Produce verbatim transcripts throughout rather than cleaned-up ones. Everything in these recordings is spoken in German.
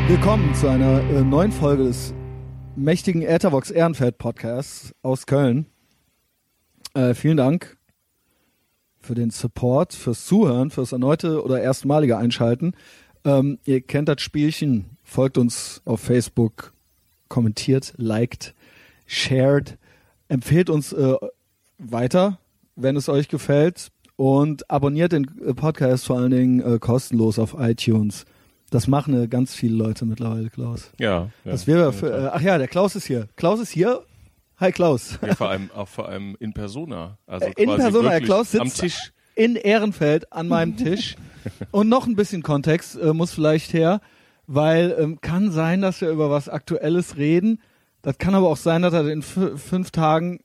Willkommen zu einer äh, neuen Folge des mächtigen Äthervox Ehrenfeld Podcasts aus Köln. Äh, vielen Dank für den Support, fürs Zuhören, fürs erneute oder erstmalige Einschalten. Ähm, ihr kennt das Spielchen, folgt uns auf Facebook, kommentiert, liked, shared, empfehlt uns äh, weiter, wenn es euch gefällt, und abonniert den äh, Podcast vor allen Dingen äh, kostenlos auf iTunes. Das machen äh, ganz viele Leute mittlerweile, Klaus. Ja. ja das wäre für, äh, ach ja, der Klaus ist hier. Klaus ist hier. Hi Klaus. Ja, vor allem auch vor allem in Persona. Also äh, in quasi Persona, der Klaus sitzt am Tisch. In Ehrenfeld an meinem Tisch. Und noch ein bisschen Kontext äh, muss vielleicht her, weil ähm, kann sein, dass wir über was Aktuelles reden. Das kann aber auch sein, dass er in f- fünf Tagen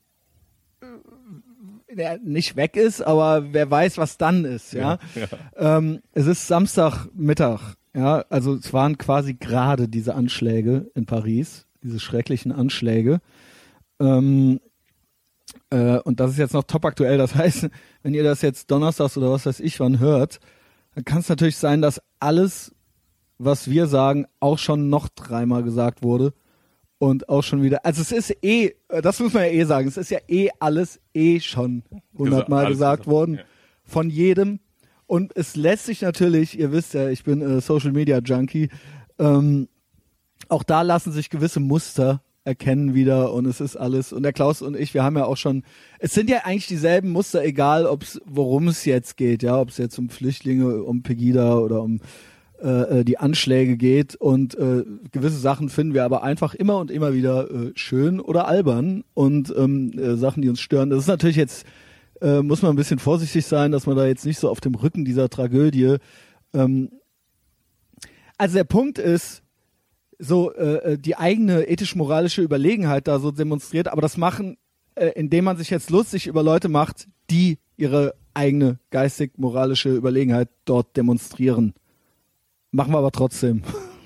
äh, nicht weg ist, aber wer weiß, was dann ist. Ja. ja, ja. Ähm, es ist Samstagmittag. Ja, also es waren quasi gerade diese Anschläge in Paris, diese schrecklichen Anschläge. Ähm, äh, und das ist jetzt noch top aktuell. Das heißt, wenn ihr das jetzt donnerstags oder was weiß ich wann hört, dann kann es natürlich sein, dass alles, was wir sagen, auch schon noch dreimal gesagt wurde und auch schon wieder. Also es ist eh, das muss man ja eh sagen, es ist ja eh alles eh schon hundertmal gesagt worden, ja. Von jedem. Und es lässt sich natürlich, ihr wisst ja, ich bin äh, Social Media Junkie, ähm, auch da lassen sich gewisse Muster erkennen wieder, und es ist alles, und der Klaus und ich, wir haben ja auch schon, es sind ja eigentlich dieselben Muster, egal ob's, worum es jetzt geht, ja, ob es jetzt um Flüchtlinge, um Pegida oder um äh, die Anschläge geht, und äh, gewisse Sachen finden wir aber einfach immer und immer wieder äh, schön oder albern, und ähm, äh, Sachen, die uns stören. Das ist natürlich jetzt, äh, muss man ein bisschen vorsichtig sein, dass man da jetzt nicht so auf dem Rücken dieser Tragödie, ähm, also der Punkt ist, so äh, die eigene ethisch-moralische Überlegenheit da so demonstriert, aber das machen, äh, indem man sich jetzt lustig über Leute macht, die ihre eigene geistig-moralische Überlegenheit dort demonstrieren. Machen wir aber trotzdem.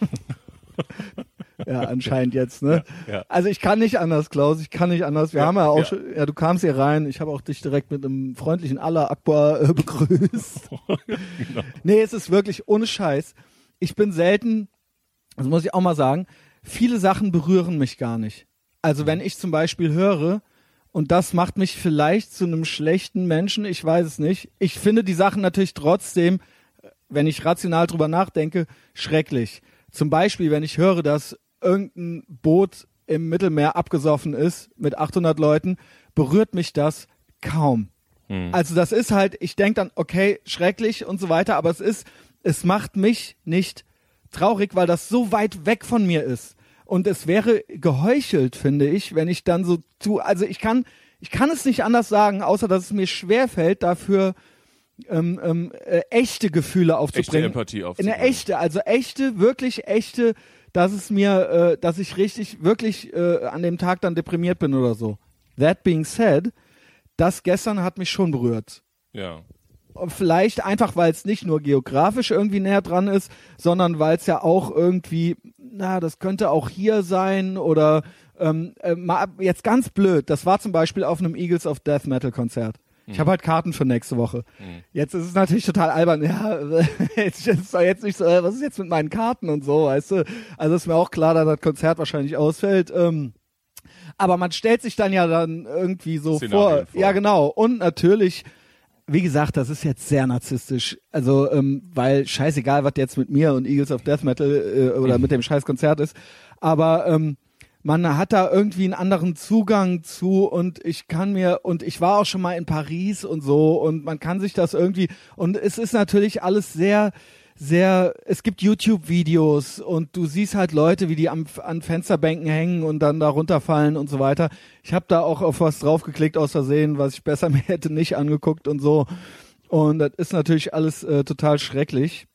Ja, anscheinend jetzt, ne? Ja, ja. Also ich kann nicht anders, Klaus, ich kann nicht anders. Wir ja, haben ja auch ja. schon, ja, du kamst hier rein, ich habe auch dich direkt mit einem freundlichen Allah Akbar äh, begrüßt. Genau. Nee, es ist wirklich ohne Scheiß. Ich bin selten, das muss ich auch mal sagen, viele Sachen berühren mich gar nicht. Also wenn ich zum Beispiel höre, und das macht mich vielleicht zu einem schlechten Menschen, ich weiß es nicht. Ich finde die Sachen natürlich trotzdem, wenn ich rational drüber nachdenke, schrecklich. Zum Beispiel, wenn ich höre, dass irgendein Boot im Mittelmeer abgesoffen ist mit achthundert Leuten, berührt mich das kaum. Hm. Also das ist halt, ich denke dann, okay, schrecklich und so weiter, aber es ist, es macht mich nicht traurig, weil das so weit weg von mir ist. Und es wäre geheuchelt, finde ich, wenn ich dann so tu, also ich kann, ich kann es nicht anders sagen, außer dass es mir schwerfällt, dafür ähm, ähm, äh, echte Gefühle aufzubringen. Echte Empathie aufzubringen. Eine echte, also echte, wirklich echte, dass es mir, äh, dass ich richtig, wirklich äh, an dem Tag dann deprimiert bin oder so. That being said, das gestern hat mich schon berührt. Ja. Vielleicht einfach, weil es nicht nur geografisch irgendwie näher dran ist, sondern weil es ja auch irgendwie, na, das könnte auch hier sein oder ähm, äh, mal jetzt ganz blöd, das war zum Beispiel auf einem Eagles of Death Metal Konzert. Ich Mhm. habe halt Karten für nächste Woche. Mhm. Jetzt ist es natürlich total albern. Ja, jetzt ist doch jetzt nicht so, äh, was ist jetzt mit meinen Karten und so, weißt du? Also ist mir auch klar, dass das Konzert wahrscheinlich ausfällt. Ähm, aber man stellt sich dann ja dann irgendwie so vor. vor. Ja, genau. Und natürlich, wie gesagt, das ist jetzt sehr narzisstisch. Also, ähm, weil scheißegal, was jetzt mit mir und Eagles of Death Metal äh, oder mhm. mit dem scheiß Konzert ist. Aber ähm, man hat da irgendwie einen anderen Zugang zu, und ich kann mir, und ich war auch schon mal in Paris und so, und man kann sich das irgendwie, und es ist natürlich alles sehr, sehr, es gibt YouTube-Videos und du siehst halt Leute, wie die am, an Fensterbänken hängen und dann da runterfallen und so weiter. Ich habe da auch auf was draufgeklickt aus Versehen, was ich besser mir hätte nicht angeguckt und so. Und das ist natürlich alles äh, total schrecklich.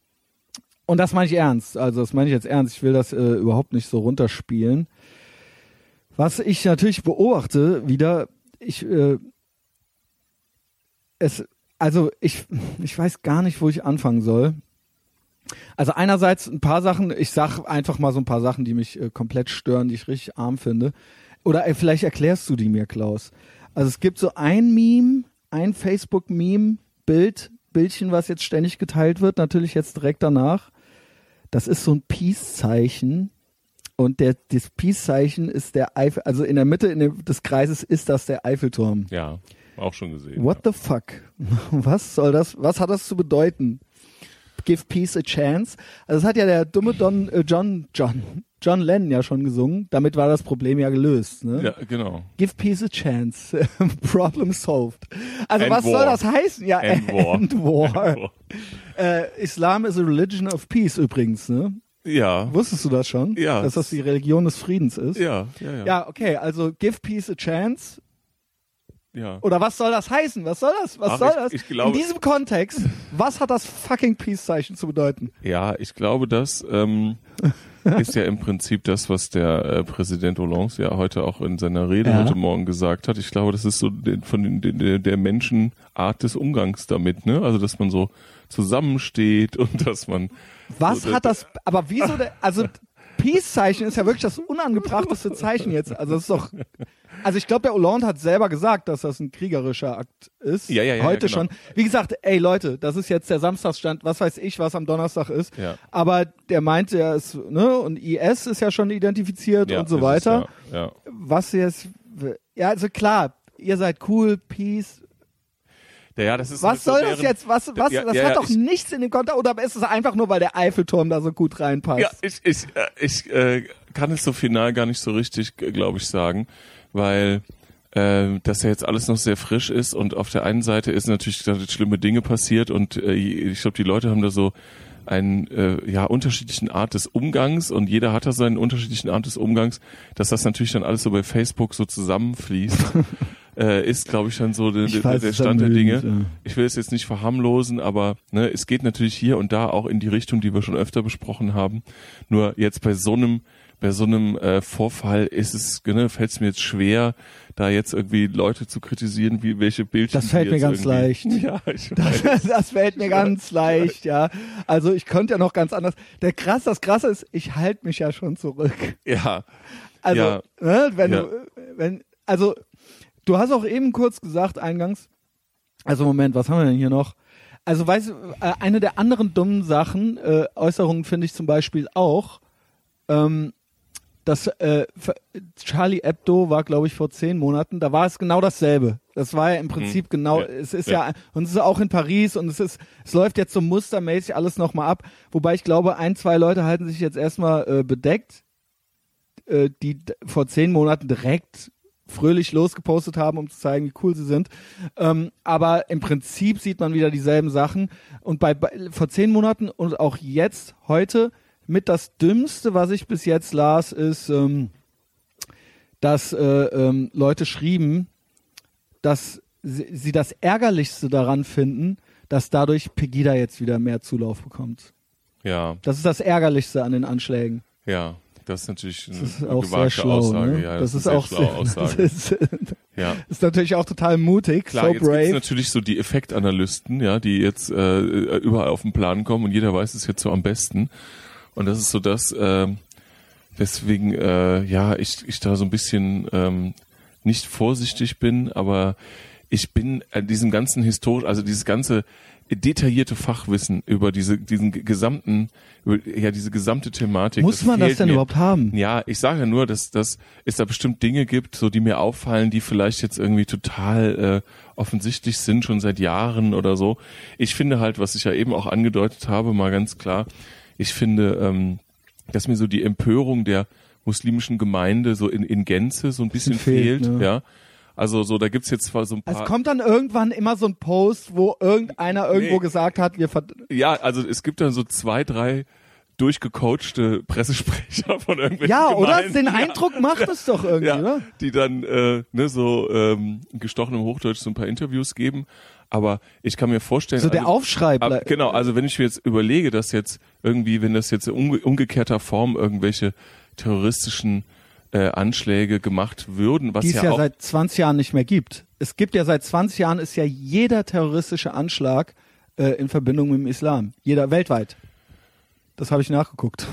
Und das meine ich ernst, also das meine ich jetzt ernst, ich will das äh, überhaupt nicht so runterspielen. Was ich natürlich beobachte, wieder, ich, äh, es, also ich, ich weiß gar nicht, wo ich anfangen soll. Also einerseits ein paar Sachen, ich sag einfach mal so ein paar Sachen, die mich äh, komplett stören, die ich richtig arm finde. Oder äh, vielleicht erklärst du die mir, Klaus. Also es gibt so ein Meme, ein Facebook-Meme, Bild, Bildchen, was jetzt ständig geteilt wird, natürlich jetzt direkt danach. das ist so ein Peace-Zeichen. Und der, das Peace-Zeichen ist der Eifel, also in der Mitte in dem, des Kreises ist das der Eiffelturm. Ja, auch schon gesehen. What ja. the fuck? Was soll das, was hat das zu bedeuten? Give Peace a Chance? Also das hat ja der dumme Don, äh, John, John, John Lennon ja schon gesungen. Damit war das Problem ja gelöst. Ne? Ja, genau. Give Peace a Chance. Problem solved. Also End was war. soll das heißen? Ja, End war. End war. End war. Äh, Islam is a religion of peace übrigens, ne? Ja. Wusstest du das schon? Ja. Dass das die Religion des Friedens ist? Ja, ja, ja. Ja, okay, also give peace a chance. Ja. Oder was soll das heißen? Was soll das? Was Ach, soll ich- das? ich glaube- In diesem Kontext, was hat das fucking Peace-Zeichen zu bedeuten? Ja, ich glaube, das ähm, ist ja im Prinzip das, was der äh, Präsident Hollande ja heute auch in seiner Rede Ja. heute Morgen gesagt hat. Ich glaube, das ist so de, von den, de, der Menschenart des Umgangs damit, ne? Also, dass man so zusammensteht und dass man Was so, hat das, aber wieso, der, also Peace-Zeichen ist ja wirklich das unangebrachteste Zeichen jetzt. Also das ist doch, also ich glaube, der Hollande hat selber gesagt, dass das ein kriegerischer Akt ist. Ja, ja, ja, Heute ja, genau. schon. Wie gesagt, ey Leute, das ist jetzt der Samstagsstand, was weiß ich, was am Donnerstag ist. Ja. Aber der meinte, er ist, ne, und I S ist ja schon identifiziert ja, und so ist weiter. Es, ja, ja. Was jetzt, ja, also klar, ihr seid cool, Peace. Ja, ja, das ist Was so soll das deren- jetzt? Was, was, Ja, das ja, hat ja, doch ich- nichts in dem Kontext, oder ist es einfach nur, weil der Eiffelturm da so gut reinpasst? Ja, ich, ich, äh, ich äh, kann es so final gar nicht so richtig, glaube ich, sagen, weil äh, das ja jetzt alles noch sehr frisch ist und auf der einen Seite ist natürlich da sind schlimme Dinge passiert und äh, ich glaube, die Leute haben da so einen äh, ja unterschiedlichen Art des Umgangs und jeder hat da seinen unterschiedlichen Art des Umgangs, dass das natürlich dann alles so bei Facebook so zusammenfließt. Äh, ist, glaube ich, dann so der, Ich der, weiß der es Stand der Dinge. ermüdend, ja. Ich will es jetzt nicht verharmlosen, aber ne, es geht natürlich hier und da auch in die Richtung, die wir schon öfter besprochen haben. Nur jetzt bei so einem bei so einem äh, Vorfall ist es, ne, fällt es mir jetzt schwer, da jetzt irgendwie Leute zu kritisieren, wie welche Bildchen. Das fällt die mir jetzt ganz irgendwie- leicht. Ja, ich weiß. Das, das fällt mir ganz leicht, ja. Also ich könnte ja noch ganz anders. Der krass, das Krasse ist, ich halte mich ja schon zurück. Ja, Also, Ja. ne, wenn Ja. du, wenn, also, du hast auch eben kurz gesagt, eingangs, also Moment, was haben wir denn hier noch? Also, weißt du, äh, eine der anderen dummen Sachen, äh, Äußerungen finde ich zum Beispiel auch, ähm, das äh, F- Charlie Hebdo war, glaube ich, vor zehn Monaten, da war es genau dasselbe. Das war ja im Prinzip Hm. genau, Ja. es ist ja. Ja. und es ist auch in Paris und es ist, es läuft jetzt so mustermäßig alles nochmal ab, wobei ich glaube, ein, zwei Leute halten sich jetzt erstmal äh, bedeckt, äh, die d- vor zehn Monaten direkt fröhlich losgepostet haben, um zu zeigen, wie cool sie sind. Ähm, aber im Prinzip sieht man wieder dieselben Sachen. Und bei, bei vor zehn Monaten und auch jetzt, heute, mit das Dümmste, was ich bis jetzt las, ist, ähm, dass äh, ähm, Leute schrieben, dass sie, sie das Ärgerlichste daran finden, dass dadurch Pegida jetzt wieder mehr Zulauf bekommt. ja, Das ist das Ärgerlichste an den Anschlägen. ja. Das ist natürlich eine, Das ist eine auch sehr gewagte schlau. Aussage. Ne? Ja, das, das, ist ist eine auch sehr schlaue sehr, Aussage. Das ist, Ja. ist natürlich auch total mutig, Klar, so jetzt gibt's brave. natürlich so die Effektanalysten, ja, die jetzt äh, überall auf den Plan kommen und jeder weiß es jetzt so am besten. Und das ist so das, äh, weswegen äh, ja ich ich da so ein bisschen ähm, nicht vorsichtig bin, aber ich bin an diesem ganzen historisch, also dieses ganze detaillierte Fachwissen über diese diesen gesamten, über, ja diese gesamte Thematik. Muss man das fehlt denn mir. überhaupt haben? Ja, ich sage ja nur, dass, dass es da bestimmt Dinge gibt, so die mir auffallen, die vielleicht jetzt irgendwie total äh, offensichtlich sind, schon seit Jahren oder so. Ich finde halt, was ich ja eben auch angedeutet habe, mal ganz klar, ich finde, ähm, dass mir so die Empörung der muslimischen Gemeinde so in, in Gänze so ein bisschen fehlt, fehlt, ne? ja. Also so, da gibt's jetzt zwar so ein paar... Es kommt dann irgendwann immer so ein Post, wo irgendeiner irgendwo Nee. gesagt hat, wir verd- Ja, also es gibt dann so zwei, drei durchgecoachte Pressesprecher von irgendwelchen Ja, oder? Gemeinden. Den Ja. Eindruck macht es doch irgendwie, Ja, oder? die dann äh, ne, so ähm, gestochenem Hochdeutsch so ein paar Interviews geben. Aber ich kann mir vorstellen... So der also, Aufschrei. ab, ble- genau, also wenn ich mir jetzt überlege, dass jetzt irgendwie, wenn das jetzt in umge umgekehrter Form irgendwelche terroristischen äh, Anschläge gemacht würden, was die es ja, ja auch... seit zwanzig Jahren nicht mehr gibt. Es gibt ja seit zwanzig Jahren ist ja jeder terroristische Anschlag äh, in Verbindung mit dem Islam. Jeder weltweit. Das habe ich nachgeguckt.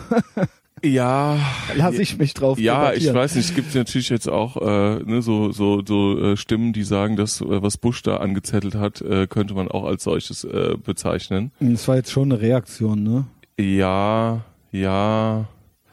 ja, Lass ich mich drauf ja, ich debattieren. weiß nicht, es gibt natürlich jetzt auch äh, ne, so so so äh, Stimmen, die sagen, dass äh, was Bush da angezettelt hat, äh, könnte man auch als solches äh, bezeichnen. Das war jetzt schon eine Reaktion, ne? Ja, Ja,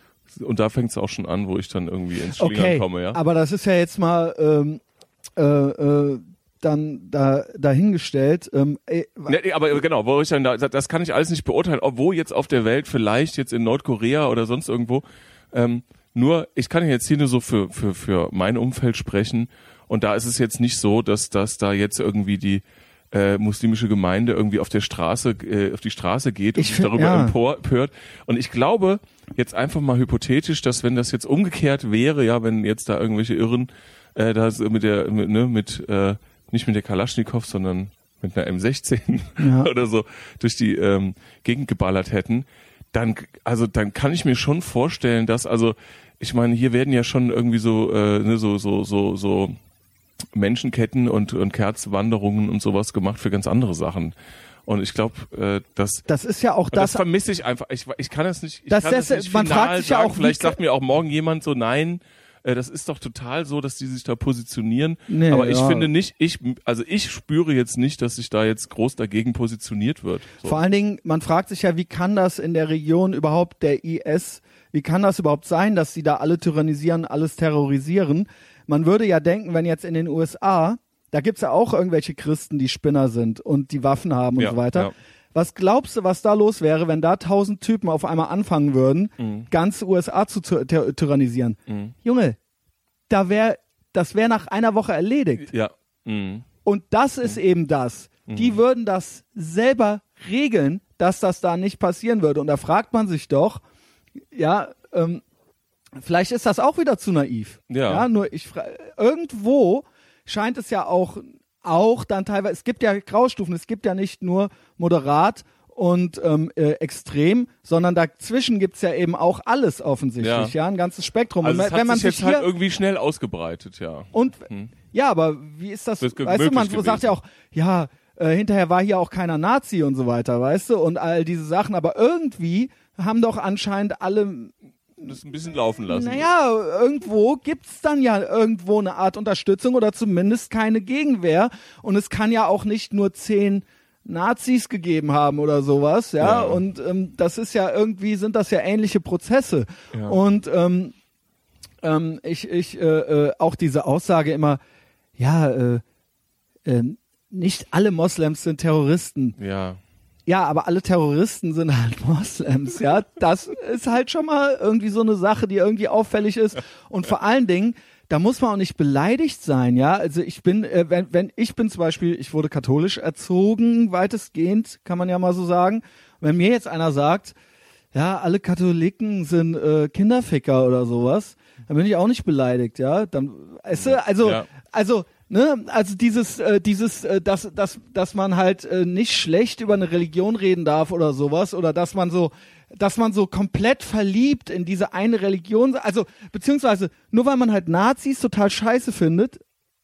und da fängt es auch schon an, wo ich dann irgendwie ins Schlingern okay, komme, ja. Aber das ist ja jetzt mal ähm, äh, äh, dann da dahingestellt. Ähm, äh, nee, aber genau, wo ich dann da, das kann ich alles nicht beurteilen, wo jetzt auf der Welt, vielleicht jetzt in Nordkorea oder sonst irgendwo. Ähm, nur, ich kann jetzt hier nur so für für für mein Umfeld sprechen. Und da ist es jetzt nicht so, dass dass da jetzt irgendwie die Äh, muslimische Gemeinde irgendwie auf der Straße, äh, auf die Straße geht und ich sich find, darüber ja. empört. Und ich glaube, jetzt einfach mal hypothetisch, dass wenn das jetzt umgekehrt wäre, ja, wenn jetzt da irgendwelche Irren, äh, da mit der, mit, ne, mit, äh, nicht mit der Kalaschnikow, sondern mit einer M sechzehn ja. oder so durch die ähm, Gegend geballert hätten, dann, also dann kann ich mir schon vorstellen, dass, also, ich meine, hier werden ja schon irgendwie so, äh, ne, so, so, so, so Menschenketten und, und Kerzwanderungen und sowas gemacht für ganz andere Sachen. Und ich glaube, äh, das das ist ja auch das. Das vermisse ich einfach. Ich, ich kann das nicht. Ich das kann das nicht man final fragt sich sagen. ja auch, vielleicht sagt mir auch morgen jemand so, nein, äh, das ist doch total so, dass die sich da positionieren. Nee, aber ich ja. finde nicht, ich, also ich spüre jetzt nicht, dass sich da jetzt groß dagegen positioniert wird. So. Vor allen Dingen, man fragt sich ja, wie kann das in der Region überhaupt der I S, wie kann das überhaupt sein, dass sie da alle tyrannisieren, alles terrorisieren? Man würde ja denken, wenn jetzt in den U S A, da gibt's ja auch irgendwelche Christen, die Spinner sind und die Waffen haben und ja, so weiter. Ja. Was glaubst du, was da los wäre, wenn da tausend Typen auf einmal anfangen würden, Mhm. ganz U S A zu ty- ty- tyrannisieren? Mhm. Junge, da wär, das wäre nach einer Woche erledigt. Ja. Mhm. Und das ist eben das. Die würden das selber regeln, dass das da nicht passieren würde. Und da fragt man sich doch, ja, ähm, vielleicht ist das auch wieder zu naiv. Ja. ja nur ich fra- irgendwo scheint es ja auch, auch dann teilweise, es gibt ja Graustufen, es gibt ja nicht nur moderat und ähm, äh, extrem, sondern dazwischen gibt's ja eben auch alles offensichtlich, ja, Ja. ein ganzes Spektrum. Also und es wenn hat man sich jetzt sich halt hier irgendwie schnell ausgebreitet, ja. und Hm. ja, aber wie ist das? Das ist Weißt du, man möglich sagt ja auch, ja, äh, hinterher war hier auch keiner Nazi und so weiter, weißt du, und all diese Sachen, aber irgendwie haben doch anscheinend alle, Das ein bisschen laufen lassen. naja, irgendwo gibt's dann ja irgendwo eine Art Unterstützung oder zumindest keine Gegenwehr und es kann ja auch nicht nur zehn Nazis gegeben haben oder sowas, ja, Ja. und ähm, das ist ja irgendwie, sind das ja ähnliche Prozesse Ja. und ähm, ähm, ich, ich, äh, äh, auch diese Aussage immer, ja, äh, äh, nicht alle Moslems sind Terroristen. Ja. Ja, aber alle Terroristen sind halt Moslems, ja. Das ist halt schon mal irgendwie so eine Sache, die irgendwie auffällig ist. Und vor allen Dingen, da muss man auch nicht beleidigt sein, ja. Also ich bin, äh, wenn, wenn ich bin zum Beispiel, ich wurde katholisch erzogen, weitestgehend, kann man ja mal so sagen. Wenn mir jetzt einer sagt, ja, alle Katholiken sind äh, Kinderficker oder sowas, dann bin ich auch nicht beleidigt, ja. Dann, weißt du, also, Ja. also, ne, also dieses, äh, dieses, äh, dass, dass, dass man halt äh, nicht schlecht über eine Religion reden darf oder sowas, oder dass man so, dass man so komplett verliebt in diese eine Religion, also, beziehungsweise, nur weil man halt Nazis total scheiße findet,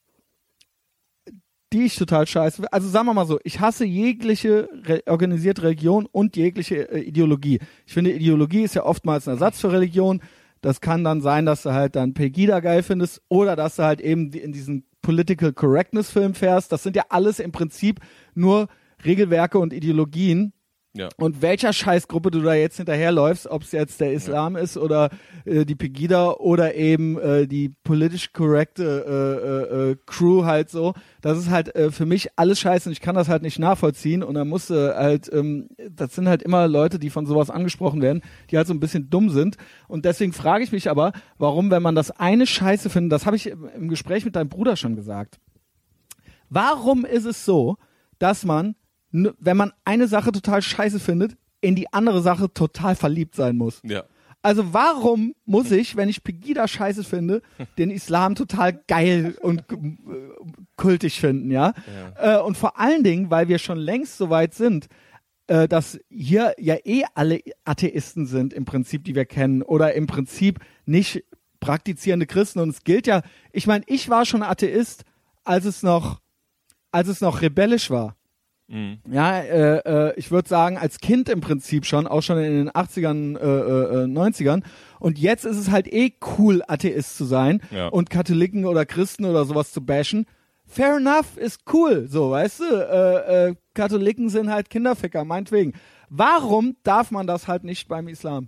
die ich total scheiße finde, also sagen wir mal so, ich hasse jegliche re- organisierte Religion und jegliche äh, Ideologie. Ich finde, Ideologie ist ja oftmals ein Ersatz für Religion. Das kann dann sein, dass du halt dann Pegida geil findest oder dass du halt eben die- in diesen Political Correctness Film fährst. Das sind ja alles im Prinzip nur Regelwerke und Ideologien. Ja. Und welcher Scheißgruppe du da jetzt hinterherläufst, ob es jetzt der Islam ist oder äh, die Pegida oder eben äh, die politisch korrekte äh, äh, äh, Crew halt so, das ist halt äh, für mich alles scheiße und ich kann das halt nicht nachvollziehen und dann musst du halt, ähm, das sind halt immer Leute, die von sowas angesprochen werden, die halt so ein bisschen dumm sind und deswegen frage ich mich aber, warum, wenn man das eine Scheiße findet, das habe ich im, im Gespräch mit deinem Bruder schon gesagt, warum ist es so, dass man wenn man eine Sache total scheiße findet, in die andere Sache total verliebt sein muss. Ja. Also warum muss ich, wenn ich Pegida scheiße finde, den Islam total geil und äh, kultig finden, ja? ja. Äh, und vor allen Dingen, weil wir schon längst so weit sind, äh, dass hier ja eh alle Atheisten sind im Prinzip, die wir kennen, oder im Prinzip nicht praktizierende Christen. Und es gilt ja, ich meine, ich war schon Atheist, als es noch, als es noch rebellisch war. Mhm. Ja, äh, äh, ich würde sagen, als Kind im Prinzip schon, auch schon in den achtzigern, äh, äh, neunzigern. Und jetzt ist es halt eh cool, Atheist zu sein Ja. und Katholiken oder Christen oder sowas zu bashen. Fair enough, ist cool, so, weißt du? Äh, äh, Katholiken sind halt Kinderficker, meinetwegen. Warum darf man das halt nicht beim Islam?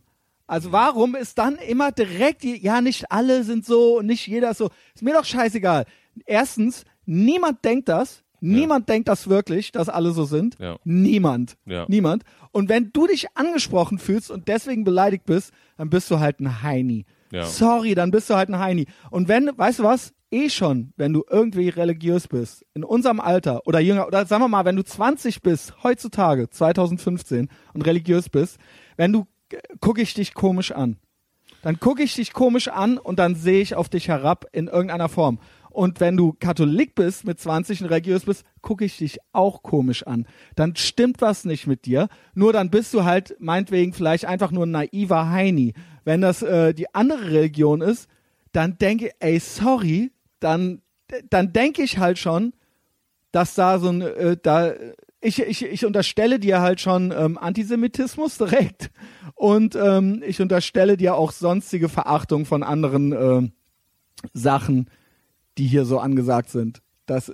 Also warum ist dann immer direkt, die, ja, nicht alle sind so und nicht jeder ist so. Ist mir doch scheißegal. Erstens, niemand denkt das. Niemand ja. denkt das wirklich, dass alle so sind. Ja. Niemand. Ja. Niemand. Und wenn du dich angesprochen fühlst und deswegen beleidigt bist, dann bist du halt ein Heini. Ja. Sorry, dann bist du halt ein Heini. Und wenn, weißt du was? Eh schon, wenn du irgendwie religiös bist, in unserem Alter oder jünger, oder sagen wir mal, wenn du zwanzig bist, heutzutage, zwanzig fünfzehn und religiös bist, wenn du, gucke ich dich komisch an. Dann gucke ich dich komisch an und dann sehe ich auf dich herab in irgendeiner Form. Und wenn du Katholik bist, mit zwanzig und religiös bist, gucke ich dich auch komisch an. Dann stimmt was nicht mit dir. Nur dann bist du halt meinetwegen vielleicht einfach nur ein naiver Heini. Wenn das äh, die andere Religion ist, dann denke, ey, sorry, dann, dann denke ich halt schon, dass da so ein, äh, da, ich, ich, ich unterstelle dir halt schon ähm, Antisemitismus direkt und ähm, ich unterstelle dir auch sonstige Verachtung von anderen äh, Sachen, die hier so angesagt sind. Das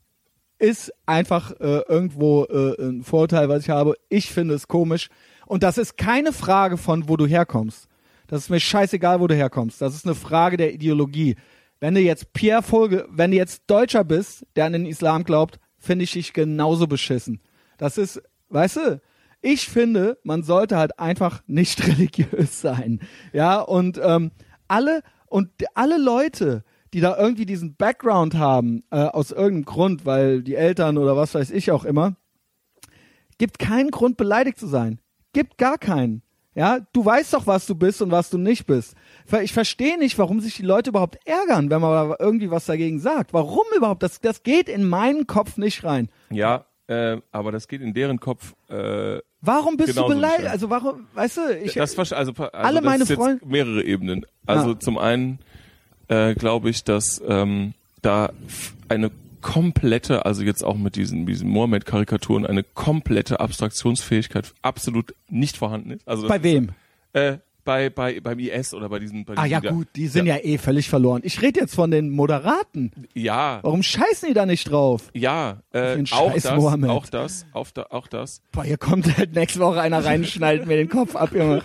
ist einfach äh, irgendwo äh, ein Vorteil, was ich habe. Ich finde es komisch. Und das ist keine Frage von, wo du herkommst. Das ist mir scheißegal, wo du herkommst. Das ist eine Frage der Ideologie. Wenn du jetzt Pierre Vogel, wenn du jetzt Deutscher bist, der an den Islam glaubt, finde ich dich genauso beschissen. Das ist, weißt du, ich finde, man sollte halt einfach nicht religiös sein. Ja, und ähm, alle, und alle Leute, die da irgendwie diesen Background haben, äh, aus irgendeinem Grund, weil die Eltern oder was weiß ich auch immer, gibt keinen Grund, beleidigt zu sein. Gibt gar keinen. Ja, du weißt doch, was du bist und was du nicht bist. Ich verstehe nicht, warum sich die Leute überhaupt ärgern, wenn man irgendwie was dagegen sagt. Warum überhaupt? Das, das geht in meinen Kopf nicht rein. Ja, äh, aber das geht in deren Kopf. Äh, warum bist du beleidigt? Also warum, weißt du, ich, das, also, also alle das meine ist jetzt Freunde, mehrere Ebenen. Also ja. Zum einen äh, glaube ich, dass ähm, da eine komplette, also jetzt auch mit diesen, diesen Mohammed-Karikaturen, eine komplette Abstraktionsfähigkeit absolut nicht vorhanden ist. Also bei wem? Ist, äh, bei, bei, beim I S oder bei diesen, bei diesen Ah ja gut, die sind ja. ja eh völlig verloren. Ich rede jetzt von den Moderaten. Ja. Warum scheißen die da nicht drauf? Ja, äh, auch das, Mohammed. auch das, auch da, auch das. Boah, hier kommt halt nächste Woche einer rein und schneidet mir den Kopf ab, Junge.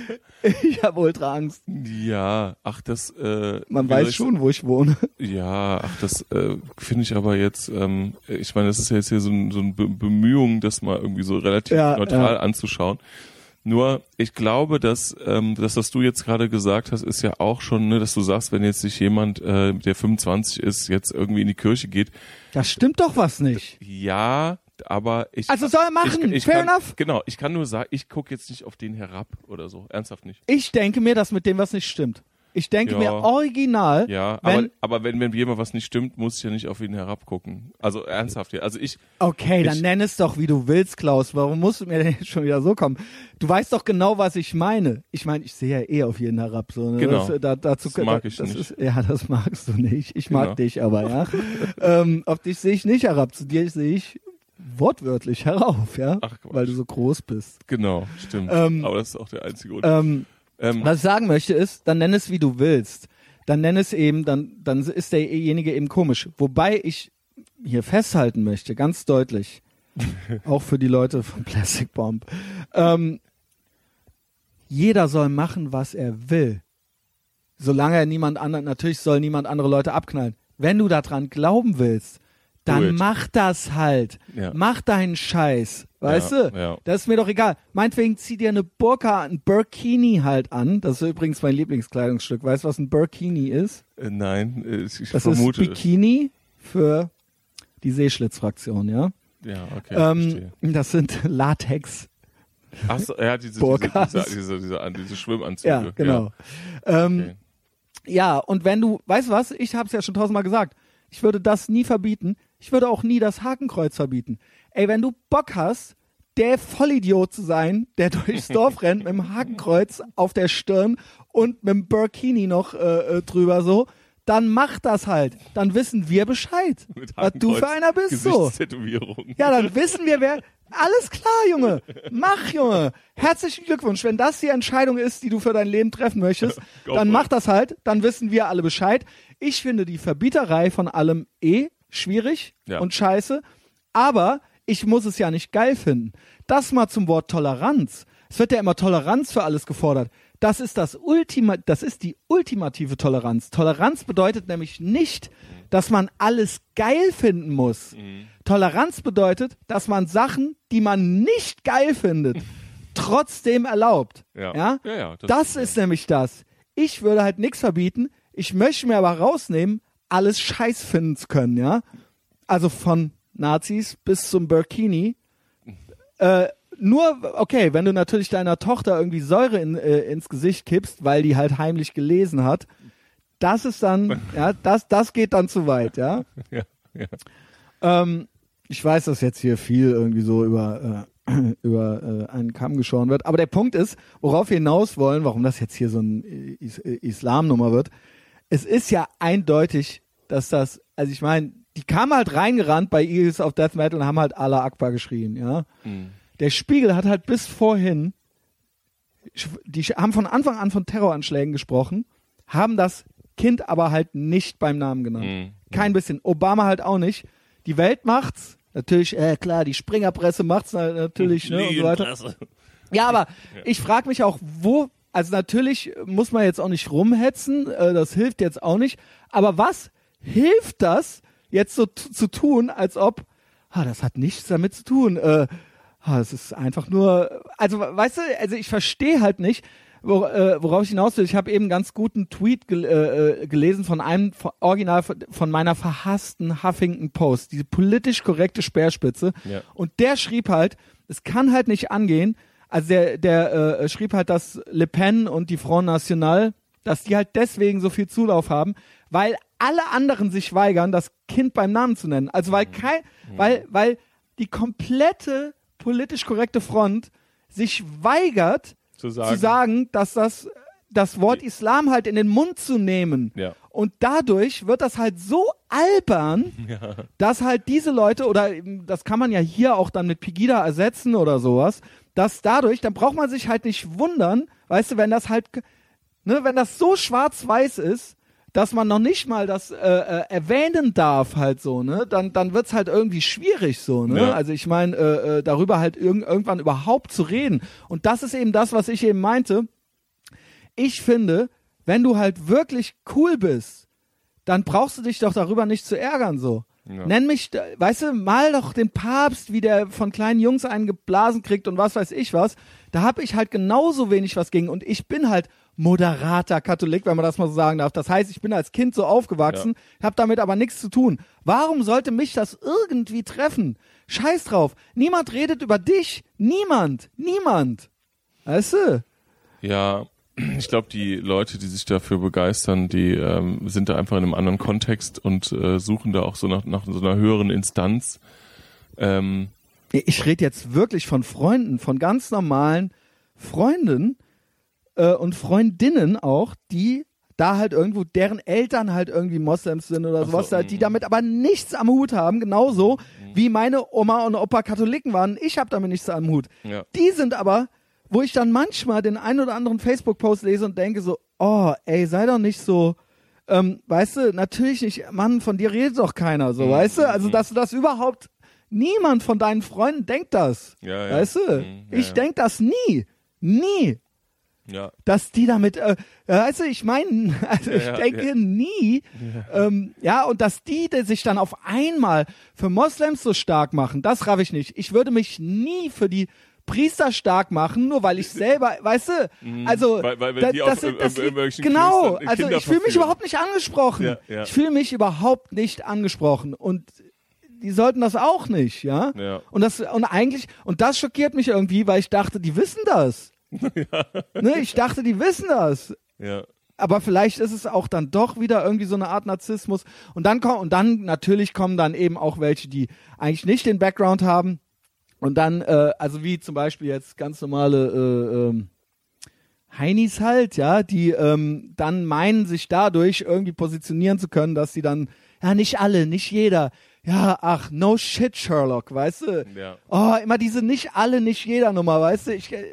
Ich habe ultra Angst. Ja, ach das. Äh, Man weiß ich, schon, wo ich wohne. Ja, ach das äh, finde ich aber jetzt. Ähm, ich meine, das ist ja jetzt hier so, ein, so eine Be- Bemühung, das mal irgendwie so relativ ja, neutral ja. anzuschauen. Nur, ich glaube, dass ähm, das, was du jetzt gerade gesagt hast, ist ja auch schon, ne, dass du sagst, wenn jetzt sich jemand, äh, der fünfundzwanzig ist, jetzt irgendwie in die Kirche geht. Das stimmt doch was nicht. Ja, aber ich... Also soll er machen, ich, ich fair kann, enough. Genau, ich kann nur sagen, ich gucke jetzt nicht auf den herab oder so, ernsthaft nicht. Ich denke mir, dass mit dem was nicht stimmt. Ich denke ja. mir original. Ja, wenn, aber, aber wenn, wenn jemand was nicht stimmt, muss ich ja nicht auf ihn herabgucken. Also ernsthaft, ja. Also ich. Okay, ich, dann nenn es doch, wie du willst, Klaus. Warum musst du mir denn jetzt schon wieder so kommen? Du weißt doch genau, was ich meine. Ich meine, ich sehe ja eh auf jeden herab. So, ne? Genau. Das, da, dazu, das mag ich das nicht. Ist, ja, das magst du nicht. Ich mag genau. dich aber, ja. ähm, auf dich sehe ich nicht herab. Zu dir sehe ich wortwörtlich herauf, ja. Ach, Quatsch. Weil du so groß bist. Genau, stimmt. Ähm, aber das ist auch der einzige Grund. Ähm, ähm, was ich sagen möchte ist, dann nenn es, wie du willst. Dann nenn es eben, dann, dann ist derjenige eben komisch. Wobei ich hier festhalten möchte, ganz deutlich, auch für die Leute von Plastic Bomb, ähm, jeder soll machen, was er will. Solange er niemand anderen, natürlich soll niemand andere Leute abknallen. Wenn du daran glauben willst, dann mach das halt. Ja. Mach deinen Scheiß. Weißt ja, du? Ja. Das ist mir doch egal. Meinetwegen zieh dir eine Burka, ein Burkini halt an. Das ist übrigens mein Lieblingskleidungsstück. Weißt du, was ein Burkini ist? Äh, nein, ich, ich das vermute ist Bikini für die Seeschlitzfraktion, ja? Ja, okay. Ähm, das sind Latex. Ach so, ja, diese, Burkas. diese, diese, diese, diese, diese Schwimmanzüge. Ja, genau. Ja, ähm, okay. ja, und wenn du, weißt du was? Ich habe es ja schon tausendmal gesagt. Ich würde das nie verbieten. Ich würde auch nie das Hakenkreuz verbieten. Ey, wenn du Bock hast, der Vollidiot zu sein, der durchs Dorf rennt mit dem Hakenkreuz auf der Stirn und mit dem Burkini noch äh, drüber so, dann mach das halt. Dann wissen wir Bescheid, was du für einer bist. So. Ja, dann wissen wir, wer... Alles klar, Junge. Mach, Junge. Herzlichen Glückwunsch. Wenn das die Entscheidung ist, die du für dein Leben treffen möchtest, dann mach das halt. Dann wissen wir alle Bescheid. Ich finde die Verbieterei von allem eh schwierig ja. und scheiße. Aber ich muss es ja nicht geil finden. Das mal zum Wort Toleranz. Es wird ja immer Toleranz für alles gefordert. das ist das Ultima, das ist die ultimative Toleranz. Toleranz bedeutet nämlich nicht, dass man alles geil finden muss. Mhm. Toleranz bedeutet, dass man Sachen, die man nicht geil findet, trotzdem erlaubt. Ja, ja? ja, ja das, das ist ja. nämlich das. Ich würde halt nichts verbieten. Ich möchte mir aber rausnehmen, alles Scheiß finden zu können, ja. Also von Nazis bis zum Burkini. Äh, nur, okay, wenn du natürlich deiner Tochter irgendwie Säure in, äh, ins Gesicht kippst, weil die halt heimlich gelesen hat, das ist dann, ja, das, das geht dann zu weit, ja. ja, ja. Ähm, ich weiß, dass jetzt hier viel irgendwie so über, äh, über äh, einen Kamm geschoren wird, aber der Punkt ist, worauf wir hinaus wollen, warum das jetzt hier so ein Is- Islamnummer wird, es ist ja eindeutig, dass das, also ich meine, die kamen halt reingerannt bei Eagles of Death Metal und haben halt Allah Akbar geschrien, ja. Mhm. Der Spiegel hat halt bis vorhin, die haben von Anfang an von Terroranschlägen gesprochen, haben das Kind aber halt nicht beim Namen genannt. Mhm. Kein bisschen. Obama halt auch nicht. Die Welt macht's. Natürlich, äh, klar, die Springerpresse macht's natürlich, ne, und so weiter. Ja, aber ja. ich frage mich auch, wo, also natürlich muss man jetzt auch nicht rumhetzen, äh, das hilft jetzt auch nicht, aber was hilft das, jetzt so t- zu tun, als ob, ah, das hat nichts damit zu tun, äh, ah, das ist einfach nur, also weißt du, also ich verstehe halt nicht, Wor, äh, worauf ich hinaus will. Ich habe eben einen ganz guten Tweet gel- äh, gelesen von einem von, Original von, von meiner verhassten Huffington Post, diese politisch korrekte Speerspitze. Ja. Und der schrieb halt, es kann halt nicht angehen, also der, der äh, schrieb halt, dass Le Pen und die Front National, dass die halt deswegen so viel Zulauf haben, weil alle anderen sich weigern, das Kind beim Namen zu nennen. Also weil kein, mhm. weil, weil die komplette politisch korrekte Front sich weigert, Zu sagen. zu sagen, dass das, das Wort Islam halt in den Mund zu nehmen. Ja. Und dadurch wird das halt so albern, ja. dass halt diese Leute, oder das kann man ja hier auch dann mit Pegida ersetzen oder sowas, dass dadurch, dann braucht man sich halt nicht wundern, weißt du, wenn das halt, ne, wenn das so schwarz-weiß ist, dass man noch nicht mal das äh, äh, erwähnen darf halt so, ne, dann dann wird's halt irgendwie schwierig so, ne, ja. also ich meine, äh, äh, darüber halt irg- irgendwann überhaupt zu reden, und das ist eben das, was ich eben meinte. Ich finde, wenn du halt wirklich cool bist, dann brauchst du dich doch darüber nicht zu ärgern so. Ja. Nenn mich, weißt du, mal doch den Papst, wie der von kleinen Jungs einen geblasen kriegt und was weiß ich was, da habe ich halt genauso wenig was gegen, und ich bin halt moderater Katholik, wenn man das mal so sagen darf. Das heißt, ich bin als Kind so aufgewachsen, ja. habe damit aber nichts zu tun. Warum sollte mich das irgendwie treffen? Scheiß drauf. Niemand redet über dich. Niemand. Niemand. Weißt du? Ja, ich glaube, die Leute, die sich dafür begeistern, die ähm, sind da einfach in einem anderen Kontext und äh, suchen da auch so nach, nach so einer höheren Instanz. Ähm, ich rede jetzt wirklich von Freunden, von ganz normalen Freunden, Äh, und Freundinnen auch, die da halt irgendwo, deren Eltern halt irgendwie Moslems sind oder sowas, so, halt, die damit aber nichts am Hut haben, genauso mh. wie meine Oma und Opa Katholiken waren. Ich habe damit nichts am Hut. Ja. Die sind aber, wo ich dann manchmal den einen oder anderen Facebook-Post lese und denke so, oh, ey, sei doch nicht so, ähm, weißt du, natürlich nicht, Mann, von dir redet doch keiner, so, mhm. weißt du, also dass du das überhaupt, niemand von deinen Freunden denkt das, ja, ja. weißt du, mhm. ja, ich ja. denk das nie, nie. Ja. Dass die damit, äh, weißt du, ich meine, also ja, ich ja, denke ja. nie, ja. Ähm, ja, und dass die, die sich dann auf einmal für Moslems so stark machen, das raff ich nicht. Ich würde mich nie für die Priester stark machen, nur weil ich selber, weißt du, also weil, weil, weil da, die das, auf, das, im, im, genau, Klöstern also Kinder ich fühle mich verführen. überhaupt nicht angesprochen. Ja, ja. Ich fühle mich überhaupt nicht angesprochen, und die sollten das auch nicht, ja? ja. Und das, und eigentlich, und das schockiert mich irgendwie, weil ich dachte, die wissen das. Ja. Ne, ich dachte, die wissen das. Ja. Aber vielleicht ist es auch dann doch wieder irgendwie so eine Art Narzissmus. Und dann kommen, und dann natürlich kommen dann eben auch welche, die eigentlich nicht den Background haben. Und dann, äh, also wie zum Beispiel jetzt ganz normale äh, ähm, Heinis halt, ja, die ähm, dann meinen, sich dadurch irgendwie positionieren zu können, dass sie dann, ja, nicht alle, nicht jeder. Ja, ach, no shit, Sherlock, weißt du? Ja. Oh, immer diese nicht alle, nicht jeder Nummer, weißt du? Ich, äh,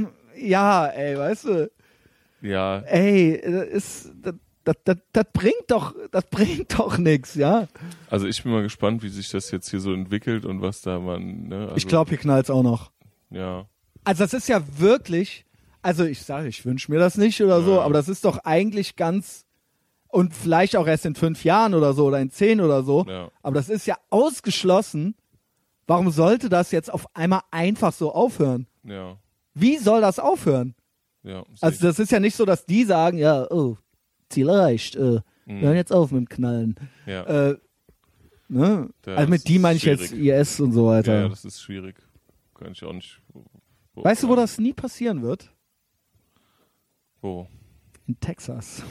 ja, ey, weißt du? Ja. Ey, das ist, das, das, das, das bringt doch, das bringt doch nichts, ja? Also ich bin mal gespannt, wie sich das jetzt hier so entwickelt und was da man, ne? Also, ich glaube, hier knallt's auch noch. Ja. Also das ist ja wirklich also ich sage, ich wünsche mir das nicht oder so, Ja. aber das ist doch eigentlich ganz, und vielleicht auch erst in fünf Jahren oder so oder in zehn oder so, Ja. aber das ist ja ausgeschlossen. Warum sollte das jetzt auf einmal einfach so aufhören? Ja, Wie soll das aufhören? ja. Also das ist ja nicht so, dass die sagen, ja, oh, Ziel erreicht, äh, Mhm. wir hören jetzt auf mit dem Knallen. ja. Äh, ne? Ja, Also mit das die ist meine ich jetzt schwierig. I S und so weiter. ja, ja, das ist schwierig. Kann ich auch nicht. Wo, Weißt du, wo das nie passieren wird? Wo? In Texas.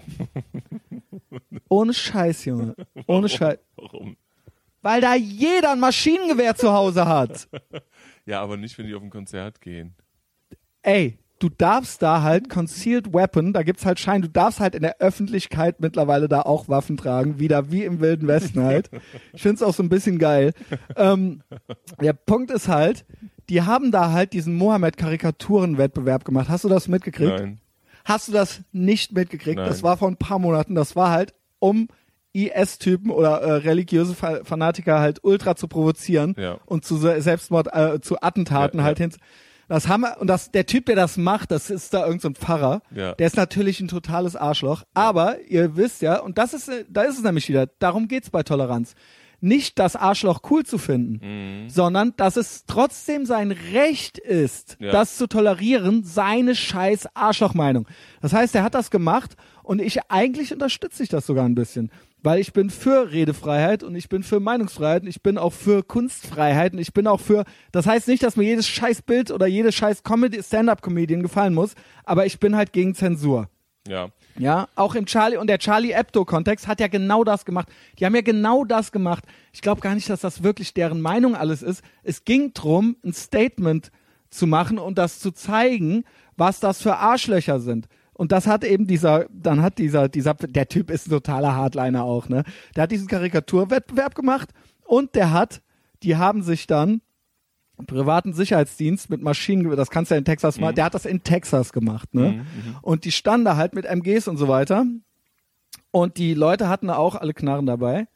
Ohne Scheiß, Junge. Ohne Scheiß. Warum? Weil da jeder ein Maschinengewehr zu Hause hat. Ja, aber nicht, wenn die auf ein Konzert gehen. Ey, du darfst da halt Concealed Weapon, da gibt's halt Schein, du darfst halt in der Öffentlichkeit mittlerweile da auch Waffen tragen, wieder wie im Wilden Westen halt. Ich find's auch so ein bisschen geil. Ähm, der Punkt ist halt, die haben da halt diesen Mohammed-Karikaturen-Wettbewerb gemacht. Hast du das mitgekriegt? Nein. Hast du das nicht mitgekriegt? Nein. Das war vor ein paar Monaten. Das war halt, um I S-Typen oder äh, religiöse Fa- Fanatiker halt ultra zu provozieren Ja. und zu Se- Selbstmord, äh, zu Attentaten Ja, halt ja. hin. Das haben wir, und das, der Typ, der das macht, das ist da irgend so ein Pfarrer. Ja. Der ist natürlich ein totales Arschloch. Aber ihr wisst ja, und das ist, äh, da ist es nämlich wieder, darum geht's bei Toleranz. Nicht das Arschloch cool zu finden, Mhm. sondern dass es trotzdem sein Recht ist, Ja. das zu tolerieren, seine scheiß Arschlochmeinung. Das heißt, er hat das gemacht und ich eigentlich unterstütze ich das sogar ein bisschen. Weil ich bin für Redefreiheit und ich bin für Meinungsfreiheit und ich bin auch für Kunstfreiheit und ich bin auch für, das heißt nicht, dass mir jedes scheiß Bild oder jede scheiß Comedy, Stand-Up-Comedian gefallen muss, aber ich bin halt gegen Zensur. Ja. Ja, auch im Charlie und der Charlie Hebdo-Kontext hat ja genau das gemacht. Die haben ja genau das gemacht. Ich glaube gar nicht, dass das wirklich deren Meinung alles ist. Es ging drum, ein Statement zu machen und das zu zeigen, was das für Arschlöcher sind. Und das hat eben dieser, dann hat dieser, dieser, der Typ ist ein totaler Hardliner auch, ne? Der hat diesen Karikaturwettbewerb gemacht und der hat, die haben sich dann privaten Sicherheitsdienst mit Maschinengewehr, das kannst du ja in Texas machen, der hat das in Texas gemacht, ne? Mhm, mhm. Und die standen da halt mit M Gs und so weiter. Und die Leute hatten da auch alle Knarren dabei.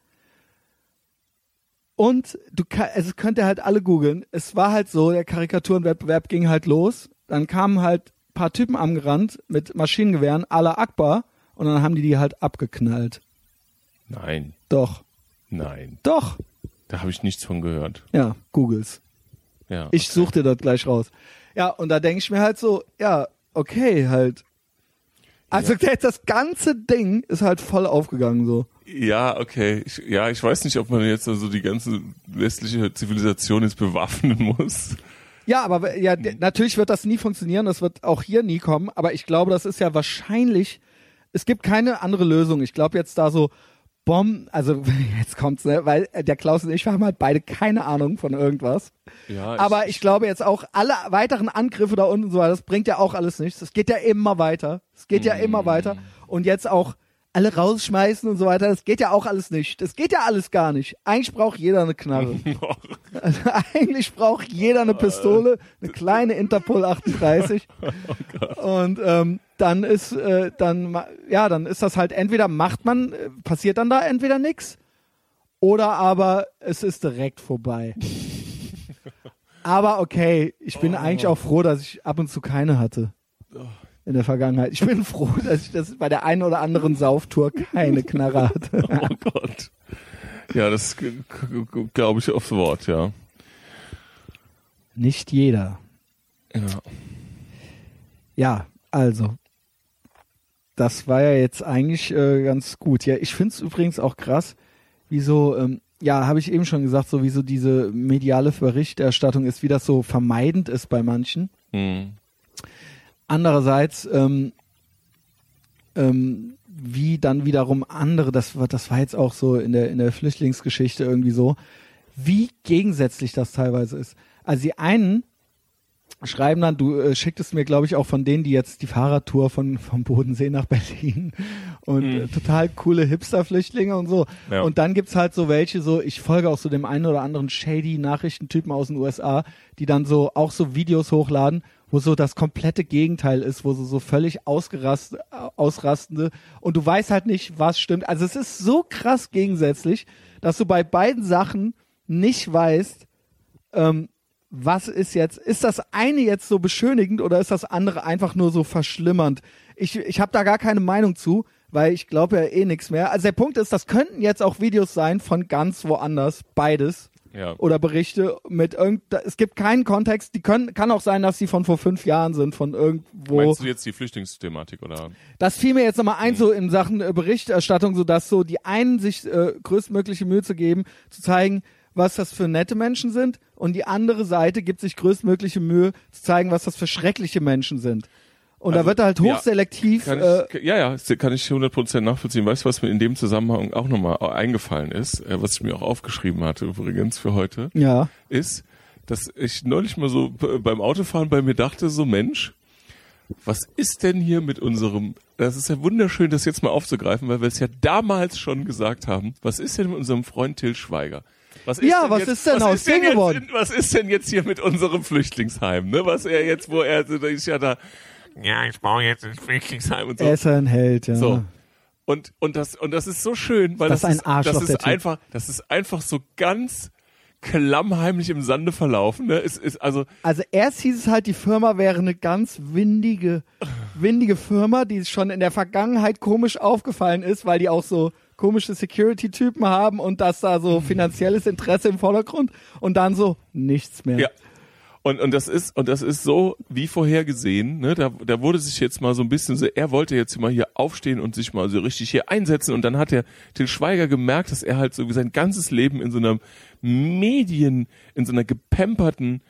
Und du kann, also könnt ihr halt alle googeln. Es war halt so, der Karikaturenwettbewerb ging halt los. Dann kamen halt ein paar Typen angerannt mit Maschinengewehren à la Akbar und dann haben die die halt abgeknallt. Nein. Doch, Nein. doch. Da habe ich nichts von gehört. Ja, googles. Ja. Ich such dir das gleich raus. Ja, und da denke ich mir halt so, ja, okay, halt. Also jetzt das ganze Ding ist halt voll aufgegangen so. Ja, okay. Ich, ja, ich weiß nicht, ob man jetzt also die ganze westliche Zivilisation jetzt bewaffnen muss. Ja, aber ja, d- natürlich wird das nie funktionieren, das wird auch hier nie kommen, aber ich glaube, das ist ja wahrscheinlich, es gibt keine andere Lösung. Ich glaube jetzt da so Bomben, also jetzt kommt's, ne, weil der Klaus und ich haben halt beide keine Ahnung von irgendwas. Ja, ich, Aber ich glaube jetzt auch alle weiteren Angriffe da unten und so weiter, das bringt ja auch alles nichts. Es geht ja immer weiter. Es geht ja immer weiter. Und jetzt auch alle rausschmeißen und so weiter, das geht ja auch alles nicht. Das geht ja alles gar nicht. Eigentlich braucht jeder eine Knarre. Also eigentlich braucht jeder eine Pistole, eine kleine Interpol achtunddreißig. Und ähm, dann ist äh, dann ma- ja, dann ist das halt entweder macht man, äh, passiert dann da entweder nix oder aber es ist direkt vorbei. Aber okay, ich bin eigentlich auch froh, dass ich ab und zu keine hatte in der Vergangenheit. Ich bin froh, dass ich das bei der einen oder anderen Sauftour keine Knarre hatte. oh Gott. Ja, das glaube ich aufs Wort, ja. Nicht jeder. Ja. Ja, also das war ja jetzt eigentlich äh, ganz gut. Ja, ich finde es übrigens auch krass, wieso, ähm, ja, habe ich eben schon gesagt, so wie so diese mediale Berichterstattung ist, wie das so vermeidend ist bei manchen. Hm. Andererseits, ähm, ähm, wie dann wiederum andere, das war, das war jetzt auch so in der, in der Flüchtlingsgeschichte irgendwie so, wie gegensätzlich das teilweise ist. Also die einen schreiben dann, du äh, schicktest mir, glaube ich, auch von denen, die jetzt die Fahrradtour von vom Bodensee nach Berlin und Mhm. äh, total coole Hipster-Flüchtlinge und so. Ja. Und dann gibt's halt so welche, so, ich folge auch so dem einen oder anderen shady Nachrichtentypen aus den U S A, die dann so auch so Videos hochladen, wo so das komplette Gegenteil ist, wo so, so völlig ausgerast, äh, ausrastende und du weißt halt nicht, was stimmt. Also es ist so krass gegensätzlich, dass du bei beiden Sachen nicht weißt, ähm, was ist jetzt, ist das eine jetzt so beschönigend oder ist das andere einfach nur so verschlimmernd? Ich, ich habe da gar keine Meinung zu, weil ich glaube ja eh nichts mehr. Also der Punkt ist, das könnten jetzt auch Videos sein von ganz woanders, beides. Ja. Oder Berichte mit irgend, es gibt keinen Kontext, die können, kann auch sein, dass die von vor fünf Jahren sind, von irgendwo. Meinst du jetzt die Flüchtlingsthematik, oder? Das fiel mir jetzt nochmal ein, so in Sachen äh, Berichterstattung, so dass so die einen sich äh, größtmögliche Mühe zu geben, zu zeigen, was das für nette Menschen sind, und die andere Seite gibt sich größtmögliche Mühe zu zeigen, was das für schreckliche Menschen sind. Und also, da wird halt hochselektiv. Ja, kann ich, äh, ja, ja, kann ich hundert Prozent nachvollziehen. Weißt du, was mir in dem Zusammenhang auch nochmal eingefallen ist, äh, was ich mir auch aufgeschrieben hatte übrigens für heute, ja. ist, dass ich neulich mal so b- beim Autofahren bei mir dachte, so Mensch, was ist denn hier mit unserem, das ist ja wunderschön, das jetzt mal aufzugreifen, weil wir es ja damals schon gesagt haben, was ist denn mit unserem Freund Till Schweiger? Was ist ja, denn was jetzt, ist denn was aus ist denn dem geworden? jetzt, was ist denn jetzt hier mit unserem Flüchtlingsheim, ne? Was er jetzt, wo er, da ist ja da, ja, ich baue jetzt ein Flüchtlingsheim und so. Er ist ein Held, ja. So. Und, und das, und das ist so schön, weil das, das, das ist ein Arschloch, das ist einfach, das ist einfach so ganz klammheimlich im Sande verlaufen, ne? Es ist also. Also erst hieß es halt, die Firma wäre eine ganz windige, windige Firma, die schon in der Vergangenheit komisch aufgefallen ist, weil die auch so komische Security-Typen haben und dass da so finanzielles Interesse im Vordergrund, und dann so nichts mehr. Ja. Und, und das ist, und das ist so wie vorhergesehen, ne? Da, da wurde sich jetzt mal so ein bisschen so, er wollte jetzt mal hier aufstehen und sich mal so richtig hier einsetzen, und dann hat der Till Schweiger gemerkt, dass er halt so sein ganzes Leben in so einer Medien, in so einer gepamperten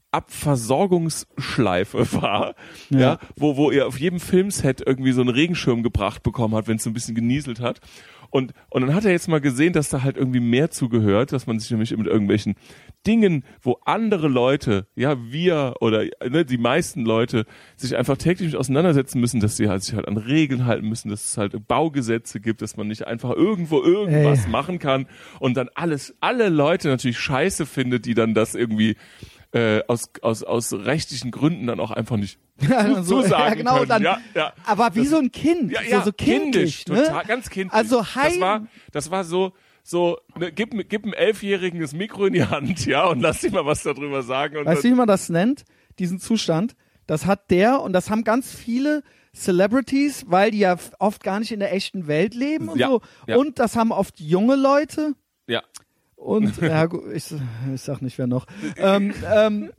Abversorgungsschleife war, ja, ja wo, wo er auf jedem Filmset irgendwie so einen Regenschirm gebracht bekommen hat, wenn es so ein bisschen genieselt hat. Und, und dann hat er jetzt mal gesehen, dass da halt irgendwie mehr zugehört, dass man sich nämlich mit irgendwelchen Dingen, wo andere Leute, ja, wir oder ne, die meisten Leute sich einfach täglich mit auseinandersetzen müssen, dass sie halt sich halt an Regeln halten müssen, dass es halt Baugesetze gibt, dass man nicht einfach irgendwo irgendwas hey. machen kann und dann alles, alle Leute natürlich scheiße findet, die dann das irgendwie Äh, aus, aus, aus rechtlichen Gründen dann auch einfach nicht ja, so, zusagen ja, genau, können. Dann, ja, ja. Aber wie das, so ein Kind, ja, ja, so, so kindlich, kindisch, ne? total, ganz kindlich. Also hi, das war, das war so, so, ne, gib, gib einem Elfjährigen das Mikro in die Hand, ja, und lass dich mal was darüber sagen. Und weißt du, wie man das nennt, diesen Zustand? Das hat der, und das haben ganz viele Celebrities, weil die ja oft gar nicht in der echten Welt leben und ja, so. Ja. Und das haben oft junge Leute. Ja. Und, ja, gut, ich, ich sag nicht, wer noch. ähm, ähm,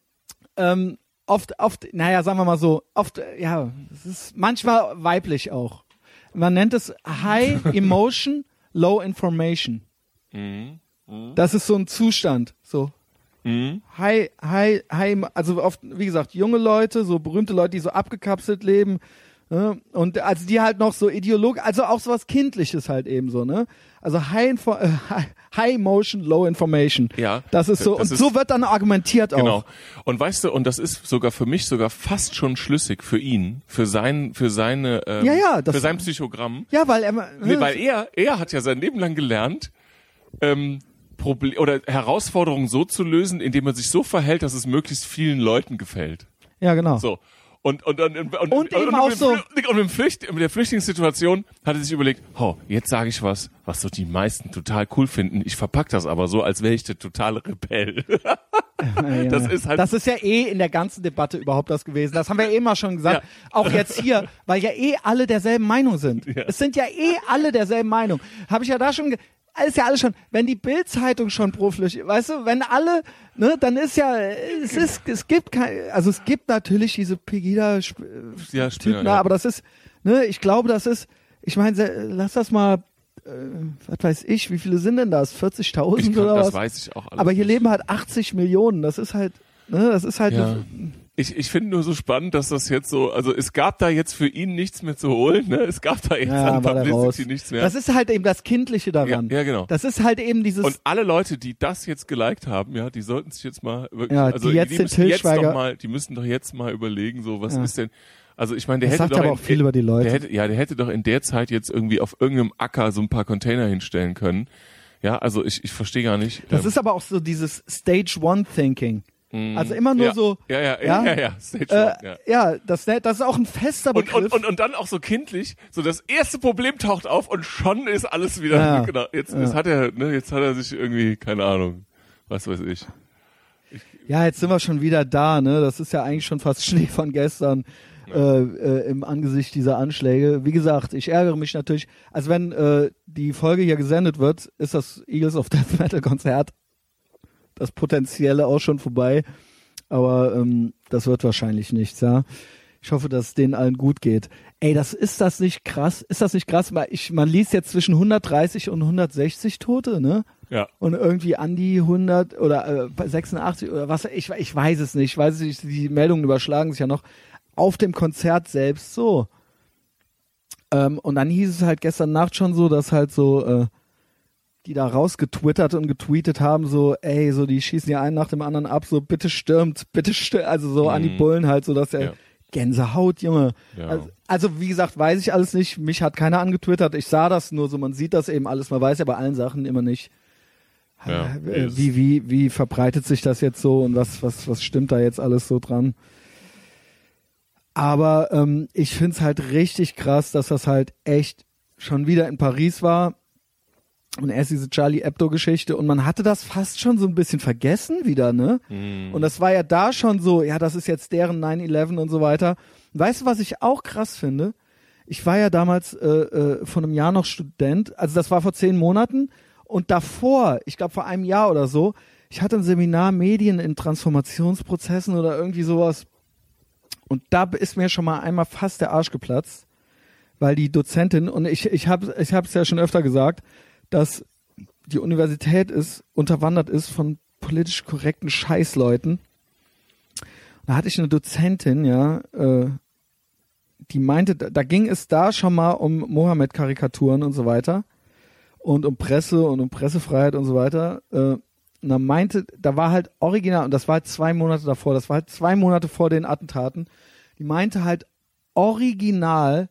Ähm, oft, oft, naja, sagen wir mal so, oft, ja, es ist manchmal weiblich auch. Man nennt es High Emotion, Low Information. Mhm. Mhm. Das ist so ein Zustand, so. Mhm. High, high, high, also oft, wie gesagt, junge Leute, so berühmte Leute, die so abgekapselt leben, ne? Und also die halt noch so ideologisch, also auch so was Kindliches halt eben so, ne? Also High, Info, äh, High Emotion, Low Information. Ja. Das ist so. Das und ist, so wird dann argumentiert auch. Genau. Und weißt du, und das ist sogar für mich sogar fast schon schlüssig für ihn, für sein, für seine, ähm, ja, ja, das, für sein Psychogramm. Ja, weil er, nee, weil er, er hat ja sein Leben lang gelernt, ähm, Problem oder Herausforderungen so zu lösen, indem man sich so verhält, dass es möglichst vielen Leuten gefällt. Ja, genau. So. Und, und, und, und, und, und, und, eben und, auch mit so. Flü- und mit, Flücht, mit der Flüchtlingssituation hat er sich überlegt, oh, jetzt sage ich was, was so die meisten total cool finden. Ich verpack das aber so, als wäre ich der totale Rebell. Ja, das ist halt. Das ist ja eh in der ganzen Debatte überhaupt das gewesen. Das haben wir eh mal schon gesagt. Ja. Auch jetzt hier, weil ja eh alle derselben Meinung sind. Ja. Es sind ja eh alle derselben Meinung. Habe ich ja da schon. Ge- Ist ja alles schon, wenn die Bild-Zeitung schon pro Flüchtling, weißt du, wenn alle, ne, dann ist ja, es ist, es gibt kein, also es gibt natürlich diese Pegida-Typen, ja, Spinner, ja. aber das ist, ne, ich glaube, das ist, ich meine, lass das mal, äh, was weiß ich, wie viele sind denn das? vierzigtausend oder das was? Das weiß ich auch alles. Aber hier nicht. leben halt achtzig Millionen, das ist halt, ne, das ist halt, ja. eine, Ich, ich finde nur so spannend, dass das jetzt so, also es gab da jetzt für ihn nichts mehr zu holen, ne? Es gab da jetzt ja, an Publicity nichts mehr. Das ist halt eben das Kindliche daran. Ja, ja, genau. Das ist halt eben dieses. Und alle Leute, die das jetzt geliked haben, ja, die sollten sich jetzt mal wirklich, ja, also die, jetzt die den müssen jetzt doch mal, die müssen doch jetzt mal überlegen, so was ja. ist denn, also ich meine, der das hätte sagt doch aber in, auch viel über die Leute. Der hätte, ja, der hätte doch in der Zeit jetzt irgendwie auf irgendeinem Acker so ein paar Container hinstellen können. Ja, also ich, ich verstehe gar nicht. Das ähm, ist aber auch so dieses Stage One Thinking. Also immer nur ja, so. Ja, ja, ja, ja, ja, ja, Stage äh, One, ja. ja das, das ist auch ein fester Begriff. Und, und, und, und dann auch so kindlich, so das erste Problem taucht auf und schon ist alles wieder, ja, genau, jetzt, ja. jetzt hat er, ne, jetzt hat er sich irgendwie, keine Ahnung, was weiß ich. Ja, jetzt sind wir schon wieder da, ne? Das ist ja eigentlich schon fast Schnee von gestern äh, äh, im Angesicht dieser Anschläge. Wie gesagt, ich ärgere mich natürlich. Also wenn äh, die Folge hier gesendet wird, ist das Eagles of Death Metal Konzert, das Potenzielle auch schon vorbei. Aber ähm, das wird wahrscheinlich nichts, ja. Ich hoffe, dass es denen allen gut geht. Ey, das ist das nicht krass? Ist das nicht krass? Ich, man liest jetzt zwischen hundertdreißig und hundertsechzig Tote, ne? Ja. Und irgendwie an die hundert oder äh, sechsundachtzig oder was, ich, ich weiß es nicht. Ich weiß es nicht, die Meldungen überschlagen sich ja noch. Auf dem Konzert selbst so. Ähm, und dann hieß es halt gestern Nacht schon so, dass halt so, äh, die da rausgetwittert und getweetet haben, so, ey, so, die schießen ja einen nach dem anderen ab, so, bitte stürmt, bitte stürmt, also so mhm. an die Bullen halt, so, dass er, ja. Gänsehaut, Junge. Ja. Also, also, wie gesagt, weiß ich alles nicht, mich hat keiner angetwittert, ich sah das nur so, man sieht das eben alles, man weiß ja bei allen Sachen immer nicht, ja, äh, wie, wie, wie verbreitet sich das jetzt so und was, was, was stimmt da jetzt alles so dran. Aber ähm, ich find's halt richtig krass, dass das halt echt schon wieder in Paris war. Und erst diese Charlie Hebdo-Geschichte und man hatte das fast schon so ein bisschen vergessen wieder, ne? Mm. Und das war ja da schon so, ja, das ist jetzt deren nine eleven und so weiter. Und weißt du, was ich auch krass finde? Ich war ja damals äh, äh, vor einem Jahr noch Student, also das war vor zehn Monaten und davor, ich glaube vor einem Jahr oder so, ich hatte ein Seminar Medien in Transformationsprozessen oder irgendwie sowas und da ist mir schon mal einmal fast der Arsch geplatzt, weil die Dozentin, und ich, ich habe ich hab's ja schon öfter gesagt, dass die Universität ist, unterwandert ist von politisch korrekten Scheißleuten. Da hatte ich eine Dozentin, ja, äh, die meinte, da ging es da schon mal um Mohammed-Karikaturen und so weiter und um Presse und um Pressefreiheit und so weiter. Äh, und da meinte, da war halt original, und das war halt zwei Monate davor, das war halt zwei Monate vor den Attentaten, die meinte halt original,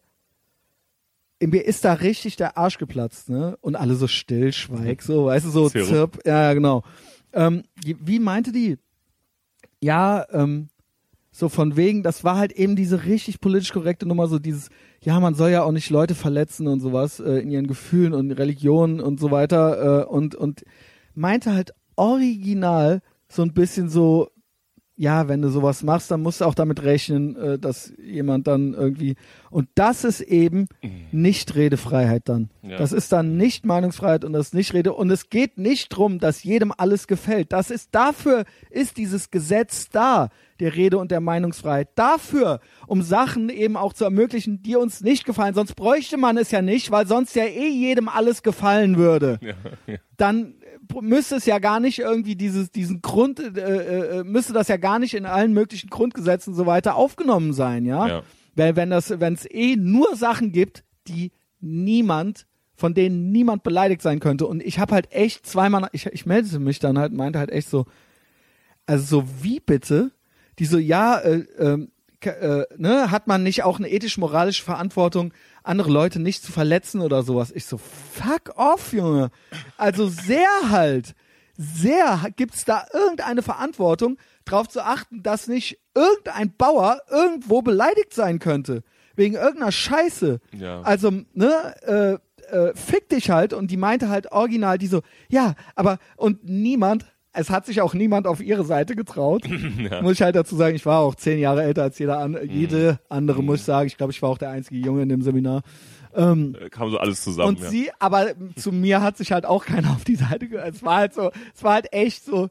mir ist da richtig der Arsch geplatzt, ne? Und alle so still, schweig, so, weißt du, so zirp. Ja, genau. Ähm, wie meinte die? Ja, ähm, so von wegen, das war halt eben diese richtig politisch korrekte Nummer, so dieses, ja, man soll ja auch nicht Leute verletzen und sowas äh, in ihren Gefühlen und Religionen und so weiter äh, und, und meinte halt original so ein bisschen so, ja, wenn du sowas machst, dann musst du auch damit rechnen, äh, dass jemand dann irgendwie, und das ist eben nicht Redefreiheit dann. Ja. Das ist dann nicht Meinungsfreiheit und das ist nicht Rede, und es geht nicht drum, dass jedem alles gefällt. Das ist, dafür ist dieses Gesetz da, der Rede- und der Meinungsfreiheit. Dafür, um Sachen eben auch zu ermöglichen, die uns nicht gefallen. Sonst bräuchte man es ja nicht, weil sonst ja eh jedem alles gefallen würde. Ja, ja. Dann müsste es ja gar nicht irgendwie dieses, diesen Grund, äh, äh, müsste das ja gar nicht in allen möglichen Grundgesetzen und so weiter aufgenommen sein, ja? Ja. Weil wenn das, wenn es eh nur Sachen gibt, die niemand, von denen niemand beleidigt sein könnte. Und ich habe halt echt zweimal, ich, ich meldete mich dann halt, meinte halt echt so, also so wie bitte? Die so, ja, äh, äh, äh, ne, hat man nicht auch eine ethisch-moralische Verantwortung, andere Leute nicht zu verletzen oder sowas? Ich so, fuck off, Junge. Also sehr halt, sehr gibt's da irgendeine Verantwortung, darauf zu achten, dass nicht irgendein Bauer irgendwo beleidigt sein könnte. Wegen irgendeiner Scheiße. Ja. Also, ne, äh, äh, fick dich halt. Und die meinte halt original, die so, ja, aber, und niemand, es hat sich auch niemand auf ihre Seite getraut. Ja. Muss ich halt dazu sagen, ich war auch zehn Jahre älter als jeder an, jede mhm. andere, muss ich sagen. Ich glaube, ich war auch der einzige Junge in dem Seminar. Ähm, Kam so alles zusammen. Und ja. sie, aber zu mir hat sich halt auch keiner auf die Seite ge- Es war halt so, es war halt echt so,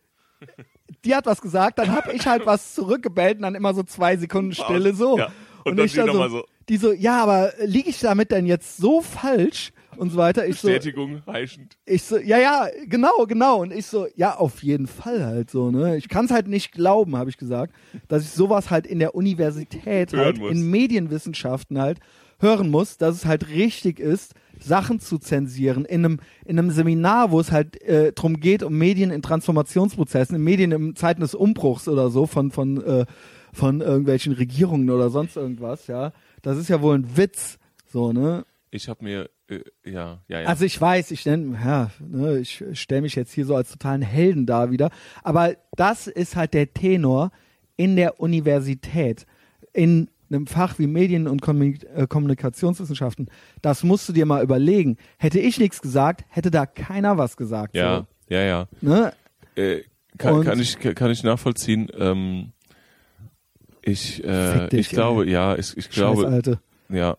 die hat was gesagt, dann habe ich halt was zurückgebellt und dann immer so zwei Sekunden Stille so. Ja. Und, und dann ich dann so, so, die so, ja, aber liege ich damit denn jetzt so falsch? Und so weiter. Ich Bestätigung so, heischend. Ich so, ja, ja, genau, genau. Und ich so, ja, auf jeden Fall halt so, ne. Ich kann es halt nicht glauben, habe ich gesagt, dass ich sowas halt in der Universität hören halt, muss. in Medienwissenschaften halt hören muss, dass es halt richtig ist, Sachen zu zensieren. In einem, in einem Seminar, wo es halt äh, drum geht, um Medien in Transformationsprozessen, in Medien in Zeiten des Umbruchs oder so, von, von, äh, von irgendwelchen Regierungen oder sonst irgendwas, ja. Das ist ja wohl ein Witz, so, ne. Ich habe mir, äh, ja, ja, ja. Also ich weiß, ich nenn, ja, ne, ich stelle mich jetzt hier so als totalen Helden da wieder, aber das ist halt der Tenor in der Universität, in einem Fach wie Medien- und Kommunik- äh, Kommunikationswissenschaften. Das musst du dir mal überlegen. Hätte ich nichts gesagt, hätte da keiner was gesagt. Ja, so. ja, ja. Ne? Äh, kann, kann, ich, kann ich nachvollziehen. Ähm, ich äh, dich, ich glaube, ey. ja, ich, ich glaube, Alte. ja.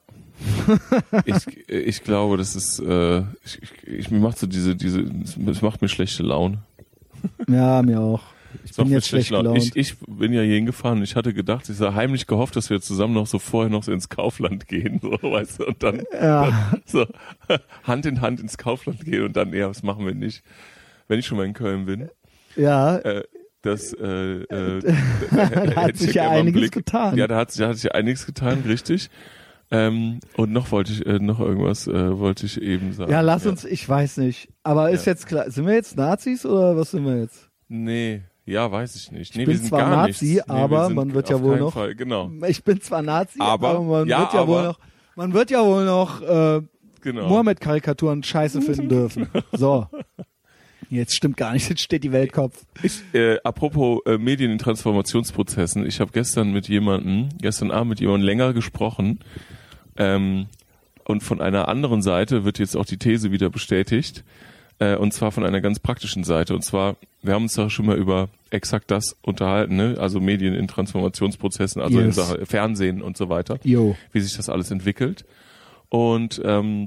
ich, ich glaube, das ist, äh, ich, ich, ich mir macht so diese, diese, es macht mir schlechte Laune. Ja, mir auch. Ich bin jetzt schlecht gelaunt. Ich, ich bin ja hierhin gefahren und ich hatte gedacht, ich habe heimlich gehofft, dass wir zusammen noch so vorher noch so ins Kaufland gehen, so, weißt du, und dann, ja. dann so Hand in Hand ins Kaufland gehen und dann, ja, was machen wir nicht, wenn ich schon mal in Köln bin. Ja. Äh, das, äh, äh, da hat sich ja einiges Blick. getan. Ja, da hat, da hat sich ja einiges getan, richtig. Ähm, und noch wollte ich, äh, noch irgendwas äh, wollte ich eben sagen. Ja, lass ja. uns, ich weiß nicht. Aber ist ja. jetzt klar, sind wir jetzt Nazis oder was sind wir jetzt? Nee. Ja, weiß ich nicht. Nee, ich bin wir sind zwar gar Nazi, nichts. Nee, aber man wird ja wohl noch. Fall, genau. Ich bin zwar Nazi, aber, aber man ja, wird ja aber, wohl noch. Man wird ja wohl noch äh, genau. Mohammed-Karikaturen scheiße finden dürfen. So. Jetzt stimmt gar nicht. Jetzt steht die Welt Kopf. Ich, äh, apropos äh, Medien in Transformationsprozessen. Ich habe gestern mit jemandem, gestern Abend mit jemandem länger gesprochen. Ähm, und von einer anderen Seite wird jetzt auch die These wieder bestätigt. Äh, und zwar von einer ganz praktischen Seite. Und zwar, wir haben uns da schon mal über exakt das unterhalten, ne? Also Medien in Transformationsprozessen, also yes. in Sachen Fernsehen und so weiter, Yo. wie sich das alles entwickelt. Und ähm,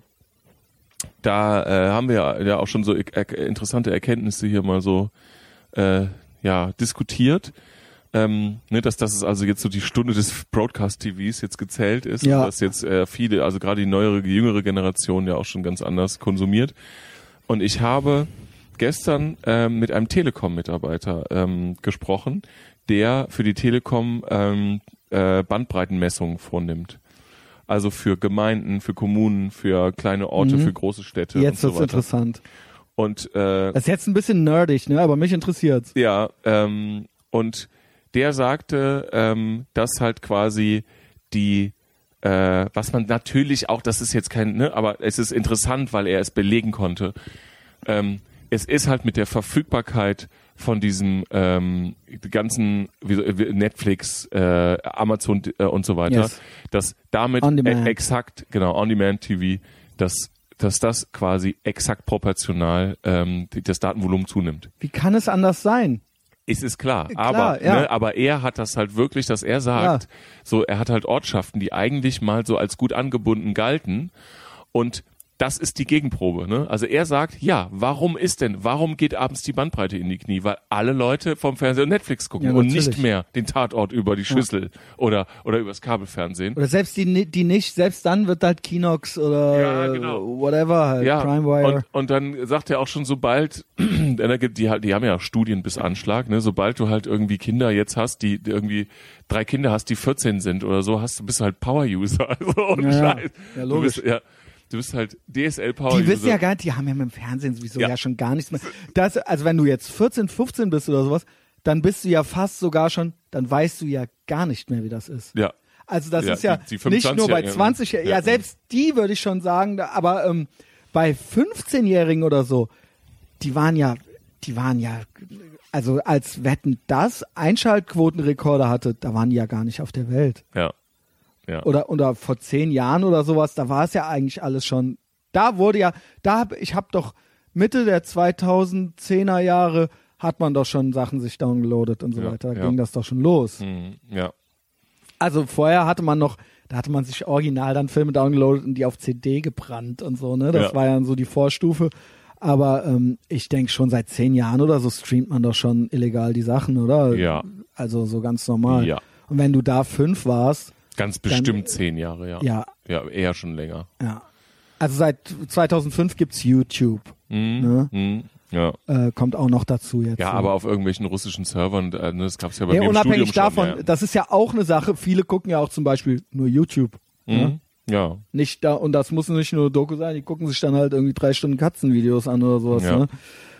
da äh, haben wir ja auch schon so er- interessante Erkenntnisse hier mal so äh, ja diskutiert. Ähm, ne, dass das ist also jetzt so die Stunde des Broadcast-T Vs jetzt gezählt ist ja. und dass jetzt äh, viele, also gerade die neuere, die jüngere Generation ja auch schon ganz anders konsumiert. Und ich habe gestern ähm, mit einem Telekom-Mitarbeiter ähm, gesprochen, der für die Telekom ähm, äh, Bandbreitenmessungen vornimmt. Also für Gemeinden, für Kommunen, für kleine Orte, mhm. für große Städte. Jetzt und so wird's interessant. Und äh, das ist jetzt ein bisschen nerdig, ne? Aber mich interessiert's. Ja, ähm, und der sagte, ähm, dass halt quasi die Äh, was man natürlich auch, das ist jetzt kein, ne, aber es ist interessant, weil er es belegen konnte. Ähm, es ist halt mit der Verfügbarkeit von diesem ähm, ganzen wie, wie Netflix, äh, Amazon äh, und so weiter, yes. dass damit e- exakt, genau, On-Demand-T V, dass dass das quasi exakt proportional ähm, das Datenvolumen zunimmt. Wie kann es anders sein? Es ist klar, klar aber ja. ne, aber er hat das halt wirklich, dass er sagt, ja. so er hat halt Ortschaften, die eigentlich mal so als gut angebunden galten und das ist die Gegenprobe, ne? Also er sagt, ja, warum ist denn, warum geht abends die Bandbreite in die Knie? Weil alle Leute vom Fernseher und Netflix gucken ja, und nicht mehr den Tatort über die Schüssel ja. oder oder übers Kabelfernsehen. Oder selbst die die nicht, selbst dann wird halt Kinox oder ja, genau. whatever halt, ja. Primewire. Und, und dann sagt er auch schon, sobald, die, die haben ja Studien bis Anschlag, ne? Sobald du halt irgendwie Kinder jetzt hast, die, die irgendwie drei Kinder hast, die vierzehn sind oder so, hast du bist du halt Power-User. Also ohne ja, Scheiß. Ja, logisch. Du bist, ja, Du bist halt D S L-Power. Die wissen ja gar nicht, die haben ja mit dem Fernsehen sowieso ja, ja schon gar nichts mehr. Das, also wenn du jetzt vierzehn, fünfzehn bist oder sowas, dann bist du ja fast sogar schon, dann weißt du ja gar nicht mehr, wie das ist. Ja. Also das ja, ist ja die, die nicht nur bei zwanzig, ja, ja selbst die würde ich schon sagen, aber ähm, bei fünfzehnjährigen oder so, die waren ja, die waren ja, also als Wetten das Einschaltquotenrekorde hatte, da waren die ja gar nicht auf der Welt. Ja. Ja. Oder, oder vor zehn Jahren oder sowas, da war es ja eigentlich alles schon, da wurde ja, da hab, ich habe doch Mitte der zweitausendzehner Jahre hat man doch schon Sachen sich downgeloadet und so ja, weiter, da ja. ging das doch schon los. Mhm, ja. Also vorher hatte man noch, da hatte man sich original dann Filme downgeloadet und die auf C D gebrannt und so, ne, das ja. war ja so die Vorstufe, aber ähm, ich denke schon seit zehn Jahren oder so streamt man doch schon illegal die Sachen, oder? Ja. Also so ganz normal. Ja. Und wenn du da fünf warst, Ganz bestimmt dann, zehn Jahre, ja. Ja. Ja, eher schon länger. Ja. Also seit zweitausendfünf gibt's YouTube. Mhm. Ne? Mhm. Ja. Äh, kommt auch noch dazu jetzt. Ja, so. aber auf irgendwelchen russischen Servern, äh, das gab's ja bei ja, mir im unabhängig Studium davon, schon, ja. das ist ja auch eine Sache. Viele gucken ja auch zum Beispiel nur YouTube. Mhm. Ne? Ja. Nicht da, und das muss nicht nur Doku sein, die gucken sich dann halt irgendwie drei Stunden Katzenvideos an oder sowas. Ja. Ne?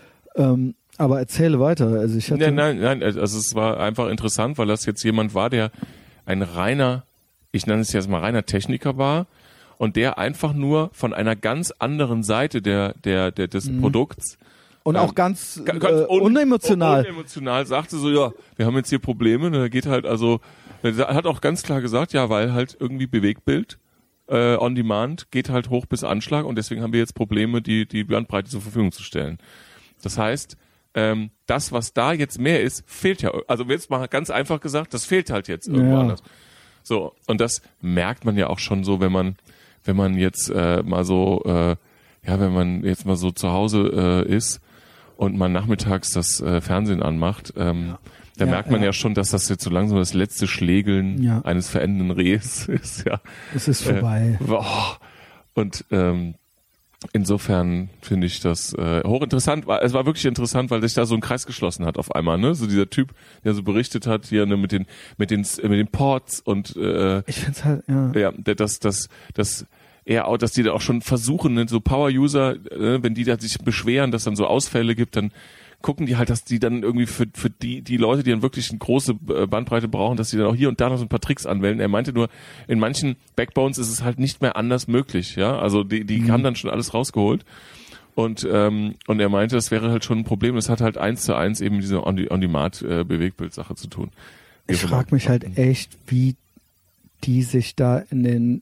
Ähm, aber erzähle weiter. Also ich hatte nein, nein, nein, also es war einfach interessant, weil das jetzt jemand war, der ein reiner, ich nenne es jetzt mal reiner Techniker war und der einfach nur von einer ganz anderen Seite der, der, der des mhm. Produkts und ähm, auch ganz, ganz äh, un- unemotional. unemotional sagte so, ja, wir haben jetzt hier Probleme, und er geht halt also, er hat auch ganz klar gesagt, ja, weil halt irgendwie Bewegtbild äh, on Demand geht halt hoch bis Anschlag und deswegen haben wir jetzt Probleme, die, die Bandbreite zur Verfügung zu stellen. Das heißt, ähm, das, was da jetzt mehr ist, fehlt ja. Also jetzt mal ganz einfach gesagt, das fehlt halt jetzt irgendwo ja. anders. So, und das merkt man ja auch schon so, wenn man, wenn man jetzt äh, mal so, äh, ja, wenn man jetzt mal so zu Hause äh, ist und man nachmittags das äh, Fernsehen anmacht, ähm, ja. da ja, merkt man ja. ja schon, dass das jetzt so langsam das letzte Schlägeln ja. eines verendenden Rehs ist. Ja. Es ist vorbei. Äh, boah. Und ähm, insofern finde ich das äh, hochinteressant. Es war wirklich interessant, weil sich da so ein Kreis geschlossen hat auf einmal. Ne, so dieser Typ, der so berichtet hat hier ne, mit den mit den mit den Ports und äh, ich find's halt ja, ja, das das das eher auch, dass die da auch schon versuchen, ne, so Power-User, äh, wenn die da sich beschweren, dass dann so Ausfälle gibt, dann gucken die halt, dass die dann irgendwie für für die die Leute, die dann wirklich eine große Bandbreite brauchen, dass die dann auch hier und da noch so ein paar Tricks anwenden. Er meinte nur, in manchen Backbones ist es halt nicht mehr anders möglich, ja. Also die die mhm. haben dann schon alles rausgeholt. Und ähm, und er meinte, das wäre halt schon ein Problem. Das hat halt eins zu eins eben diese On-Demand-Bewegtbild-Sache zu tun. Ich frage mich halt echt, wie die sich da in den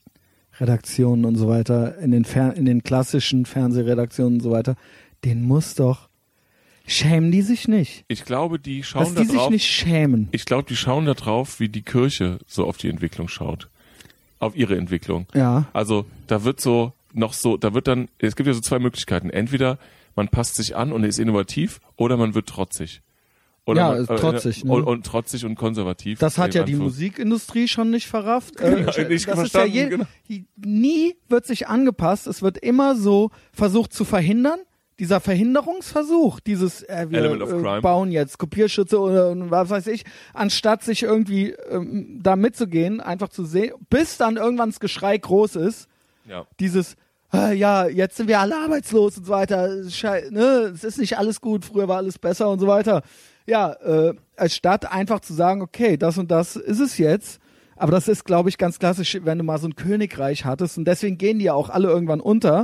Redaktionen und so weiter, in den Fer- in den klassischen Fernsehredaktionen und so weiter, den muss doch schämen die sich nicht? Ich glaube, die schauen Dass die da drauf. sich nicht schämen. Ich glaube, die schauen da drauf, wie die Kirche so auf die Entwicklung schaut. Auf ihre Entwicklung. Ja. Also, da wird so noch so, da wird dann, es gibt ja so zwei Möglichkeiten. Entweder man passt sich an und ist innovativ oder man wird trotzig. Oder ja, man, äh, trotzig. Ne? Und, und trotzig und konservativ. Das hat ja die Musikindustrie schon nicht verrafft. Äh, genau, nicht das verstanden, ist ja je, genau. Nie wird sich angepasst. Es wird immer so versucht zu verhindern. Dieser Verhinderungsversuch, dieses äh, wir äh, bauen jetzt Kopierschütze oder was weiß ich, anstatt sich irgendwie ähm, da mitzugehen, einfach zu sehen, bis dann irgendwann das Geschrei groß ist. Ja. Dieses äh, ja, jetzt sind wir alle arbeitslos und so weiter. Schei- ne, es ist nicht alles gut, früher war alles besser und so weiter. Ja, äh, als statt einfach zu sagen, okay, das und das ist es jetzt. Aber das ist, glaube ich, ganz klassisch, wenn du mal so ein Königreich hattest. Und deswegen gehen die ja auch alle irgendwann unter,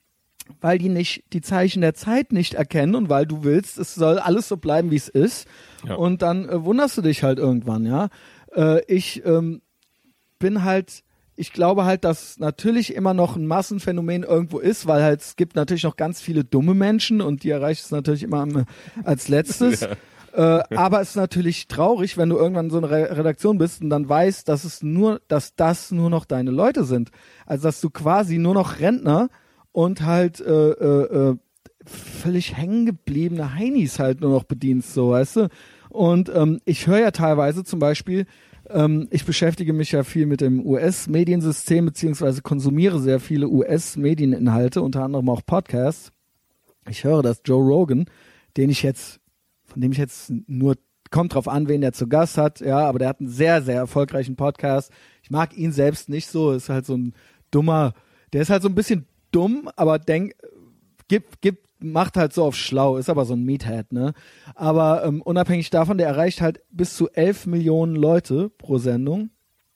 weil die nicht die Zeichen der Zeit nicht erkennen und weil du willst, es soll alles so bleiben, wie es ist. Ja. Und dann äh, wunderst du dich halt irgendwann, ja. Äh, ich ähm, bin halt, ich glaube halt, dass natürlich immer noch ein Massenphänomen irgendwo ist, weil halt es gibt natürlich noch ganz viele dumme Menschen und die erreicht es natürlich immer am, als letztes. Ja. Äh, aber es ist natürlich traurig, wenn du irgendwann so eine Re- Redaktion bist und dann weißt, dass es nur, dass das nur noch deine Leute sind. Also dass du quasi nur noch Rentner und halt äh, äh, völlig hängen gebliebene Heinis halt nur noch bedienst, so, weißt du? Und ähm, ich höre ja teilweise zum Beispiel, ähm, ich beschäftige mich ja viel mit dem U S-Mediensystem, beziehungsweise konsumiere sehr viele U S-Medieninhalte, unter anderem auch Podcasts. Ich höre, dass Joe Rogan, den ich jetzt, von dem ich jetzt nur, kommt drauf an, wen der zu Gast hat, ja, aber der hat einen sehr, sehr erfolgreichen Podcast. Ich mag ihn selbst nicht so, ist halt so ein dummer, der ist halt so ein bisschen dumm, aber denk, gibt, gibt, macht halt so auf schlau, ist aber so ein Meathead, ne? Aber ähm, unabhängig davon, der erreicht halt bis zu elf Millionen Leute pro Sendung.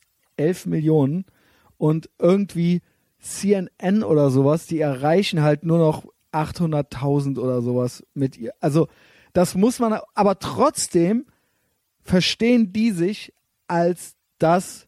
elf Millionen. Und irgendwie C N N oder sowas, die erreichen halt nur noch achthunderttausend oder sowas mit ihr. Also, das muss man, aber trotzdem verstehen die sich als das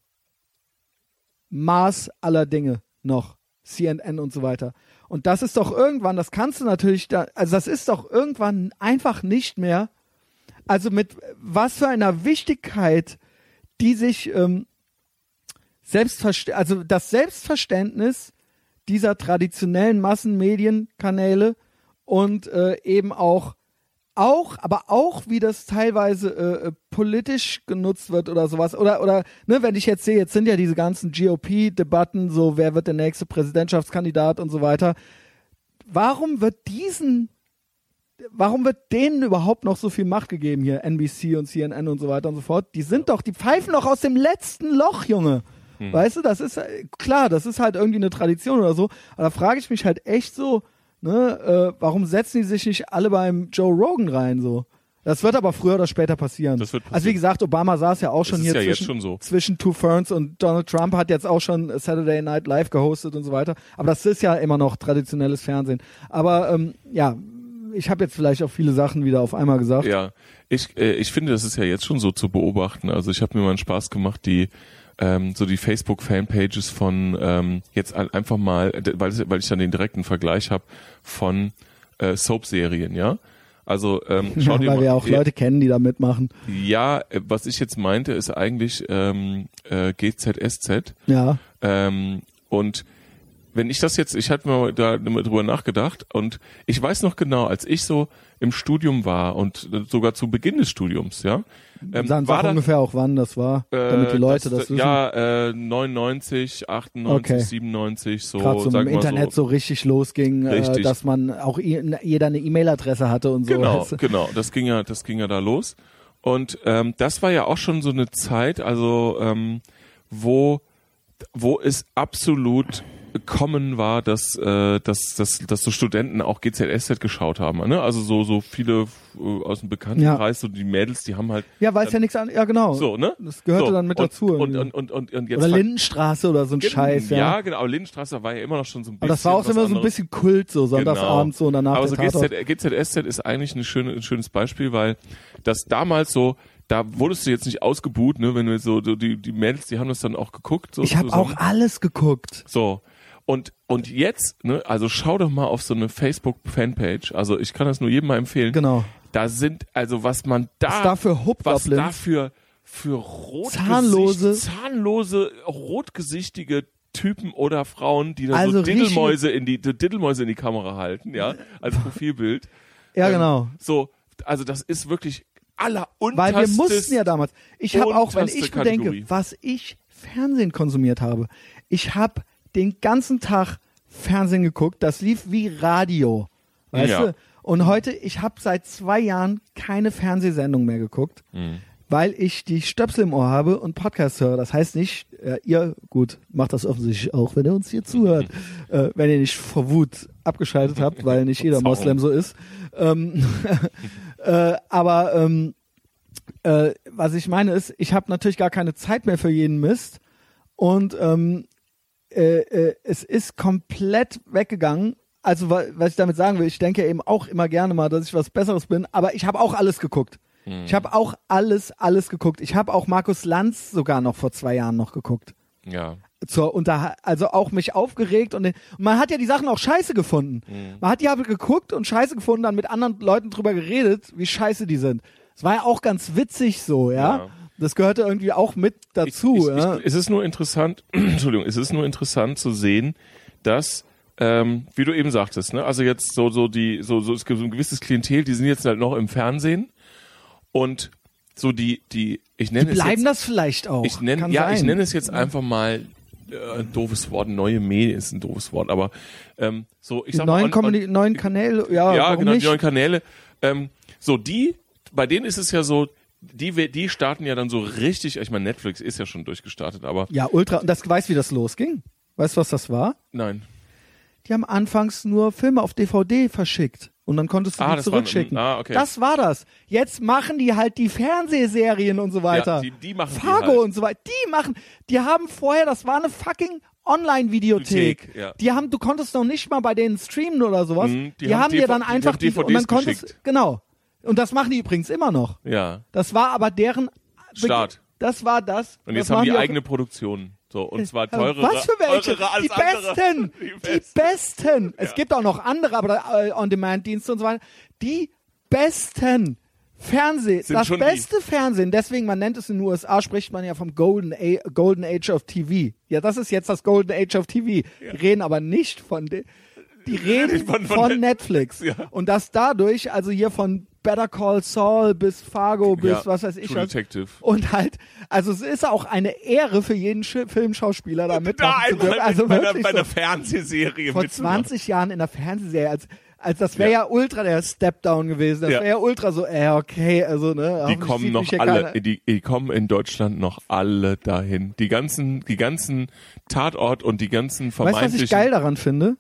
Maß aller Dinge noch. C N N und so weiter. Und das ist doch irgendwann, das kannst du natürlich, da, also das ist doch irgendwann einfach nicht mehr, also mit was für einer Wichtigkeit, die sich ähm, Selbstverst- also das Selbstverständnis dieser traditionellen Massenmedienkanäle und äh, eben auch Auch, aber auch, wie das teilweise äh, politisch genutzt wird oder sowas. Oder, oder, ne, wenn ich jetzt sehe, jetzt sind ja diese ganzen G O P-Debatten, so wer wird der nächste Präsidentschaftskandidat und so weiter. Warum wird diesen, warum wird denen überhaupt noch so viel Macht gegeben hier? N B C und C N N und so weiter und so fort. Die sind doch, die pfeifen doch aus dem letzten Loch, Junge. Hm. Weißt du, das ist, klar, das ist halt irgendwie eine Tradition oder so. Aber da frage ich mich halt echt so, Ne, äh, warum setzen die sich nicht alle beim Joe Rogan rein so? Das wird aber früher oder später passieren. Das wird passieren. Also wie gesagt, Obama saß ja auch schon hier ja zwischen, schon so. zwischen Two Ferns und Donald Trump hat jetzt auch schon Saturday Night Live gehostet und so weiter. Aber das ist ja immer noch traditionelles Fernsehen. Aber ähm, ja, ich habe jetzt vielleicht auch viele Sachen wieder auf einmal gesagt. Ja, ich äh, ich finde, das ist ja jetzt schon so zu beobachten. Also ich habe mir mal einen Spaß gemacht, die ähm, so die Facebook-Fanpages von ähm, jetzt einfach mal, weil, weil ich dann den direkten Vergleich habe von äh, Soap-Serien, ja. Also ähm, schau ja, dir weil mal, wir auch Leute kennen, die da mitmachen. Ja, äh, was ich jetzt meinte, ist eigentlich ähm, äh, G Z S Z. Ja. Ähm, und wenn ich das jetzt, ich hatte mal da drüber nachgedacht und ich weiß noch genau, als ich so im Studium war und sogar zu Beginn des Studiums, ja. Ähm, Sagen war sag da, ungefähr auch wann das war, äh, damit die Leute das, das wissen. Ja, äh, neunundneunzig, achtundneunzig, Okay. siebenundneunzig, so. Gerade so sag im mal Internet so. so richtig losging, Richtig. Äh, dass man auch i- jeder eine E-Mail-Adresse hatte und so. Genau, weißt du? genau. Das ging ja, das ging ja da los. Und ähm, das war ja auch schon so eine Zeit, also ähm, wo wo es absolut kommen war, dass, äh, dass, dass, dass so Studenten auch G Z S Z geschaut haben. Ne? Also so so viele äh, aus dem Bekanntenkreis, so die Mädels, die haben halt Ja, weiß ja nichts an. Ja, genau. so, ne? Das gehörte so, dann mit und, dazu. Und, irgendwie. und, und, und, und jetzt oder ver- Lindenstraße oder so ein Scheiß, ja. Ja, genau. Lindenstraße war ja immer noch schon so ein bisschen. Aber das war auch was immer so ein anderes. bisschen Kult, so sonntagsabends so und danach Aber der so G Tatort. Z, G Z S Z ist eigentlich eine schöne, ein schönes Beispiel, weil das damals so, da wurdest du jetzt nicht ausgebuht, ne, wenn du so, so die, die Mädels, die haben das dann auch geguckt. So Ich habe zusammen. auch alles geguckt. So. Und, und jetzt, ne, also schau doch mal auf so eine Facebook-Fanpage. Also ich kann das nur jedem mal empfehlen. Genau. Da sind, also was man da, Was da für was Hubgoblins, da für, für rot Zahnlose. zahnlose, rotgesichtige Typen oder Frauen, die da Also so Diddelmäuse in die, Diddelmäuse in die Kamera halten, ja, als Profilbild. ja ähm, genau. So, also das ist wirklich Weil allerunterstes. wir mussten ja damals. Ich habe auch, wenn unterste ich bedenke, Kategorie. was ich Fernsehen konsumiert habe. Ich habe den ganzen Tag Fernsehen geguckt. Das lief wie Radio. Weißt Ja. du? Und heute, ich habe seit zwei Jahren keine Fernsehsendung mehr geguckt, Mhm. weil ich die Stöpsel im Ohr habe und Podcast höre. Das heißt nicht, äh, ihr, gut, macht das offensichtlich auch, wenn ihr uns hier zuhört, äh, wenn ihr nicht vor Wut abgeschaltet habt, weil nicht jeder Verzauberung. Moslem so ist. Ähm, äh, aber ähm, äh, was ich meine ist, ich habe natürlich gar keine Zeit mehr für jeden Mist und ähm, äh, äh, es ist komplett weggegangen. Also wa- was ich damit sagen will, ich denke eben auch immer gerne mal, dass ich was Besseres bin, aber ich habe auch alles geguckt. Mhm. Ich habe auch alles, alles geguckt. Ich habe auch Markus Lanz sogar noch vor zwei Jahren noch geguckt. Ja. Zur Unterha- also auch mich aufgeregt und, und man hat ja die Sachen auch scheiße gefunden. Mhm. Man hat die aber geguckt und scheiße gefunden, dann mit anderen Leuten drüber geredet, wie scheiße die sind. Es war ja auch ganz witzig so, ja. Ja. Das gehörte irgendwie auch mit dazu, ich, ich, ja. ich, es ist nur interessant, Entschuldigung, es ist nur interessant zu sehen, dass, ähm, wie du eben sagtest, ne, also jetzt so, so die, so, so, es gibt so ein gewisses Klientel, die sind jetzt halt noch im Fernsehen und so die, die, ich nenne Die es bleiben jetzt, das vielleicht auch. ich nenne, Kann ja, sein. ich nenne es jetzt einfach mal, äh, ein doofes Wort, neue Medien ist ein doofes Wort, aber, ähm, so, ich Die sag neuen, mal, on, on, Communi- neuen Kanäle, ja, ja, warum genau, nicht? die neuen Kanäle, ähm, so die, bei denen ist es ja so, die, we- die starten ja dann so richtig, ich meine, Netflix ist ja schon durchgestartet, aber Ja, ultra. Und das weißt, wie das losging? Weißt du, was das war? nein. Die haben anfangs nur Filme auf D V D verschickt. Und dann konntest du Ah, die das war- zurückschicken. ah, okay. Das war das. Jetzt machen die halt die Fernsehserien und so weiter. Ja, die, die machen Fargo die halt. und so weiter. Die machen, die haben vorher, das war eine fucking Online-Videothek. Videothek, ja. Die haben, du konntest noch nicht mal bei denen streamen oder sowas. Mhm, die, die haben haben dir dann D V- die einfach haben die, D V Ds und dann konntest, geschickt. genau. Und das machen die übrigens immer noch. Ja, Das war aber deren Start. Das war das. und das jetzt haben machen die auch- eigene Produktion. So, und zwar Ja, teurere, Was für welche? teurere als Die andere. besten. Die Die besten. besten. Es Ja. gibt auch noch andere, aber äh, On-Demand-Dienste und so weiter. Die besten Fernseh, Sind das schon die- beste Fernsehen. Deswegen, man nennt es in den U S A, spricht man ja vom Golden, A- Golden Age of T V. Ja, das ist jetzt das Golden Age of T V. Die reden aber nicht von de, die reden Von- von, von Net- Netflix. Ja. Und das dadurch, also hier von Better Call Saul bis Fargo bis Ja, was weiß ich True was. Detective. Und halt, also es ist auch eine Ehre für jeden Sch- Filmschauspieler da Da mitmachen zu einmal dürfen. Also bei, einer, wirklich bei einer so. Fernsehserie Vor mitzumachen. zwanzig Jahren in der Fernsehserie, als, als das wäre Ja. ja. ultra der Stepdown gewesen. Das Ja. wäre ja ultra so, äh, okay, also ne. Die hoffentlich kommen sieht noch mich hier alle, keiner. die, die kommen in Deutschland noch alle dahin. Die ganzen, die ganzen Tatort und die ganzen Weißt du, was vermeintlichen. ich geil daran finde?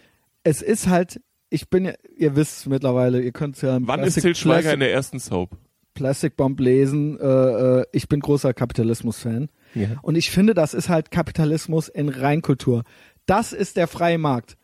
Es ist halt, ich bin ja, ihr wisst mittlerweile, ihr könnt ja im Wann Plastic, ist Til Schweiger Plastic, in der ersten Soap? Plastic Bomb lesen. Äh, äh, ich bin großer Kapitalismus-Fan. Ja. Und ich finde, das ist halt Kapitalismus in Reinkultur. Das ist der freie Markt.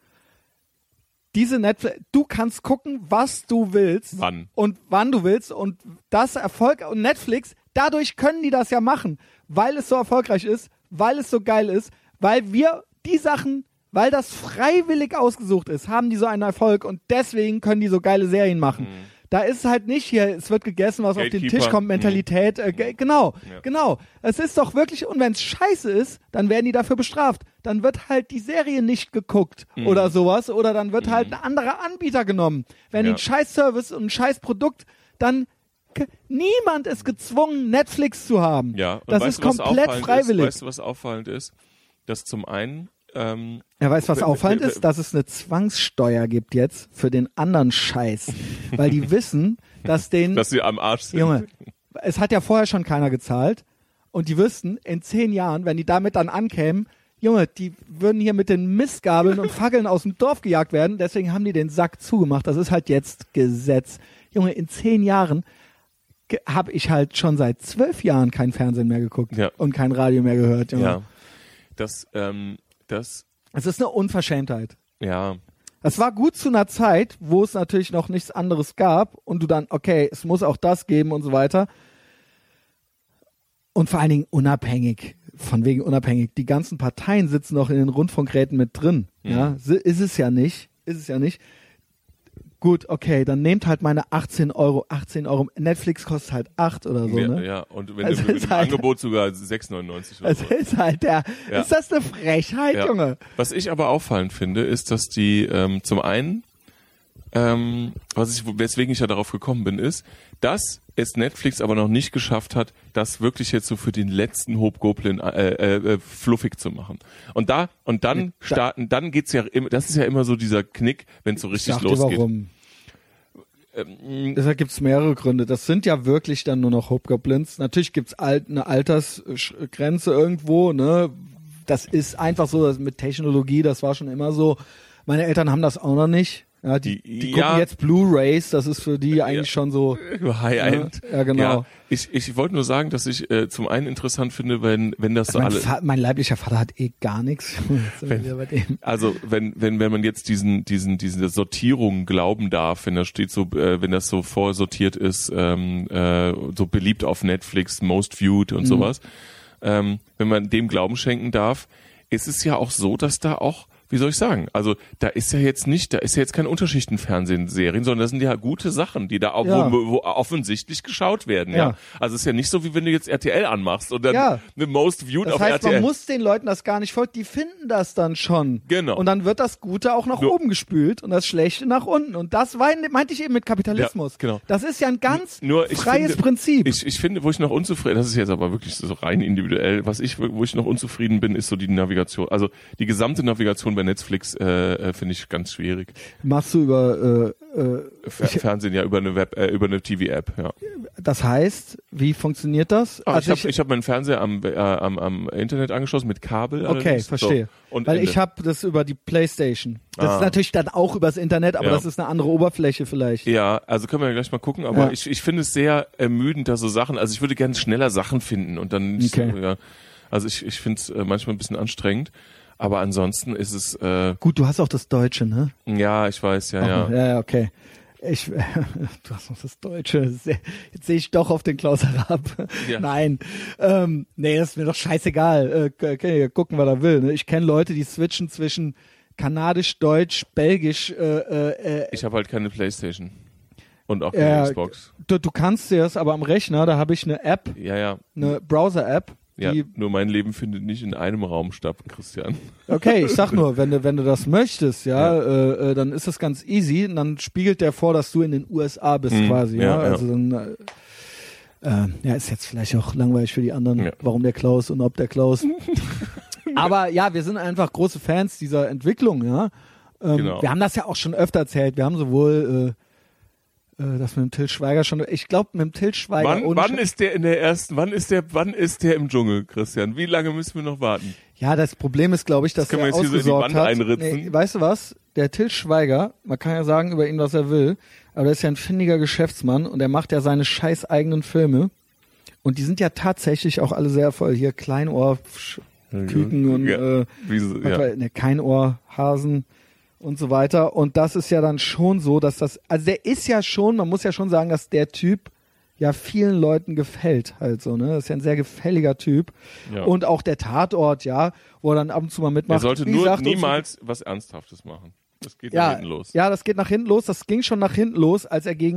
Diese Netflix, du kannst gucken, was du willst. Wann? Und wann du willst. Und das Erfolg, und Netflix, dadurch können die das ja machen. Weil es so erfolgreich ist, weil es so geil ist, weil wir die Sachen, weil das freiwillig ausgesucht ist, haben die so einen Erfolg und deswegen können die so geile Serien machen. Da ist halt nicht hier, es wird gegessen, was auf den Tisch kommt, Mentalität. Äh, g- genau, Ja. genau. Es ist doch wirklich, und wenn es scheiße ist, dann werden die dafür bestraft. Dann wird halt die Serie nicht geguckt Mhm. oder sowas. Oder dann wird halt ein anderer Anbieter genommen. Wenn die Ja. einen Scheiß-Service und ein Scheiß-Produkt, dann k- niemand ist gezwungen, Netflix zu haben. Ja, und das weißt ist du, was komplett auffallend freiwillig. Ist? Weißt du, was auffallend ist? Dass zum einen ähm, Ja, weißt du, was w- auffallend w- w- ist? Dass es eine Zwangssteuer gibt jetzt für den anderen Scheiß. Weil die wissen, dass den... dass sie am Arsch sind. Junge, es hat ja vorher schon keiner gezahlt. Und die wüssten, in zehn Jahren, wenn die damit dann ankämen, Junge, die würden hier mit den Mistgabeln und Fackeln aus dem Dorf gejagt werden. Deswegen haben die den Sack zugemacht. Das ist halt jetzt Gesetz. Junge, in zehn Jahren habe ich halt schon seit zwölf Jahren kein Fernsehen mehr geguckt Ja. und kein Radio mehr gehört. Junge. Ja, das, ähm, das, Es ist eine Unverschämtheit. ja, Es war gut zu einer Zeit, wo es natürlich noch nichts anderes gab und du dann, okay, es muss auch das geben und so weiter. Und vor allen Dingen unabhängig, von wegen unabhängig. Die ganzen Parteien sitzen noch in den Rundfunkräten mit drin. Mhm. Ja, si- ist es ja nicht. Ist es ja nicht. Gut, okay, dann nehmt halt meine achtzehn Euro. achtzehn Euro. Netflix kostet halt acht oder so, ja, ne? ja, und wenn Also du mit ist dem halt- Angebot sogar sechs neunundneunzig oder Es so. ist halt der, Ja. ist das eine Frechheit, Ja. Junge? Was ich aber auffallend finde, ist, dass die ähm, zum einen, ähm, was ich, weswegen ich ja darauf gekommen bin, ist, dass es Netflix aber noch nicht geschafft hat, das wirklich jetzt so für den letzten Hobgoblin äh, äh, äh, fluffig zu machen. Und da und dann starten, dann geht's ja immer, das ist ja immer so dieser Knick, wenn es so richtig Sag dir losgeht. warum. Ähm, Deshalb gibt's mehrere Gründe. Das sind ja wirklich dann nur noch Hobgoblins. Natürlich gibt's alt, eine Altersgrenze irgendwo, ne? Das ist einfach so, dass mit Technologie, das war schon immer so. Meine Eltern haben das auch noch nicht. Ja, die, Die- die ja. gucken jetzt Blu-Rays, das ist für die eigentlich schon so. High-End. Ja, genau. Ja, ich, ich wollte nur sagen, dass ich äh, zum einen interessant finde, wenn, wenn das so Mein, alle. Fa- mein leiblicher Vater hat eh gar nichts. Jetzt sind wir Wenn- wieder bei dem. Also wenn wenn wenn man jetzt diesen diesen diese Sortierung glauben darf, wenn da steht so, äh, wenn das so vorsortiert ist, ähm, äh, so beliebt auf Netflix, most viewed und Mhm. sowas, ähm, wenn man dem Glauben schenken darf, ist es ja auch so, dass da auch, wie soll ich sagen, also da ist ja jetzt nicht, da ist ja jetzt keine Unterschichten-Fernsehserien, sondern das sind ja gute Sachen, die da auch, Ja. wo, wo offensichtlich geschaut werden. Ja. Ja. Also es ist ja nicht so, wie wenn du jetzt R T L anmachst und dann Ja. eine most viewed Das auf heißt, R T L. man muss den Leuten das gar nicht folgen, die finden das dann schon. Genau. Und dann wird das Gute auch nach Nur- oben gespült und das Schlechte nach unten. Und das war, meinte ich eben mit Kapitalismus. Ja, genau. Das ist ja ein ganz Nur ich freies finde, Prinzip. Ich, ich finde, wo ich noch unzufrieden, das ist jetzt aber wirklich so rein individuell, was ich, wo ich noch unzufrieden bin, ist so die Navigation. Also die gesamte Navigation bei Netflix äh, äh, finde ich ganz schwierig. Machst du über, äh, äh, Fer ich, Fernsehen ja über eine Web, äh, über eine T V-App. Ja. das heißt, wie funktioniert das? Ah, Also ich habe ich hab meinen Fernseher am, äh, am, am Internet angeschlossen mit Kabel. okay, allerdings. verstehe. So. Und Weil Ende. ich habe das über die Playstation. Das Ah. ist natürlich dann auch übers Internet, aber Ja. das ist eine andere Oberfläche vielleicht. Ja, also können wir ja gleich mal gucken, aber Ja. ich, ich finde es sehr ermüdend, da so Sachen, also ich würde gerne schneller Sachen finden und dann nicht Okay. so, ja. Also ich, ich finde es äh, manchmal ein bisschen anstrengend, aber ansonsten ist es, äh, Gut, du hast auch das Deutsche, ne? ja, ich weiß, ja, ja. Ja, ja, okay. Ich, du hast noch das Deutsche. Jetzt sehe ich doch auf den Klaus herab. Ja. Nein. Ähm, nee, das ist mir doch scheißegal. Äh, kann ja gucken, was er will. Ne? Ich kenne Leute, die switchen zwischen Kanadisch, Deutsch, Belgisch. Äh, äh, Ich habe halt keine Playstation. Und auch Ja, keine Xbox. du, du kannst dir das aber am Rechner, da habe ich eine App, Ja, ja. eine Browser-App. Ja, Die, nur mein Leben findet nicht in einem Raum statt, Christian. okay, ich sag nur, wenn du, wenn du das möchtest, ja, Äh, äh, dann ist das ganz easy. Und dann spiegelt der vor, dass du in den U S A bist Mhm, quasi. Ja, ja, ja. also dann, äh, äh, ja, ist jetzt vielleicht auch langweilig für die anderen, Ja. warum der Klaus und ob der Klaus. Aber ja, wir sind einfach große Fans dieser Entwicklung, ja. Ähm, Genau. Wir haben das ja auch schon öfter erzählt. Wir haben sowohl äh, äh, das mit dem Till Schweiger schon. Ich glaube, mit dem Till Schweiger. Wann, ohne wann Sch- ist der in der ersten, wann ist der, wann ist der im Dschungel, Christian? Wie lange müssen wir noch warten? Ja, das Problem ist, glaube ich, dass können wir er jetzt hier so in die ausgesorgt Wand hat. einritzen. Nee, weißt du was? Der Till Schweiger, man kann ja sagen über ihn, was er will, aber er ist ja ein findiger Geschäftsmann und er macht ja seine scheiß eigenen Filme. Und die sind ja tatsächlich auch alle sehr voll. Hier Kleinohr, Sch- Küken und Ja, äh, wie so, was ja. war- ne, Keinohr, Hasen und so weiter. Und das ist ja dann schon so, dass das, also der ist ja schon, man muss ja schon sagen, dass der Typ ja vielen Leuten gefällt halt so, ne? Das ist ja ein sehr gefälliger Typ. Ja. Und auch der Tatort, ja, wo er dann ab und zu mal mitmacht. Er sollte Wie nur gesagt, und so- niemals was Ernsthaftes machen. Das geht nach ja, hinten los. Ja, das geht nach hinten los. Das ging schon nach hinten los, als er gegen,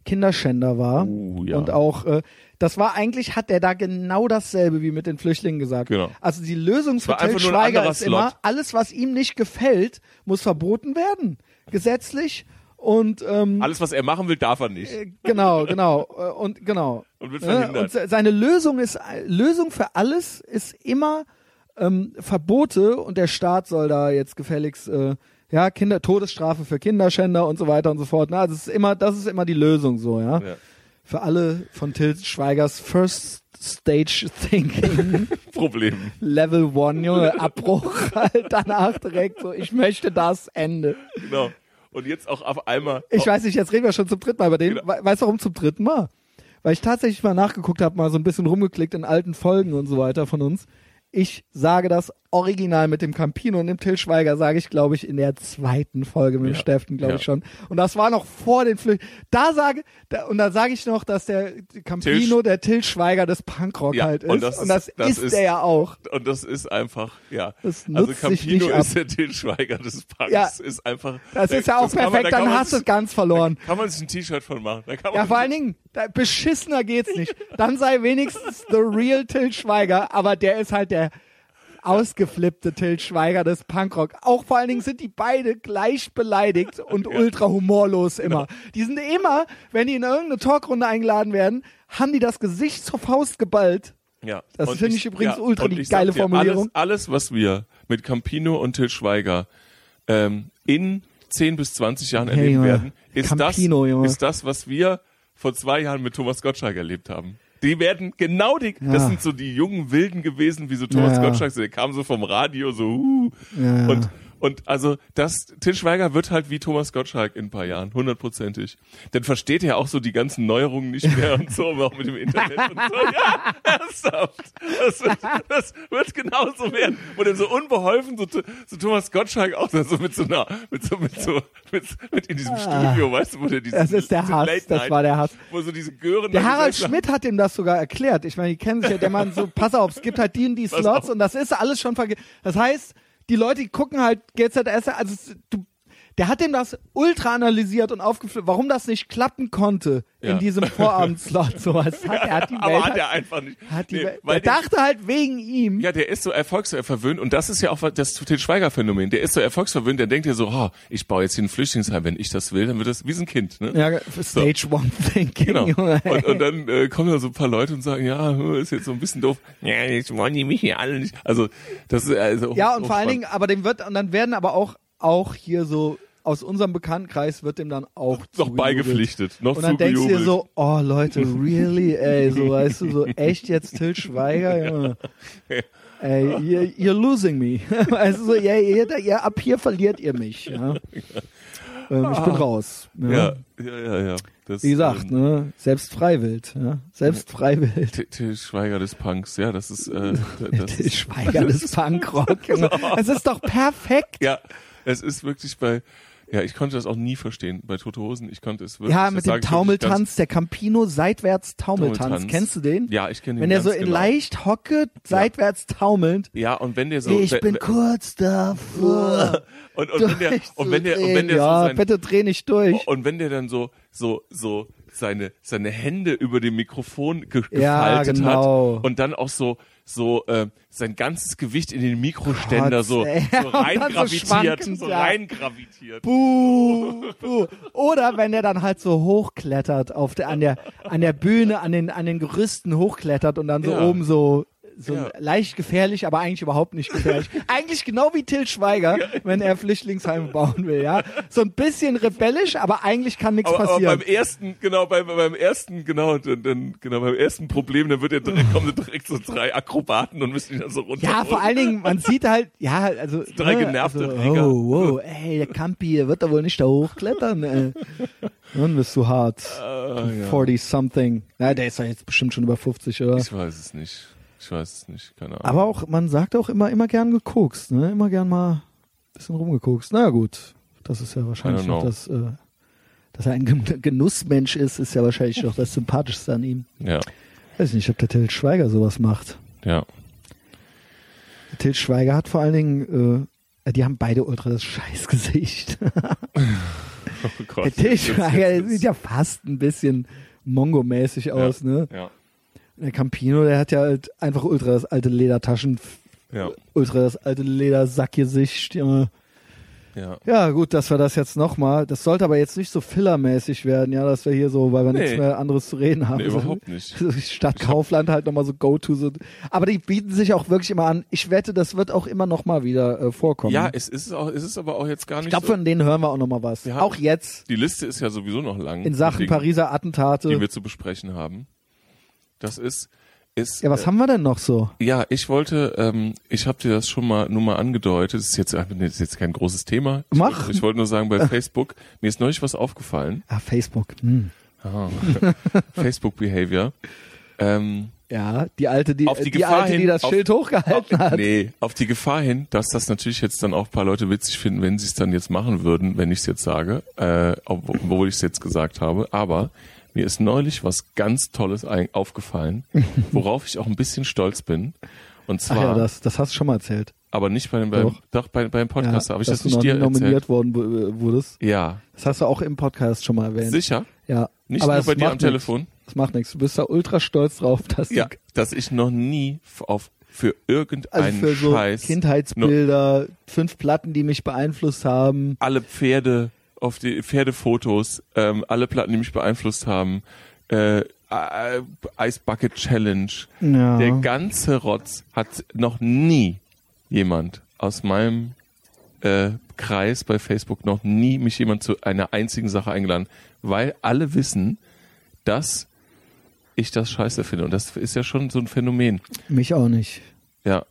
Kinderschänder war. Uh, ja. Und auch, äh, das war eigentlich, hat er da genau dasselbe wie mit den Flüchtlingen gesagt. Genau. Also die Lösung für Til nur ein Schweiger anderer ist immer, Slot. alles, was ihm nicht gefällt, muss verboten werden. Gesetzlich. Und ähm, Alles, was er machen will, darf er nicht. äh, genau, genau. äh, Und genau. Und wird Ne? verhindert. Und se- seine Lösung ist, Lösung für alles ist immer ähm, Verbote und der Staat soll da jetzt gefälligst, äh, ja, Kinder, Todesstrafe für Kinderschänder und so weiter und so fort. Ne? Also es ist immer, das ist immer die Lösung so, ja. Ja. Für alle von Til Schweigers First Stage Thinking. Problem. Level One, Junge, Abbruch halt danach direkt so, ich möchte das Ende. Genau. Und jetzt auch auf einmal. Ich weiß nicht, jetzt reden wir schon zum dritten Mal über den. Genau. We- Weißt du, warum zum dritten Mal? Weil ich tatsächlich mal nachgeguckt habe, mal so ein bisschen rumgeklickt in alten Folgen und so weiter von uns. Ich sage das original mit dem Campino und dem Til Schweiger, sage ich, glaube ich, in der zweiten Folge mit dem Ja. Steffen, glaube Ja. ich schon. Und das war noch vor den Flüchtlingen. Da sage, da, und da sage ich noch, dass der Campino Til- der Til Schweiger des Punkrock Ja, halt ist. und das und das, ist- das ist, ist- er ja auch. Und das ist einfach, ja. Das Also nutzt sich Campino nicht ab. ist der Til Schweiger des Punks. Ja. Ist einfach. Das ist ja auch kann man- perfekt, da kann dann man hast du sich- es ganz verloren. Da kann man sich ein T-Shirt von machen. Da kann Ja, man vor allen Dingen, da, beschissener geht's nicht. Dann sei wenigstens the real Til Schweiger, aber der ist halt der ausgeflippte Til Schweiger des Punkrock. Auch vor allen Dingen sind die beide gleich beleidigt und ultra humorlos immer. Die sind immer, wenn die in irgendeine Talkrunde eingeladen werden, haben die das Gesicht zur Faust geballt. Ja. Das Und finde ich übrigens ultra und die ich sag geile dir, Formulierung. Alles, alles, was wir mit Campino und Til Schweiger ähm, in zehn bis zwanzig Jahren Hey, erleben Junge. werden, ist, Campino, das, Junge. ist das, was wir vor zwei Jahren mit Thomas Gottschalk erlebt haben. Die werden genau die, Ja. das sind so die jungen Wilden gewesen, wie so Thomas Ja. Gottschalk, der kam so vom Radio, so, uh, Ja. und, und also das, Til Schweiger wird halt wie Thomas Gottschalk in ein paar Jahren, hundertprozentig. Dann versteht er auch so die ganzen Neuerungen nicht mehr und so, auch mit dem Internet und so. Ja, ernsthaft. Das wird, das wird genauso werden. Und dann so unbeholfen, so, so Thomas Gottschalk auch da so mit so einer, mit so, mit so, mit, mit in diesem Studio, weißt du, wo der diese, Das ist der diese Hass, Late das Night, war der Hass. wo so diese Gören Der da Harald gesessen haben. Schmidt hat ihm das sogar erklärt. Ich meine, die kennen sich ja, der Mann so, pass auf, es gibt halt die und die Pass Slots auf. und das ist alles schon verge... Das heißt, die Leute, die gucken halt G Z S R, also es- du, der hat ihm das ultra analysiert und aufgeflippt, warum das nicht klappen konnte Ja. in diesem Vorabendslot. Sowas hat, er hat die Aber Welt, hat er einfach nicht. hat die Nee, Welt, weil der der- dachte halt wegen ihm, Ja, der ist so erfolgsverwöhnt und das ist ja auch was- das Til Schweiger-Phänomen. Der ist so erfolgsverwöhnt, der denkt ja so, oh, ich baue jetzt hier ein Flüchtlingsheim, wenn ich das will, dann wird das wie so ein Kind. Ne? ja, für Stage One Thinking. Genau. Junge. Und, und dann äh, kommen da so ein paar Leute und sagen, ja, ist jetzt so ein bisschen doof. Ja, jetzt wollen die mich hier alle nicht. Also das ist also Ja, und vor allen hochspannend. Dingen, aber dem wird, und dann werden aber auch, auch hier so, aus unserem Bekanntenkreis wird dem dann auch noch zugejubelt. beigepflichtet, noch Und dann denkst du dir zugejubelt. so, oh Leute, really, ey, so weißt du, so echt jetzt Til Schweiger, Junge. Ey, you're, you're losing me. Weißt du, so, ja, ihr, ihr, ab hier verliert ihr mich. Ja. Ähm, ich bin raus. Ja. Ja, ja, ja, ja. Das, Wie gesagt, ähm, ne, selbst freiwillig. Ja. Selbst freiwillig. Til- Til Schweiger des Punks, ja, das ist, äh, das Til ist Schweiger des Punkrock. Junge. Es ist doch perfekt. ja, es ist wirklich bei, ja, ich konnte das auch nie verstehen bei Tote Hosen. Ich konnte es wirklich. Ja, das mit sag dem ich wirklich ganz- Taumeltanz, der Campino seitwärts Taumeltanz. Taumeltanz. Kennst du den? Ja, ich kenne den Wenn er ganz so in genau. leicht hocke, seitwärts taumelnd. Ja, und wenn der so, Ich wenn- bin wenn- kurz davor. und, und wenn der, und wenn der, und wenn der ja, so sein, bitte dreh nicht durch. und wenn der dann so, so, so seine, seine Hände über dem Mikrofon ge Ja, gefaltet genau. hat und dann auch so, so, äh, sein ganzes Gewicht in den Mikroständer Gott, so, ey. so Und dann so reingravitiert, schwankend, so ja. reingravitiert. Buh, buh. Oder wenn er dann halt so hochklettert auf der, an der, an der Bühne, an den, an den Gerüsten hochklettert und dann so Ja. oben so, so Ja. leicht gefährlich, aber eigentlich überhaupt nicht gefährlich. Eigentlich genau wie Til Schweiger, wenn er Flüchtlingsheime bauen will, ja. So ein bisschen rebellisch, aber eigentlich kann nichts Aber, aber passieren. beim ersten, genau, beim, beim ersten, genau, dann, dann, genau, beim ersten Problem, dann wird er direkt, kommen direkt so drei Akrobaten und müssen ihn dann so runter. Ja, vor allen Dingen, man sieht halt, ja, also. Drei ne, genervte also, Träger. Oh, wow, ey, der Campi, der wird da wohl nicht da hochklettern, ey. Dann bist du hart. Ah, ja. forty something. Ja, der ist ja jetzt bestimmt schon über fünfzig, oder? Ich weiß es nicht. Ich weiß es nicht, keine Ahnung. Aber auch, man sagt auch immer, immer gern gekokst, ne? Immer gern mal ein bisschen rumgekokst. Naja, gut. Das ist ja wahrscheinlich I don't noch know. das, äh, dass er ein Gen- Genussmensch ist, ist ja wahrscheinlich noch das Sympathischste an ihm. Ja, Weiß nicht, ob der Til Schweiger sowas macht. ja. Der Til Schweiger hat vor allen Dingen, äh, die haben beide ultra das Scheißgesicht. Oh Gott, Der Til Schweiger, der sieht ja fast ein bisschen Mongo-mäßig aus, ja, ne? Ja. Der Campino, der hat ja halt einfach ultra das alte Ledertaschen, Ja. ultra das alte Ledersackgesicht. Ja. Ja. Ja, gut, dass wir das jetzt nochmal, das sollte aber jetzt nicht so fillermäßig werden, ja, dass wir hier so, weil wir Nee. nichts mehr anderes zu reden haben. Nee, überhaupt nicht. Stadt Kaufland halt nochmal so Go-To. So. Aber die bieten sich auch wirklich immer an. Ich wette, das wird auch immer nochmal wieder äh, vorkommen. Ja, es ist auch, es ist aber auch jetzt gar nicht ich glaube, so. von denen hören wir auch nochmal was. Wir haben- Auch jetzt Die Liste ist ja sowieso noch lang. in Sachen Dingen, Pariser Attentate. die wir zu besprechen haben. Das ist, ist. Ja, was äh, haben wir denn noch so? Ja, ich wollte, ähm, ich habe dir das schon mal nur mal angedeutet. Das ist jetzt, das ist jetzt kein großes Thema. Ich Mach. Wollte, ich wollte nur sagen, bei Facebook, mir ist neulich was aufgefallen. Ah, Facebook. Hm. Ah, Facebook Behavior. Ähm, Ja, die alte, die, Auf die die, Gefahr alte, die hin, das auf- Schild hochgehalten hat. Nee, auf die Gefahr hin, dass das natürlich jetzt dann auch ein paar Leute witzig finden, wenn sie es dann jetzt machen würden, wenn ich es jetzt sage, äh, obwohl obwohl ich es jetzt gesagt habe. Aber mir ist neulich was ganz Tolles ein- aufgefallen, worauf ich auch ein bisschen stolz bin. Und Ach zwar, ja, das, das hast du schon mal erzählt. aber nicht bei dem, beim, Doch. doch, bei, beim Podcast, ja, habe ich dass das du nicht noch dir nie nominiert erzählt? worden w- wurdest. Ja, Das hast du auch im Podcast schon mal erwähnt. sicher? Ja. Nicht Aber nur es bei dir macht am nix. Telefon? Das macht nichts. Du bist da ultra stolz drauf, dass Ja, du dass ich noch nie f- auf für also irgendeinen für so Scheiß Kindheitsbilder, fünf Platten, die mich beeinflusst haben. alle Pferde auf die Pferdefotos, ähm, alle Platten, die mich beeinflusst haben, äh, äh, Ice Bucket Challenge, Ja. der ganze Rotz hat noch nie jemand aus meinem äh, Kreis bei Facebook, noch nie mich jemand zu einer einzigen Sache eingeladen, weil alle wissen, dass ich das scheiße finde. Und das ist ja schon so ein Phänomen. Mich auch nicht. Ja.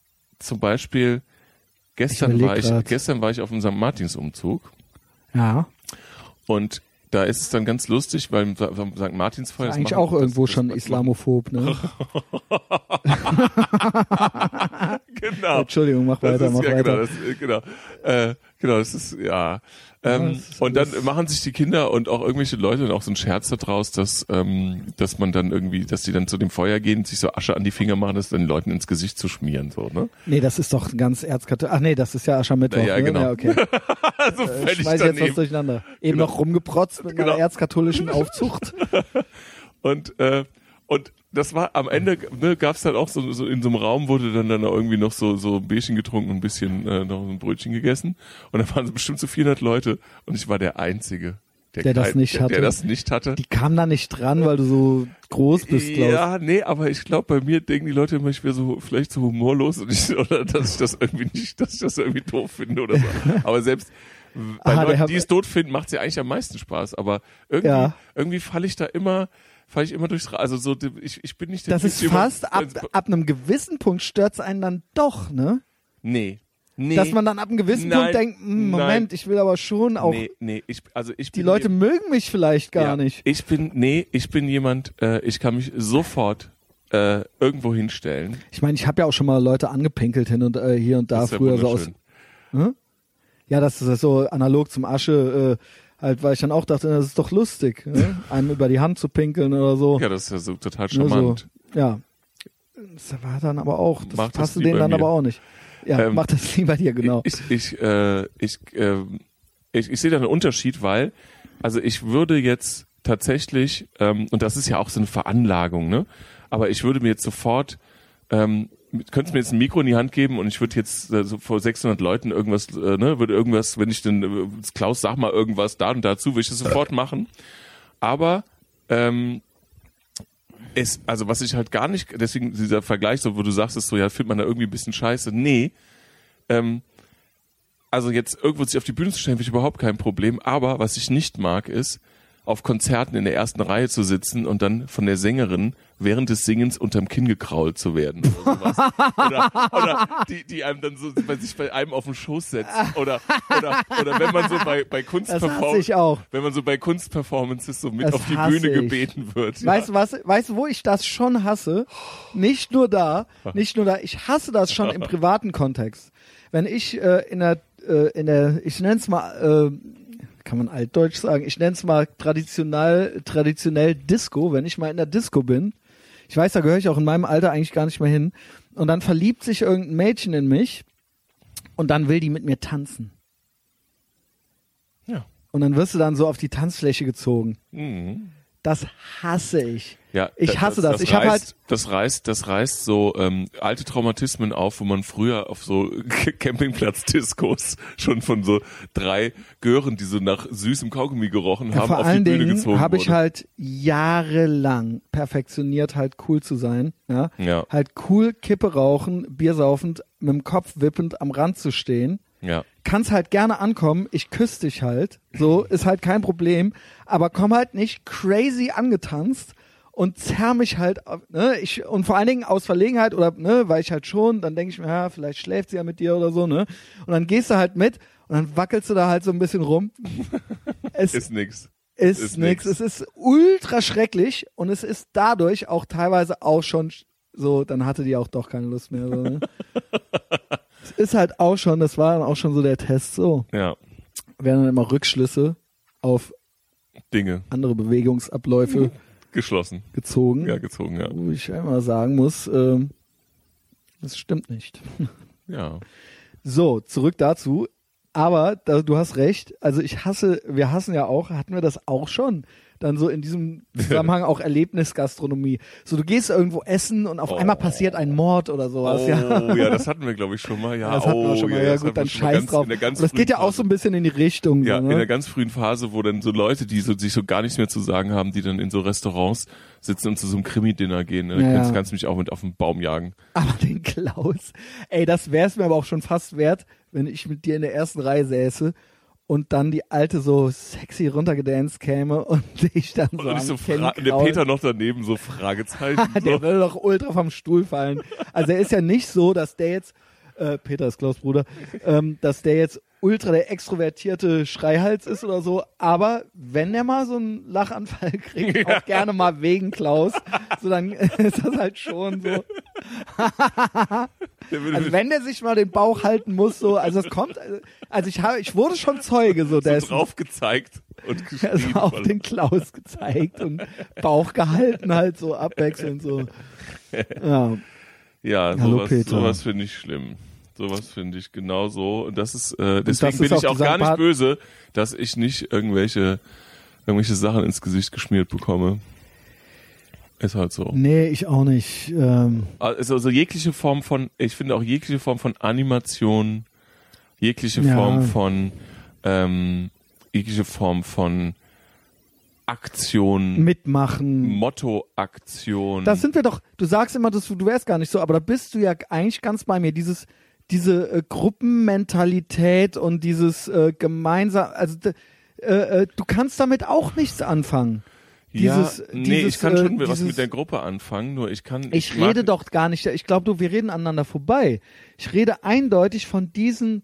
Zum Beispiel, gestern überleg war ich, grad. gestern war ich auf dem Sankt Martins-Umzug. Ja. Und da ist es dann ganz lustig, weil am Sankt Martinsfeuer Ist das eigentlich machen- auch irgendwo das, das, schon das islamophob, ne? Genau. Entschuldigung, mach Das weiter, ist, mach ja, weiter. genau, das, äh, genau. Äh, genau, das ist, ja. Ähm, das ist und dann alles- machen sich die Kinder und auch irgendwelche Leute dann auch so einen Scherz daraus, dass, ähm, dass man dann irgendwie, dass die dann zu dem Feuer gehen, sich so Asche an die Finger machen, das dann den Leuten ins Gesicht zu schmieren, so, ne? Nee, das ist doch ein ganz erzkatholisch. Ach nee, das ist ja Aschermittwoch. Ja, ne? genau. Ja, okay. Also Ich völlig schmeiß jetzt was daneben. durcheinander. Eben Genau. noch rumgeprotzt mit Genau. einer erzkatholischen Aufzucht. Und, äh, und das war am Ende, ne, gab es dann auch so, so in so einem Raum wurde dann dann irgendwie noch so so ein Bierchen getrunken und ein bisschen äh, noch ein Brötchen gegessen und da waren so bestimmt so vierhundert Leute und ich war der Einzige, Der das nicht der, hatte. der das nicht hatte. Die kam da nicht dran, weil du so groß bist, glaube ich. Ja, nee, aber ich glaube, bei mir denken die Leute immer, ich wäre so vielleicht so humorlos und ich, oder dass ich das irgendwie nicht, dass ich das irgendwie doof finde oder so. Aber selbst bei Aha, der Leuten, hat- die es doof finden, macht es ja eigentlich am meisten Spaß. Aber irgendwie, Ja. irgendwie falle ich da immer, falle ich immer durchs Ra- Also so, ich, ich bin nicht der Das Typ, ist jemand- fast, ab, ab einem gewissen Punkt stört's einen dann doch, ne? Nee. Nee. Dass man dann ab einem gewissen Nein, Punkt denkt, hm, Moment, nein. ich will aber schon auch, Nee, nee, ich, also ich die bin Leute je- mögen mich vielleicht gar ja, nicht. Ich bin, nee, ich bin jemand, äh, ich kann mich sofort äh, irgendwo hinstellen. Ich meine, ich habe ja auch schon mal Leute angepinkelt hin und äh, hier und da Das ist ja früher so aus. wunderschön. Hm? Ja, das ist so analog zum Asche, äh, halt, weil ich dann auch dachte, das ist doch lustig, ne? einem über die Hand zu pinkeln oder so. Ja, das ist ja so total Ne, charmant. So, ja. Das war dann aber auch, das Mach das passte wie denen bei dann mir. aber auch nicht. Ja, Ähm, mach das lieber dir, genau. Ich, ich, äh, ich, äh, ich, ich sehe da einen Unterschied, weil, also ich würde jetzt tatsächlich, ähm, und das ist ja auch so eine Veranlagung, ne? Aber ich würde mir jetzt sofort, ähm, könntest mir jetzt ein Mikro in die Hand geben und ich würde jetzt äh, so vor sechshundert Leuten irgendwas, äh, ne, würde irgendwas, wenn ich denn, äh, Klaus, sag mal irgendwas da und dazu, würde ich das sofort machen. Aber, ähm, es, also was ich halt gar nicht, deswegen dieser Vergleich, so wo du sagst, ist so, ja, findet man da irgendwie ein bisschen scheiße. Nee, ähm, also jetzt irgendwo sich auf die Bühne zu stellen, habe ich überhaupt kein Problem. Aber was ich nicht mag, ist, auf Konzerten in der ersten Reihe zu sitzen und dann von der Sängerin während des Singens unterm Kinn gekrault zu werden oder sowas. oder, oder die, die einem dann so bei sich bei einem auf den Schoß setzt. Oder, oder, oder wenn man so bei, bei Das hasse Kunstperformances, ich auch. wenn man so bei Kunstperformances so mit Das auf die hasse Bühne ich. gebeten wird. Weißt du was, weißt du, wo ich das schon hasse? Nicht nur da, nicht nur da, ich hasse das schon im privaten Kontext. Wenn ich äh, in der, äh, in der, ich nenn's mal, äh, kann man altdeutsch sagen, ich nenn's mal traditionell, traditionell Disco, wenn ich mal in der Disco bin. Ich weiß, da gehöre ich auch in meinem Alter eigentlich gar nicht mehr hin. Und dann verliebt sich irgendein Mädchen in mich und dann will die mit mir tanzen. Ja. und dann wirst du dann so auf die Tanzfläche gezogen. Mhm. Das hasse ich. Ja, ich hasse das. das. das. Ich habe halt das reißt, das reißt so ähm, alte Traumatismen auf, wo man früher auf so Campingplatz-Diskos schon von so drei Gören, die so nach süßem Kaugummi gerochen ja, haben, vor auf allen die Bühne Dingen gezogen habe ich wurde. halt jahrelang perfektioniert, halt cool zu sein. Ja? Ja. Halt cool Kippe rauchen, Bier saufend, mit dem Kopf wippend am Rand zu stehen. Ja. Kannst halt gerne ankommen, ich küsse dich halt, so, ist halt kein Problem, aber komm halt nicht crazy angetanzt und zerr mich halt, ne, ich, und vor allen Dingen aus Verlegenheit oder, ne, weil ich halt schon, dann denke ich mir, ja, vielleicht schläft sie ja mit dir oder so, ne, und dann gehst du halt mit und dann wackelst du da halt so ein bisschen rum. Es ist nix. Ist, ist nix. nix. Es ist ultra schrecklich und es ist dadurch auch teilweise auch schon so, dann hatte die auch doch keine Lust mehr, so, ne. Es ist halt auch schon, das war dann auch schon so der Test, so. Ja. Werden dann immer Rückschlüsse auf Dinge. andere Bewegungsabläufe Geschlossen. gezogen. Ja, gezogen, ja. Wo ich einmal sagen muss, ähm, das stimmt nicht. Ja. So, zurück dazu. Aber da, du hast recht, also ich hasse, wir hassen ja auch, hatten wir das auch schon, dann so in diesem Zusammenhang auch Erlebnisgastronomie. So, du gehst irgendwo essen und auf Oh. einmal passiert ein Mord oder sowas. Oh, ja. ja, das hatten wir, glaube ich, schon mal. Ja, Das hatten oh, wir schon mal. ja, Ja, das gut, hatten wir dann schon mal scheiß ganz, drauf. in der ganz Und das geht ja frühen auch so ein bisschen in die Richtung. Ja, so, in ne? der ganz frühen Phase, wo dann so Leute, die so, sich so gar nichts mehr zu sagen haben, die dann in so Restaurants sitzen und zu so einem Krimi-Dinner gehen. Ne? Da Ja, kannst, ja. kannst du mich auch mit auf den Baum jagen. Aber den Klaus, ey, das wär's mir aber auch schon fast wert, wenn ich mit dir in der ersten Reihe säße und dann die alte so sexy runtergedanced käme und ich dann so Und am ich so Kinn fra- der kraul. Peter noch daneben, so Fragezeichen. Der so. würde doch ultra vom Stuhl fallen. Also er ist ja nicht so, dass der jetzt, äh, Peter ist Klaus Bruder, ähm, dass der jetzt ultra der extrovertierte Schreihals ist oder so, aber wenn der mal so einen Lachanfall kriegt, auch gerne mal wegen Klaus, so dann ist das halt schon so. Der würde Also mit wenn der sich mal den Bauch halten muss, so, also es kommt, also ich habe, ich wurde schon Zeuge so so dessen. drauf gezeigt und geschrieben. Also auf den Klaus gezeigt und Bauch gehalten halt so abwechselnd so. Ja. Ja, Hallo, sowas, Peter. sowas finde ich schlimm. Sowas finde ich genau so. Und das ist, äh, deswegen das bin ist ich auch auch gar dieser nicht Part- böse, dass ich nicht irgendwelche, irgendwelche Sachen ins Gesicht geschmiert bekomme. Ist halt so. Nee, ich auch nicht. Ähm, Also, also jegliche Form von, ich finde auch jegliche Form von Animation, jegliche Ja. Form von, ähm, jegliche Form von Aktion, mitmachen. Motto-Aktion. Da sind wir doch, du sagst immer, dass du, du wärst gar nicht so, aber da bist du ja eigentlich ganz bei mir. Dieses, diese äh, Gruppenmentalität und dieses äh, gemeinsam, also d- äh, äh, du kannst damit auch nichts anfangen. Dieses, ja, nee, dieses, ich kann schon äh, was dieses, mit der Gruppe anfangen, nur ich kann. Ich mag- rede doch gar nicht, ich glaube, du, wir reden aneinander vorbei. Ich rede eindeutig von diesen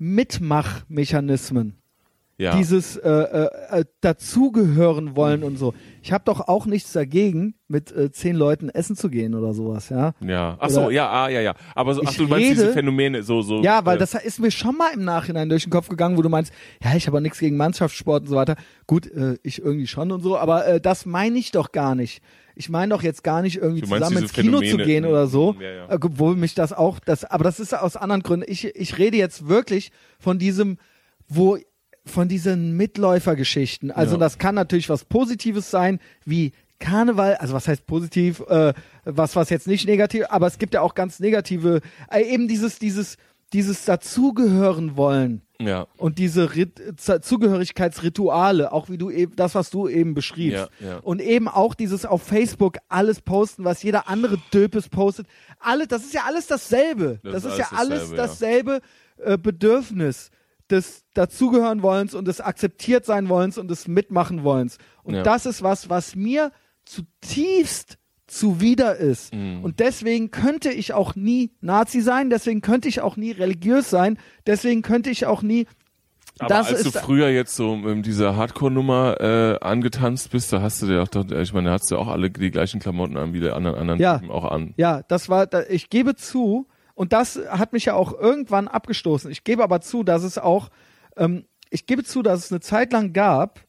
Mitmachmechanismen. ja. Dieses äh, äh, äh, dazugehören wollen und so. Ich habe doch auch nichts dagegen, mit äh, zehn Leuten essen zu gehen oder sowas, ja. Ja. Ach so, Oder- ja, ah, ja, ja. Aber so, ach, Ich du meinst rede- diese Phänomene, so, so. Ja, weil äh, das ist mir schon mal im Nachhinein durch den Kopf gegangen, wo du meinst, ja, ich habe aber nichts gegen Mannschaftssport und so weiter. Gut, äh, ich irgendwie schon und so, aber äh, das meine ich doch gar nicht. Ich meine doch jetzt gar nicht irgendwie Du meinst zusammen diese ins Kino Phänomene- zu gehen oder so, Ja, ja. äh, obwohl mich das auch, das, aber das ist aus anderen Gründen. Ich, ich rede jetzt wirklich von diesem, wo von diesen Mitläufergeschichten. Also Ja. das kann natürlich was Positives sein, wie Karneval, also was heißt positiv, äh, was was jetzt nicht negativ, aber es gibt ja auch ganz negative, äh, eben dieses dieses dieses dazugehören wollen Ja. und diese Rit Z- Zugehörigkeitsrituale, auch wie du eben das, was du eben beschriebst, Ja, ja. und eben auch dieses auf Facebook alles posten, was jeder andere Döpes postet, alle, das ist ja alles dasselbe, das, Das ist ist ja alles alles dasselbe, dasselbe äh, Bedürfnis des dazugehören wollens und des akzeptiert sein wollens und des mitmachen wollens. Und Ja. das ist was, was mir zutiefst zuwider ist. Mhm. Und deswegen könnte ich auch nie Nazi sein, deswegen könnte ich auch nie religiös sein, deswegen könnte ich auch nie Aber das als du ist früher jetzt so mit dieser Hardcore-Nummer äh, angetanzt bist, da hast du dir auch, doch- ich meine, da hast du auch alle die gleichen Klamotten an, wie der anderen anderen Ja. Typen auch an. Ja, das war, da, ich gebe zu, und das hat mich ja auch irgendwann abgestoßen. Ich gebe aber zu, dass es auch, ähm, ich gebe zu, dass es eine Zeit lang gab,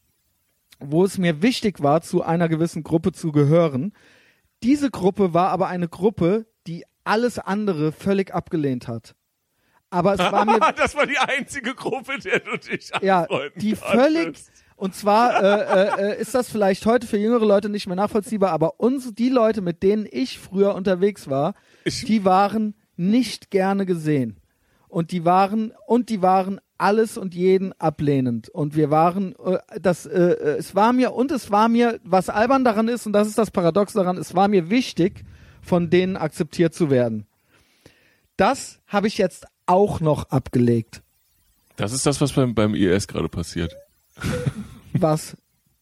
wo es mir wichtig war, zu einer gewissen Gruppe zu gehören. Diese Gruppe war aber eine Gruppe, die alles andere völlig abgelehnt hat. Aber es war mir... Das war die einzige Gruppe, der du dich Ja, anfreunden die konntest. völlig... Und zwar äh, äh, ist das vielleicht heute für jüngere Leute nicht mehr nachvollziehbar, aber uns, die Leute, mit denen ich früher unterwegs war, Ich- die waren nicht gerne gesehen. Und die waren, und die waren alles und jeden ablehnend. Und wir waren, äh, das, äh, äh, es war mir, und es war mir, was albern daran ist, und das ist das Paradox daran, es war mir wichtig, von denen akzeptiert zu werden. Das habe ich jetzt auch noch abgelegt. Das ist das, was beim, beim I S gerade passiert. Was?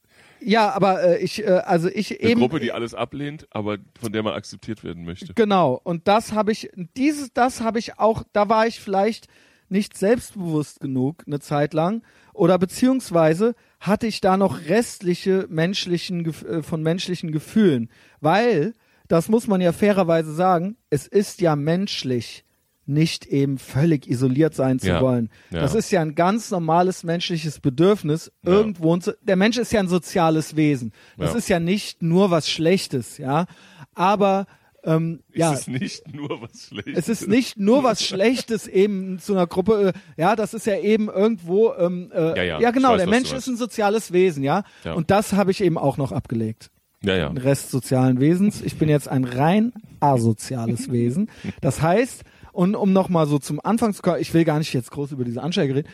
Ja, aber äh, ich, äh, also ich Eine eben. Gruppe, die alles ablehnt, aber von der man akzeptiert werden möchte. Genau. Und das habe ich, dieses, das habe ich auch, da war ich vielleicht nicht selbstbewusst genug eine Zeit lang. Oder beziehungsweise hatte ich da noch restliche menschlichen, Gef- äh, von menschlichen Gefühlen. Weil, das muss man ja fairerweise sagen, es ist ja menschlich, nicht eben völlig isoliert sein zu Ja, wollen. ja. Das ist ja ein ganz normales menschliches Bedürfnis. Ja. Irgendwo, und so- der Mensch ist ja ein soziales Wesen. Das Ja. ist ja nicht nur was Schlechtes, ja. Aber ähm, ja, Es ist nicht nur was Schlechtes. es ist nicht nur was Schlechtes eben zu einer Gruppe, äh, ja, das ist ja eben irgendwo, ähm, äh, Ja, ja, ja genau, ich weiß, der was Mensch du ist ein soziales Wesen, ja, Ja. und das habe ich eben auch noch abgelegt. Ja, ja. Den Rest sozialen Wesens. Ich bin jetzt ein rein asoziales Wesen. Das heißt, und um nochmal so zum Anfang zu kommen, ich will gar nicht jetzt groß über diese Ansteiger reden,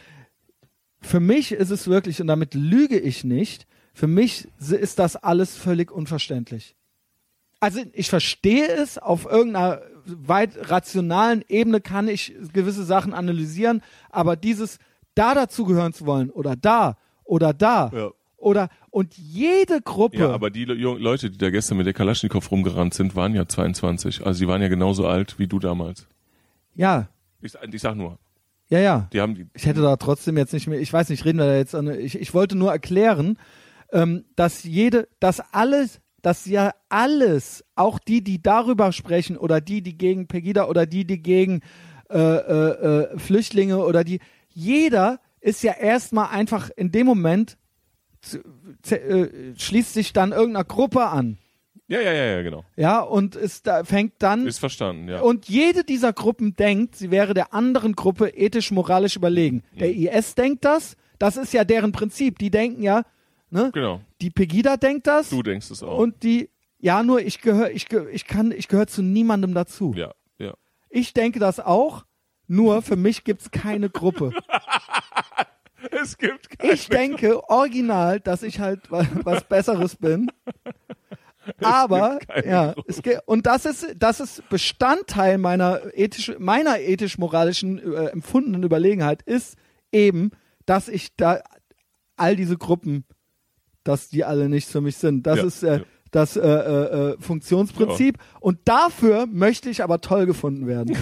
für mich ist es wirklich, und damit lüge ich nicht, für mich ist das alles völlig unverständlich. Also ich verstehe es, auf irgendeiner weit rationalen Ebene kann ich gewisse Sachen analysieren, aber dieses da dazugehören zu wollen oder da oder da Ja. oder und jede Gruppe. Ja, aber die Le Jung- Leute, die da gestern mit der Kalaschnikow rumgerannt sind, waren ja zweiundzwanzig. Also die waren ja genauso alt wie du damals. ja, Ich, ich sag nur, ja, ja. die haben die. Ich hätte da trotzdem jetzt nicht mehr, ich weiß nicht, reden wir da jetzt an, ich, ich wollte nur erklären, ähm, dass jede, dass alles, dass ja alles, auch die, die darüber sprechen oder die, die gegen Pegida oder die, die gegen äh, äh, äh, Flüchtlinge oder die, jeder ist ja erstmal einfach in dem Moment zu, zu, äh, schließt sich dann irgendeiner Gruppe an, Ja, ja, ja, ja, genau. ja, und ist da, fängt dann Ist verstanden, ja. und jede dieser Gruppen denkt, sie wäre der anderen Gruppe ethisch-moralisch überlegen. Der I S denkt das, das ist ja deren Prinzip. Die denken ja, ne? Genau. Die Pegida denkt das. Du denkst es auch. Und die, ja, nur ich gehöre, ich, geh- ich kann, ich gehöre zu niemandem dazu. Ja, ja. Ich denke das auch, nur für mich gibt's keine Gruppe. Es gibt keine. Ich denke original, dass ich halt wa- was Besseres bin. Aber keine ja, Gruppe. es ge- und das ist das ist Bestandteil meiner ethisch meiner ethisch-moralischen äh, empfundenen Überlegenheit ist eben, dass ich da all diese Gruppen, dass die alle nichts für mich sind. Das Ja, ist äh, ja. das äh, äh, äh, Funktionsprinzip und dafür möchte ich aber toll gefunden werden.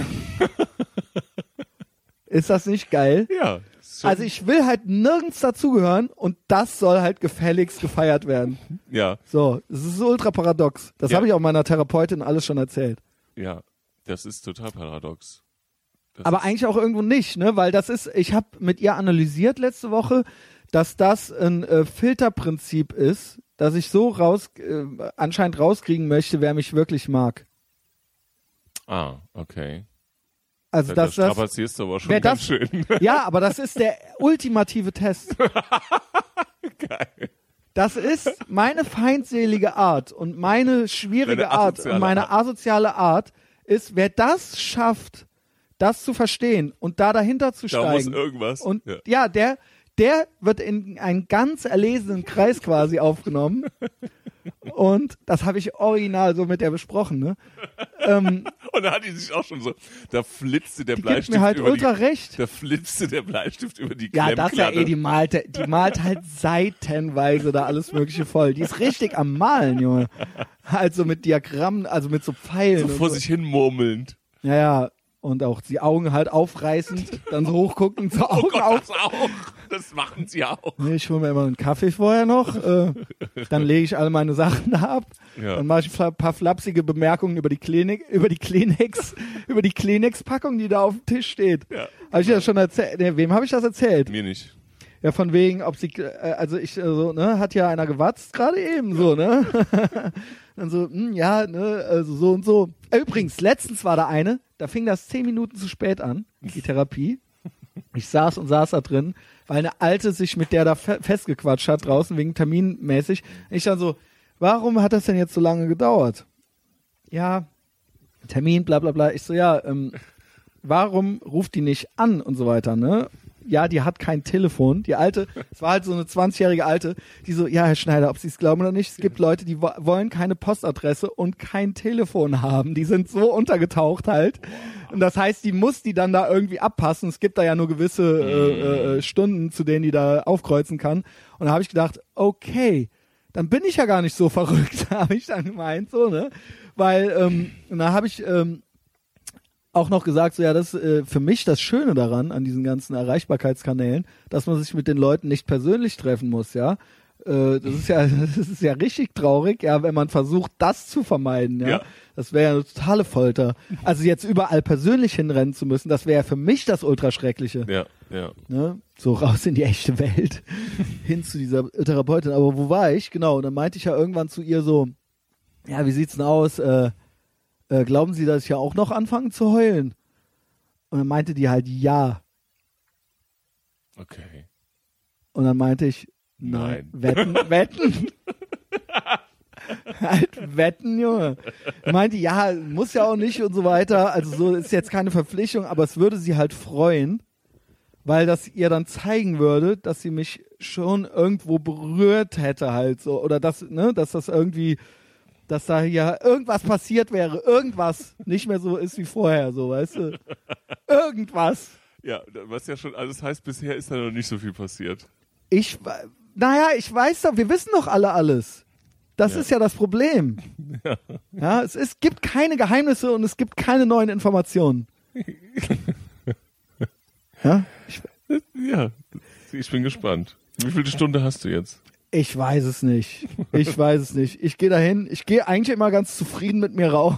Ist das nicht geil? Ja. Schon, Also ich will halt nirgends dazugehören und das soll halt gefälligst gefeiert werden. ja, So, das ist so ultra paradox. Das Ja. habe ich auch meiner Therapeutin alles schon erzählt. ja. Das ist total paradox. Das Aber ist, eigentlich auch irgendwo nicht, ne? Weil das ist, ich habe mit ihr analysiert letzte Woche, dass das ein äh, Filterprinzip ist, dass ich so raus, äh, anscheinend rauskriegen möchte, wer mich wirklich mag. Ah, okay. Also Da dass das, strapazierst du aber schon wer ganz das- schön. ja, aber das ist der ultimative Test. Geil. Das ist meine feindselige Art und meine schwierige Deine Art asoziale und meine Art. asoziale Art ist, wer das schafft, das zu verstehen und da dahinter zu Da muss steigen. irgendwas. Und ja. ja, der, der wird in einen ganz erlesenen Kreis quasi aufgenommen. Und das habe ich original so mit der besprochen. Ne? Ähm, Und da hat die sich auch schon so, da flitzte der die gibt Bleistift mir halt über ultra die, recht. da flitzte der Bleistift über die Ja, das ja Klemmplatte. eh, die malt, die malt halt seitenweise da alles mögliche voll. Die ist richtig am Malen, Junge. Also mit Diagrammen, also mit so Pfeilen. so und vor so. sich hin murmelnd. Ja, ja. Und auch die Augen halt aufreißend, dann so hochgucken, so Oh Augen Gott, auf. das auch. Das machen sie auch. Nee, ich hole mir immer einen Kaffee vorher noch, äh, dann lege ich alle meine Sachen da ab, Ja. dann mache ich ein paar flapsige Bemerkungen über die Klinik, über die Kleenex, über die Kleenex-Packung, die da auf dem Tisch steht. Ja. Habe ich das schon erzählt? Nee, wem habe ich das erzählt? Mir nicht. Ja, von wegen, ob sie, äh, also ich, äh, so, ne, hat ja einer gewatzt, gerade eben, so, ne? Dann so, hm, ja, ne, also so und so. Übrigens, letztens war da eine, da fing das zehn Minuten zu spät an, die Therapie. Ich saß und saß da drin, weil eine Alte sich mit der da fe- festgequatscht hat draußen, wegen terminmäßig. Ich dann so, warum hat das denn jetzt so lange gedauert? Ja, Termin, bla bla bla. Ich so, ja, ähm, warum ruft die nicht an und so weiter, ne? Ja, die hat kein Telefon. Die Alte, es war halt so eine zwanzigjährige Alte, die so, ja, Herr Schneider, ob Sie es glauben oder nicht, es gibt Leute, die wo- wollen keine Postadresse und kein Telefon haben. Die sind so untergetaucht halt. Und das heißt, die muss die dann da irgendwie abpassen. Es gibt da ja nur gewisse äh, äh, Stunden, zu denen die da aufkreuzen kann. Und da habe ich gedacht, okay, dann bin ich ja gar nicht so verrückt, habe ich dann gemeint, so, ne? Weil, ähm, und da habe ich ähm, auch noch gesagt, so ja, das ist äh, für mich das Schöne daran, an diesen ganzen Erreichbarkeitskanälen, dass man sich mit den Leuten nicht persönlich treffen muss, ja. Äh, das ist ja, das ist ja richtig traurig, ja, wenn man versucht, das zu vermeiden, ja. Ja. Das wäre ja eine totale Folter. Also jetzt überall persönlich hinrennen zu müssen, das wäre ja für mich das Ultraschreckliche. Ja, ja. Ne? So raus in die echte Welt, hin zu dieser Therapeutin. Aber wo war ich? Genau, und dann meinte ich ja irgendwann zu ihr so, ja, wie sieht's denn aus? Äh, äh, glauben Sie, dass ich ja auch noch anfange zu heulen? Und dann meinte die halt, ja. Okay. Und dann meinte ich, nein. Nein. Wetten, wetten. Halt wetten, Junge. Ich meinte, ja, muss ja auch nicht und so weiter. Also so ist jetzt keine Verpflichtung, aber es würde sie halt freuen, weil das ihr dann zeigen würde, dass sie mich schon irgendwo berührt hätte halt so. Oder dass, ne, dass das irgendwie, dass da ja irgendwas passiert wäre. Irgendwas nicht mehr so ist wie vorher, so, weißt du? Irgendwas. Ja, was ja schon, also das heißt, bisher ist da noch nicht so viel passiert. Ich, naja, ich weiß doch, wir wissen doch alle alles. Das Ja. ist ja das Problem. Ja. Ja, es ist, gibt keine Geheimnisse und es gibt keine neuen Informationen. Ja? Ich, Ja, ich bin gespannt. Wie viele Stunde hast du jetzt? ich weiß es nicht. Ich weiß es nicht. Ich gehe dahin. Ich gehe eigentlich immer ganz zufrieden mit mir raus.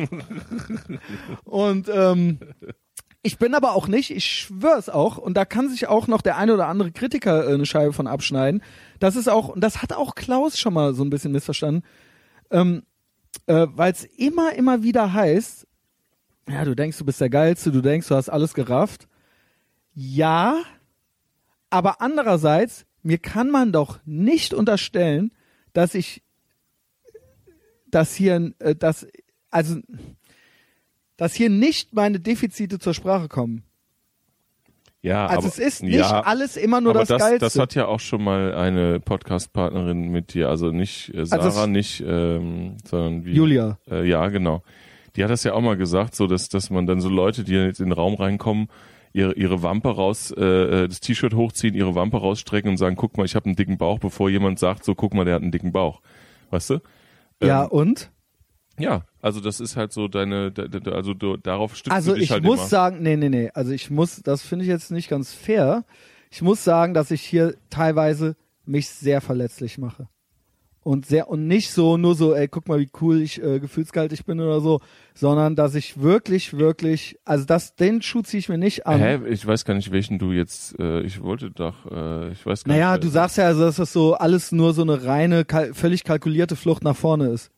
Und ähm, ich bin aber auch nicht, ich schwöre es auch, und da kann sich auch noch der eine oder andere Kritiker äh, eine Scheibe von abschneiden. Das ist auch, und das hat auch Klaus schon mal so ein bisschen missverstanden, ähm, äh, weil es immer, immer wieder heißt, ja, du denkst, du bist der Geilste, du denkst, du hast alles gerafft. Ja, aber andererseits, mir kann man doch nicht unterstellen, dass ich, dass hier, äh, dass, also, dass hier nicht meine Defizite zur Sprache kommen. Ja, Also aber, es ist nicht ja, alles immer nur aber das, das, Geilste. das hat ja auch schon mal eine Podcast-Partnerin mit dir, also nicht äh, Sarah, Also es- nicht, ähm, sondern wie Julia. Äh, ja, genau. Die hat das ja auch mal gesagt, so dass dass man dann so Leute, die jetzt in den Raum reinkommen, ihre ihre Wampe raus, äh, das T-Shirt hochziehen, ihre Wampe rausstrecken und sagen, guck mal, ich habe einen dicken Bauch, bevor jemand sagt, so guck mal, der hat einen dicken Bauch, weißt du? Ja, Ähm, und? ja, also das ist halt so deine, da- da- also du, darauf stützt Also du dich ich halt muss immer. sagen, nee, nee, nee, also ich muss, das finde ich jetzt nicht ganz fair. Ich muss sagen, dass ich hier teilweise mich sehr verletzlich mache. Und sehr, und nicht so, nur so, ey, guck mal, wie cool ich äh, gefühlskalt ich bin oder so, sondern dass ich wirklich, wirklich, also das, den Schuh ziehe ich mir nicht an. Hä? Ich weiß gar nicht, welchen du jetzt, äh, ich wollte doch, äh, ich weiß gar Naja, nicht. du sagst ja, also, dass das so alles nur so eine reine, kal- völlig kalkulierte Flucht nach vorne ist.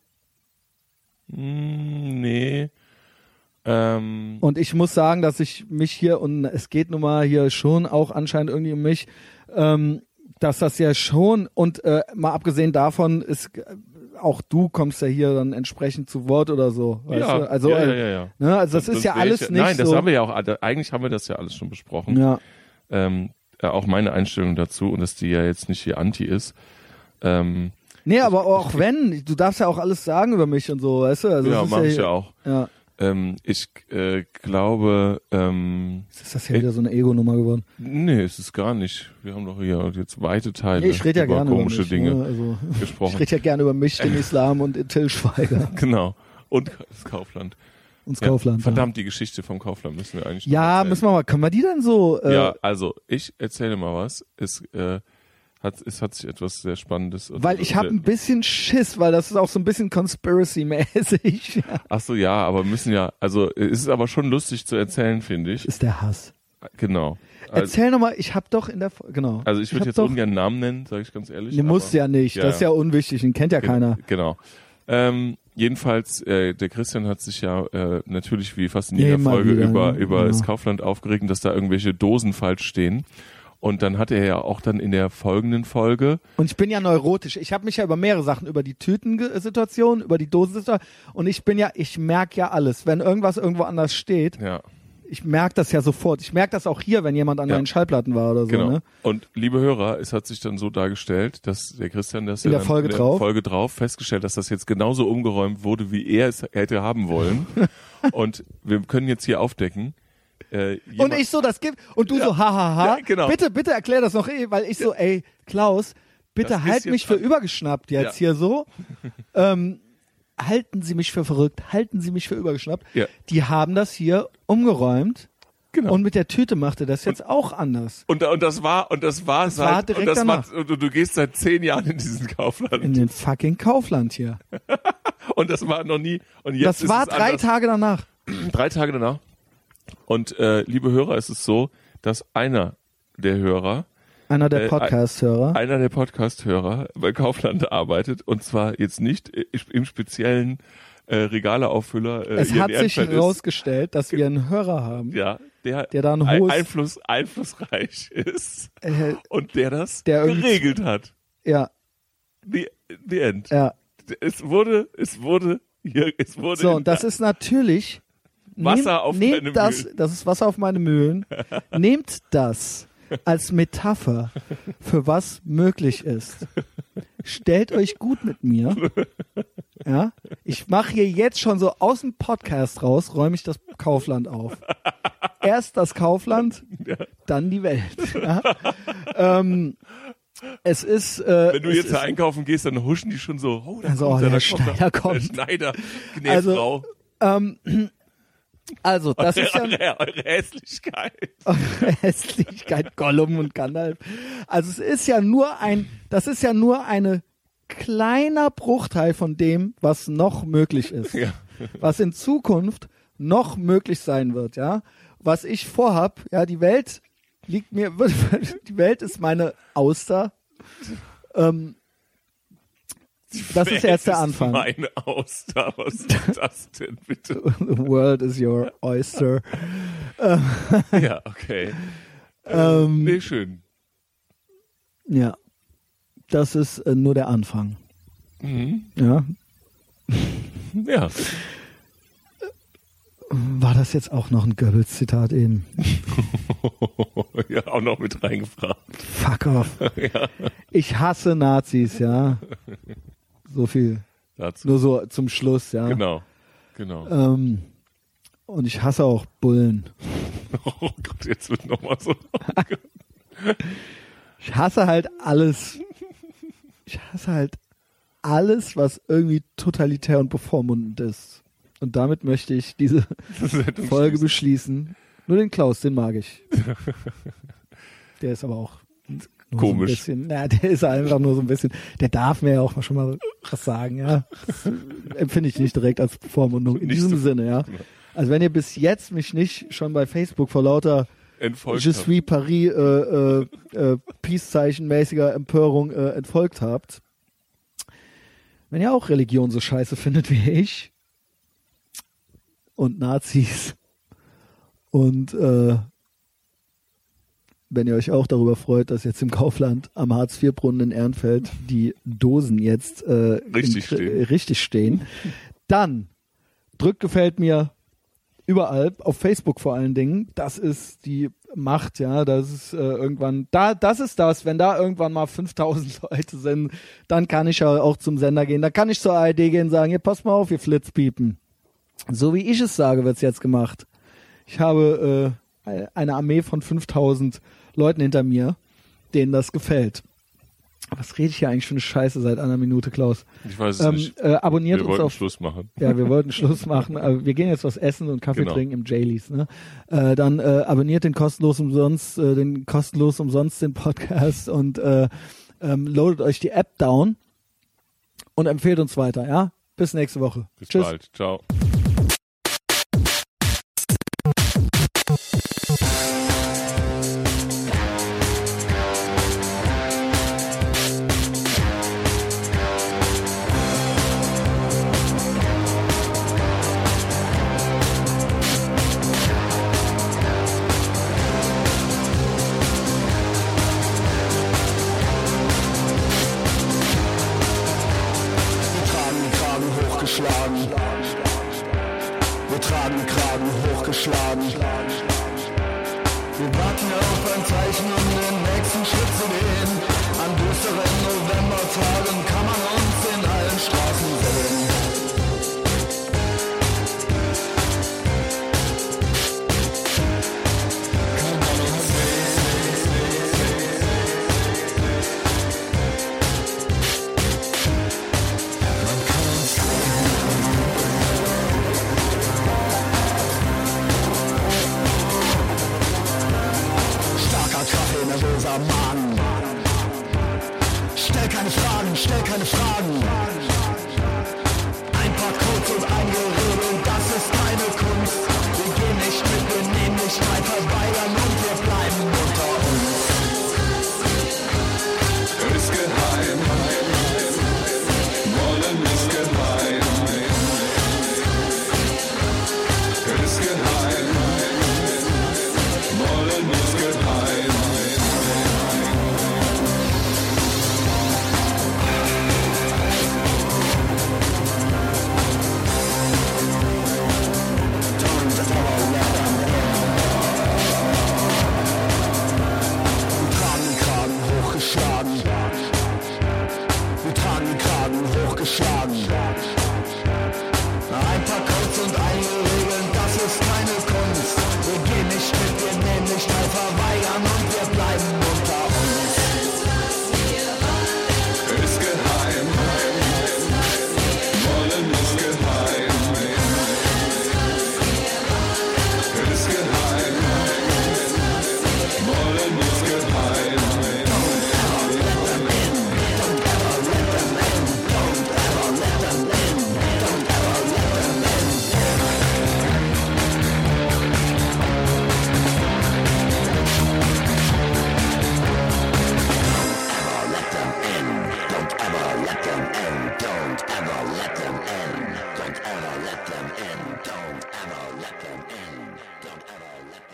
Mm, nee. Ähm, Und ich muss sagen, dass ich mich hier, und es geht nun mal hier schon auch anscheinend irgendwie um mich, ähm, dass das ja schon, und äh, mal abgesehen davon ist, äh, auch du kommst ja hier dann entsprechend zu Wort oder so. Weißt ja, du? Also, ja, äh, ja, ja, ja. Ne? Also das Sonst ist ja wär alles ich, nicht Nein, das so. haben wir ja auch, eigentlich haben wir das ja alles schon besprochen. Ja. Ähm, äh, auch meine Einstellung dazu und dass die ja jetzt nicht hier anti ist. Ähm, Nee, aber auch wenn, du darfst ja auch alles sagen über mich und so, weißt du? Also ja, das ist mach ich ja, ja auch. Ja. Ähm, ich äh, glaube, ähm, Ist das ja wieder so eine Ego-Nummer geworden? nee, ist es gar nicht. Wir haben doch hier jetzt weite Teile Nee, ich rede ja über gerne komische über mich, Dinge ne? Also, ich gesprochen. rede ja gerne über mich, den Islam und Till Schweiger Genau. Und das Kaufland. und das Ja, Kaufland. verdammt, die Geschichte vom Kaufland müssen wir eigentlich noch Ja, erzählen. müssen wir mal, können wir die dann so, äh, Ja, also ich erzähle mal was. Es, äh, hat, es hat sich etwas sehr Spannendes. weil ich habe ein bisschen Schiss, weil das ist auch so ein bisschen Conspiracy-mäßig. Ach so, ja, aber wir müssen ja, also es ist aber schon lustig zu erzählen, finde ich. Ist der Hass. Genau. Also, Erzähl nochmal, ich habe doch in der, genau. also ich würde hab jetzt doch, ungern Namen nennen, sage ich ganz ehrlich. Ne, musst aber- ja nicht, Ja, das ist ja unwichtig, den kennt ja Gen- keiner. Genau. Ähm, jedenfalls, äh, der Christian hat sich ja äh, natürlich wie fast in jeder Immer Folge wieder, über, ne? über Ja. das Kaufland aufgeregt, dass da irgendwelche Dosen falsch stehen. Und dann hat er ja auch dann in der folgenden Folge, Und ich bin ja neurotisch. Ich habe mich ja über mehrere Sachen, über die Tütensituation, über die Dosensituation. Und ich bin ja, ich merke ja alles. Wenn irgendwas irgendwo anders steht, ja, ich merke das ja sofort. Ich merke das auch hier, wenn jemand an Ja. meinen Schallplatten war oder so. genau. Ne? Und liebe Hörer, es hat sich dann so dargestellt, dass der Christian das In ja der dann Folge in der drauf. Folge drauf festgestellt, dass das jetzt genauso umgeräumt wurde, wie er es hätte haben wollen. Und wir können jetzt hier aufdecken. Äh, Und jemand- ich so, das gibt, und du Ja. so, hahaha. Ja, genau. Bitte, bitte erklär das noch eh, weil ich so, ey, Klaus, bitte Das ist halt jetzt mich für dran. übergeschnappt jetzt Ja. hier so. ähm, halten Sie mich für verrückt, halten Sie mich für übergeschnappt. Ja. Die haben das hier umgeräumt. Genau. Und mit der Tüte machte das jetzt auch anders. Und, und das war, und das war Das seit, war direkt und das danach. war, und du, du gehst seit zehn Jahren in diesen Kaufland. In den fucking Kaufland hier. Und das war noch nie, und jetzt Das ist war es drei anders. Tage danach. Drei Tage danach. Und, äh, liebe Hörer, es ist so, dass einer der Hörer, Einer der Äh, Podcast-Hörer. einer der Podcast-Hörer bei Kaufland arbeitet, und zwar jetzt nicht äh, im speziellen äh, Regaleauffüller. Äh, Es hier in hat sich Ehrenfeld ist. herausgestellt, dass wir einen Hörer haben, Ja, der, der da ein ein- hohes- Einfluss, einflussreich ist äh, und der das Der irgendwie- geregelt hat. ja, The, the end. ja. Es wurde, es wurde, hier, es wurde. So, in- und das ist natürlich Wasser nehmt, auf nehmt meine das, Mühlen. das ist Wasser auf meine Mühlen. Nehmt das als Metapher für was möglich ist. Stellt euch gut mit mir. Ja, ich mache hier jetzt schon so aus dem Podcast raus, räume ich das Kaufland auf. Erst das Kaufland, dann die Welt. Ja? ähm, es ist, äh, Wenn du es jetzt ist, da einkaufen gehst, dann huschen die schon so, oh, da Also, kommt oh, er, der da kommt Schneider er. kommt. Der Schneider, Also, Gnäfrau. ähm, also das ist ja eure, eure Hässlichkeit. Hässlichkeit, Gollum und Gandalf. Also es ist ja nur ein, das ist ja nur eine kleiner Bruchteil von dem, was noch möglich ist. Ja. Was in Zukunft noch möglich sein wird, ja. Was ich vorhab, ja, die Welt liegt mir, die Welt ist meine Auster. Ähm, das ist jetzt der Anfang. Meine Auster, was ist das denn bitte? The world is your oyster. Ja, okay. Ähm, Nee, schön. Ja, das ist äh, nur der Anfang. Mhm. Ja, Ja. war das jetzt auch noch ein Goebbels-Zitat eben? Ja, auch noch mit reingebracht. Fuck off. Ja, Ich hasse Nazis, ja. So viel. dazu. Nur so zum Schluss, ja. Genau. Genau. Ähm, und ich hasse auch Bullen. Oh Gott, jetzt wird nochmal so. Ich hasse halt alles. Ich hasse halt alles, was irgendwie totalitär und bevormundend ist. Und damit möchte ich diese Sendung Folge schließen. beschließen. Nur den Klaus, den mag ich. Der ist aber auch nur Komisch. So ein bisschen, na, der ist einfach nur so ein bisschen, der darf mir ja auch mal schon mal was sagen, ja. Das empfinde ich nicht direkt als Bevormundung. In Nicht diesem so- Sinne, ja. Genau. Also wenn ihr bis jetzt mich nicht schon bei Facebook vor lauter Entfolgt Je habt. suis Paris äh, äh, äh, Peace-Zeichen-mäßiger Empörung äh, entfolgt habt, wenn ihr auch Religion so scheiße findet wie ich und Nazis und äh, wenn ihr euch auch darüber freut, dass jetzt im Kaufland am Hartz-vier-Brunnen in Ehrenfeld die Dosen jetzt äh, Richtig in, stehen. äh, richtig stehen, dann drückt gefällt mir überall, auf Facebook vor allen Dingen. Das ist die Macht, ja, das ist äh, irgendwann, da, das ist das, wenn da irgendwann mal fünftausend Leute sind, dann kann ich ja auch zum Sender gehen, dann kann ich zur A R D gehen und sagen, hier, passt mal auf, ihr Flitzpiepen. So wie ich es sage, wird's jetzt gemacht. Ich habe äh, eine Armee von fünftausend Leuten hinter mir, denen das gefällt. Was rede ich hier eigentlich für eine Scheiße seit einer Minute, Klaus? Ich weiß es Ähm, nicht. äh, abonniert Wir uns wollten auf Schluss machen. ja, wir wollten Schluss machen, aber wir gehen jetzt was essen und Kaffee Genau. trinken im Jaylees. Ne? Äh, dann äh, abonniert den kostenlos umsonst, äh, den kostenlos umsonst den Podcast und äh, ähm, loadet euch die App down und empfehlt uns weiter. Ja, bis nächste Woche. Bis Tschüss. bald. Ciao. hochgeschlagen. Wir warten auf ein Zeichen, um den nächsten Schritt zu gehen. An düsteren Novembertagen kann man uns in allen Straßen sehen. Kann man uns sehen. Man kann uns starker Kaffee, nervöser Magen. Stell keine Fragen, stell keine Fragen. Ein paar Codes und ein Gerede, das ist keine Kunst. Wir gehen nicht mit Genehmigkeit, verweigern und wir bleiben unter uns. Ist geheim, wollen ist geheim. Ist geheim, wollen ist geheim. Wir tragen den Kragen hochgeschlagen. Ein paar Codes und einige Regeln, das ist keine Kunst. Wir gehen nicht mit, wir nehmen nicht teil, verweigern und wir bleiben unter uns. Ist geheim, wollen ist geheim. Ist geheim, wollen ist geheim. Don't ever let them in. Don't ever let them in. Don't ever let them in.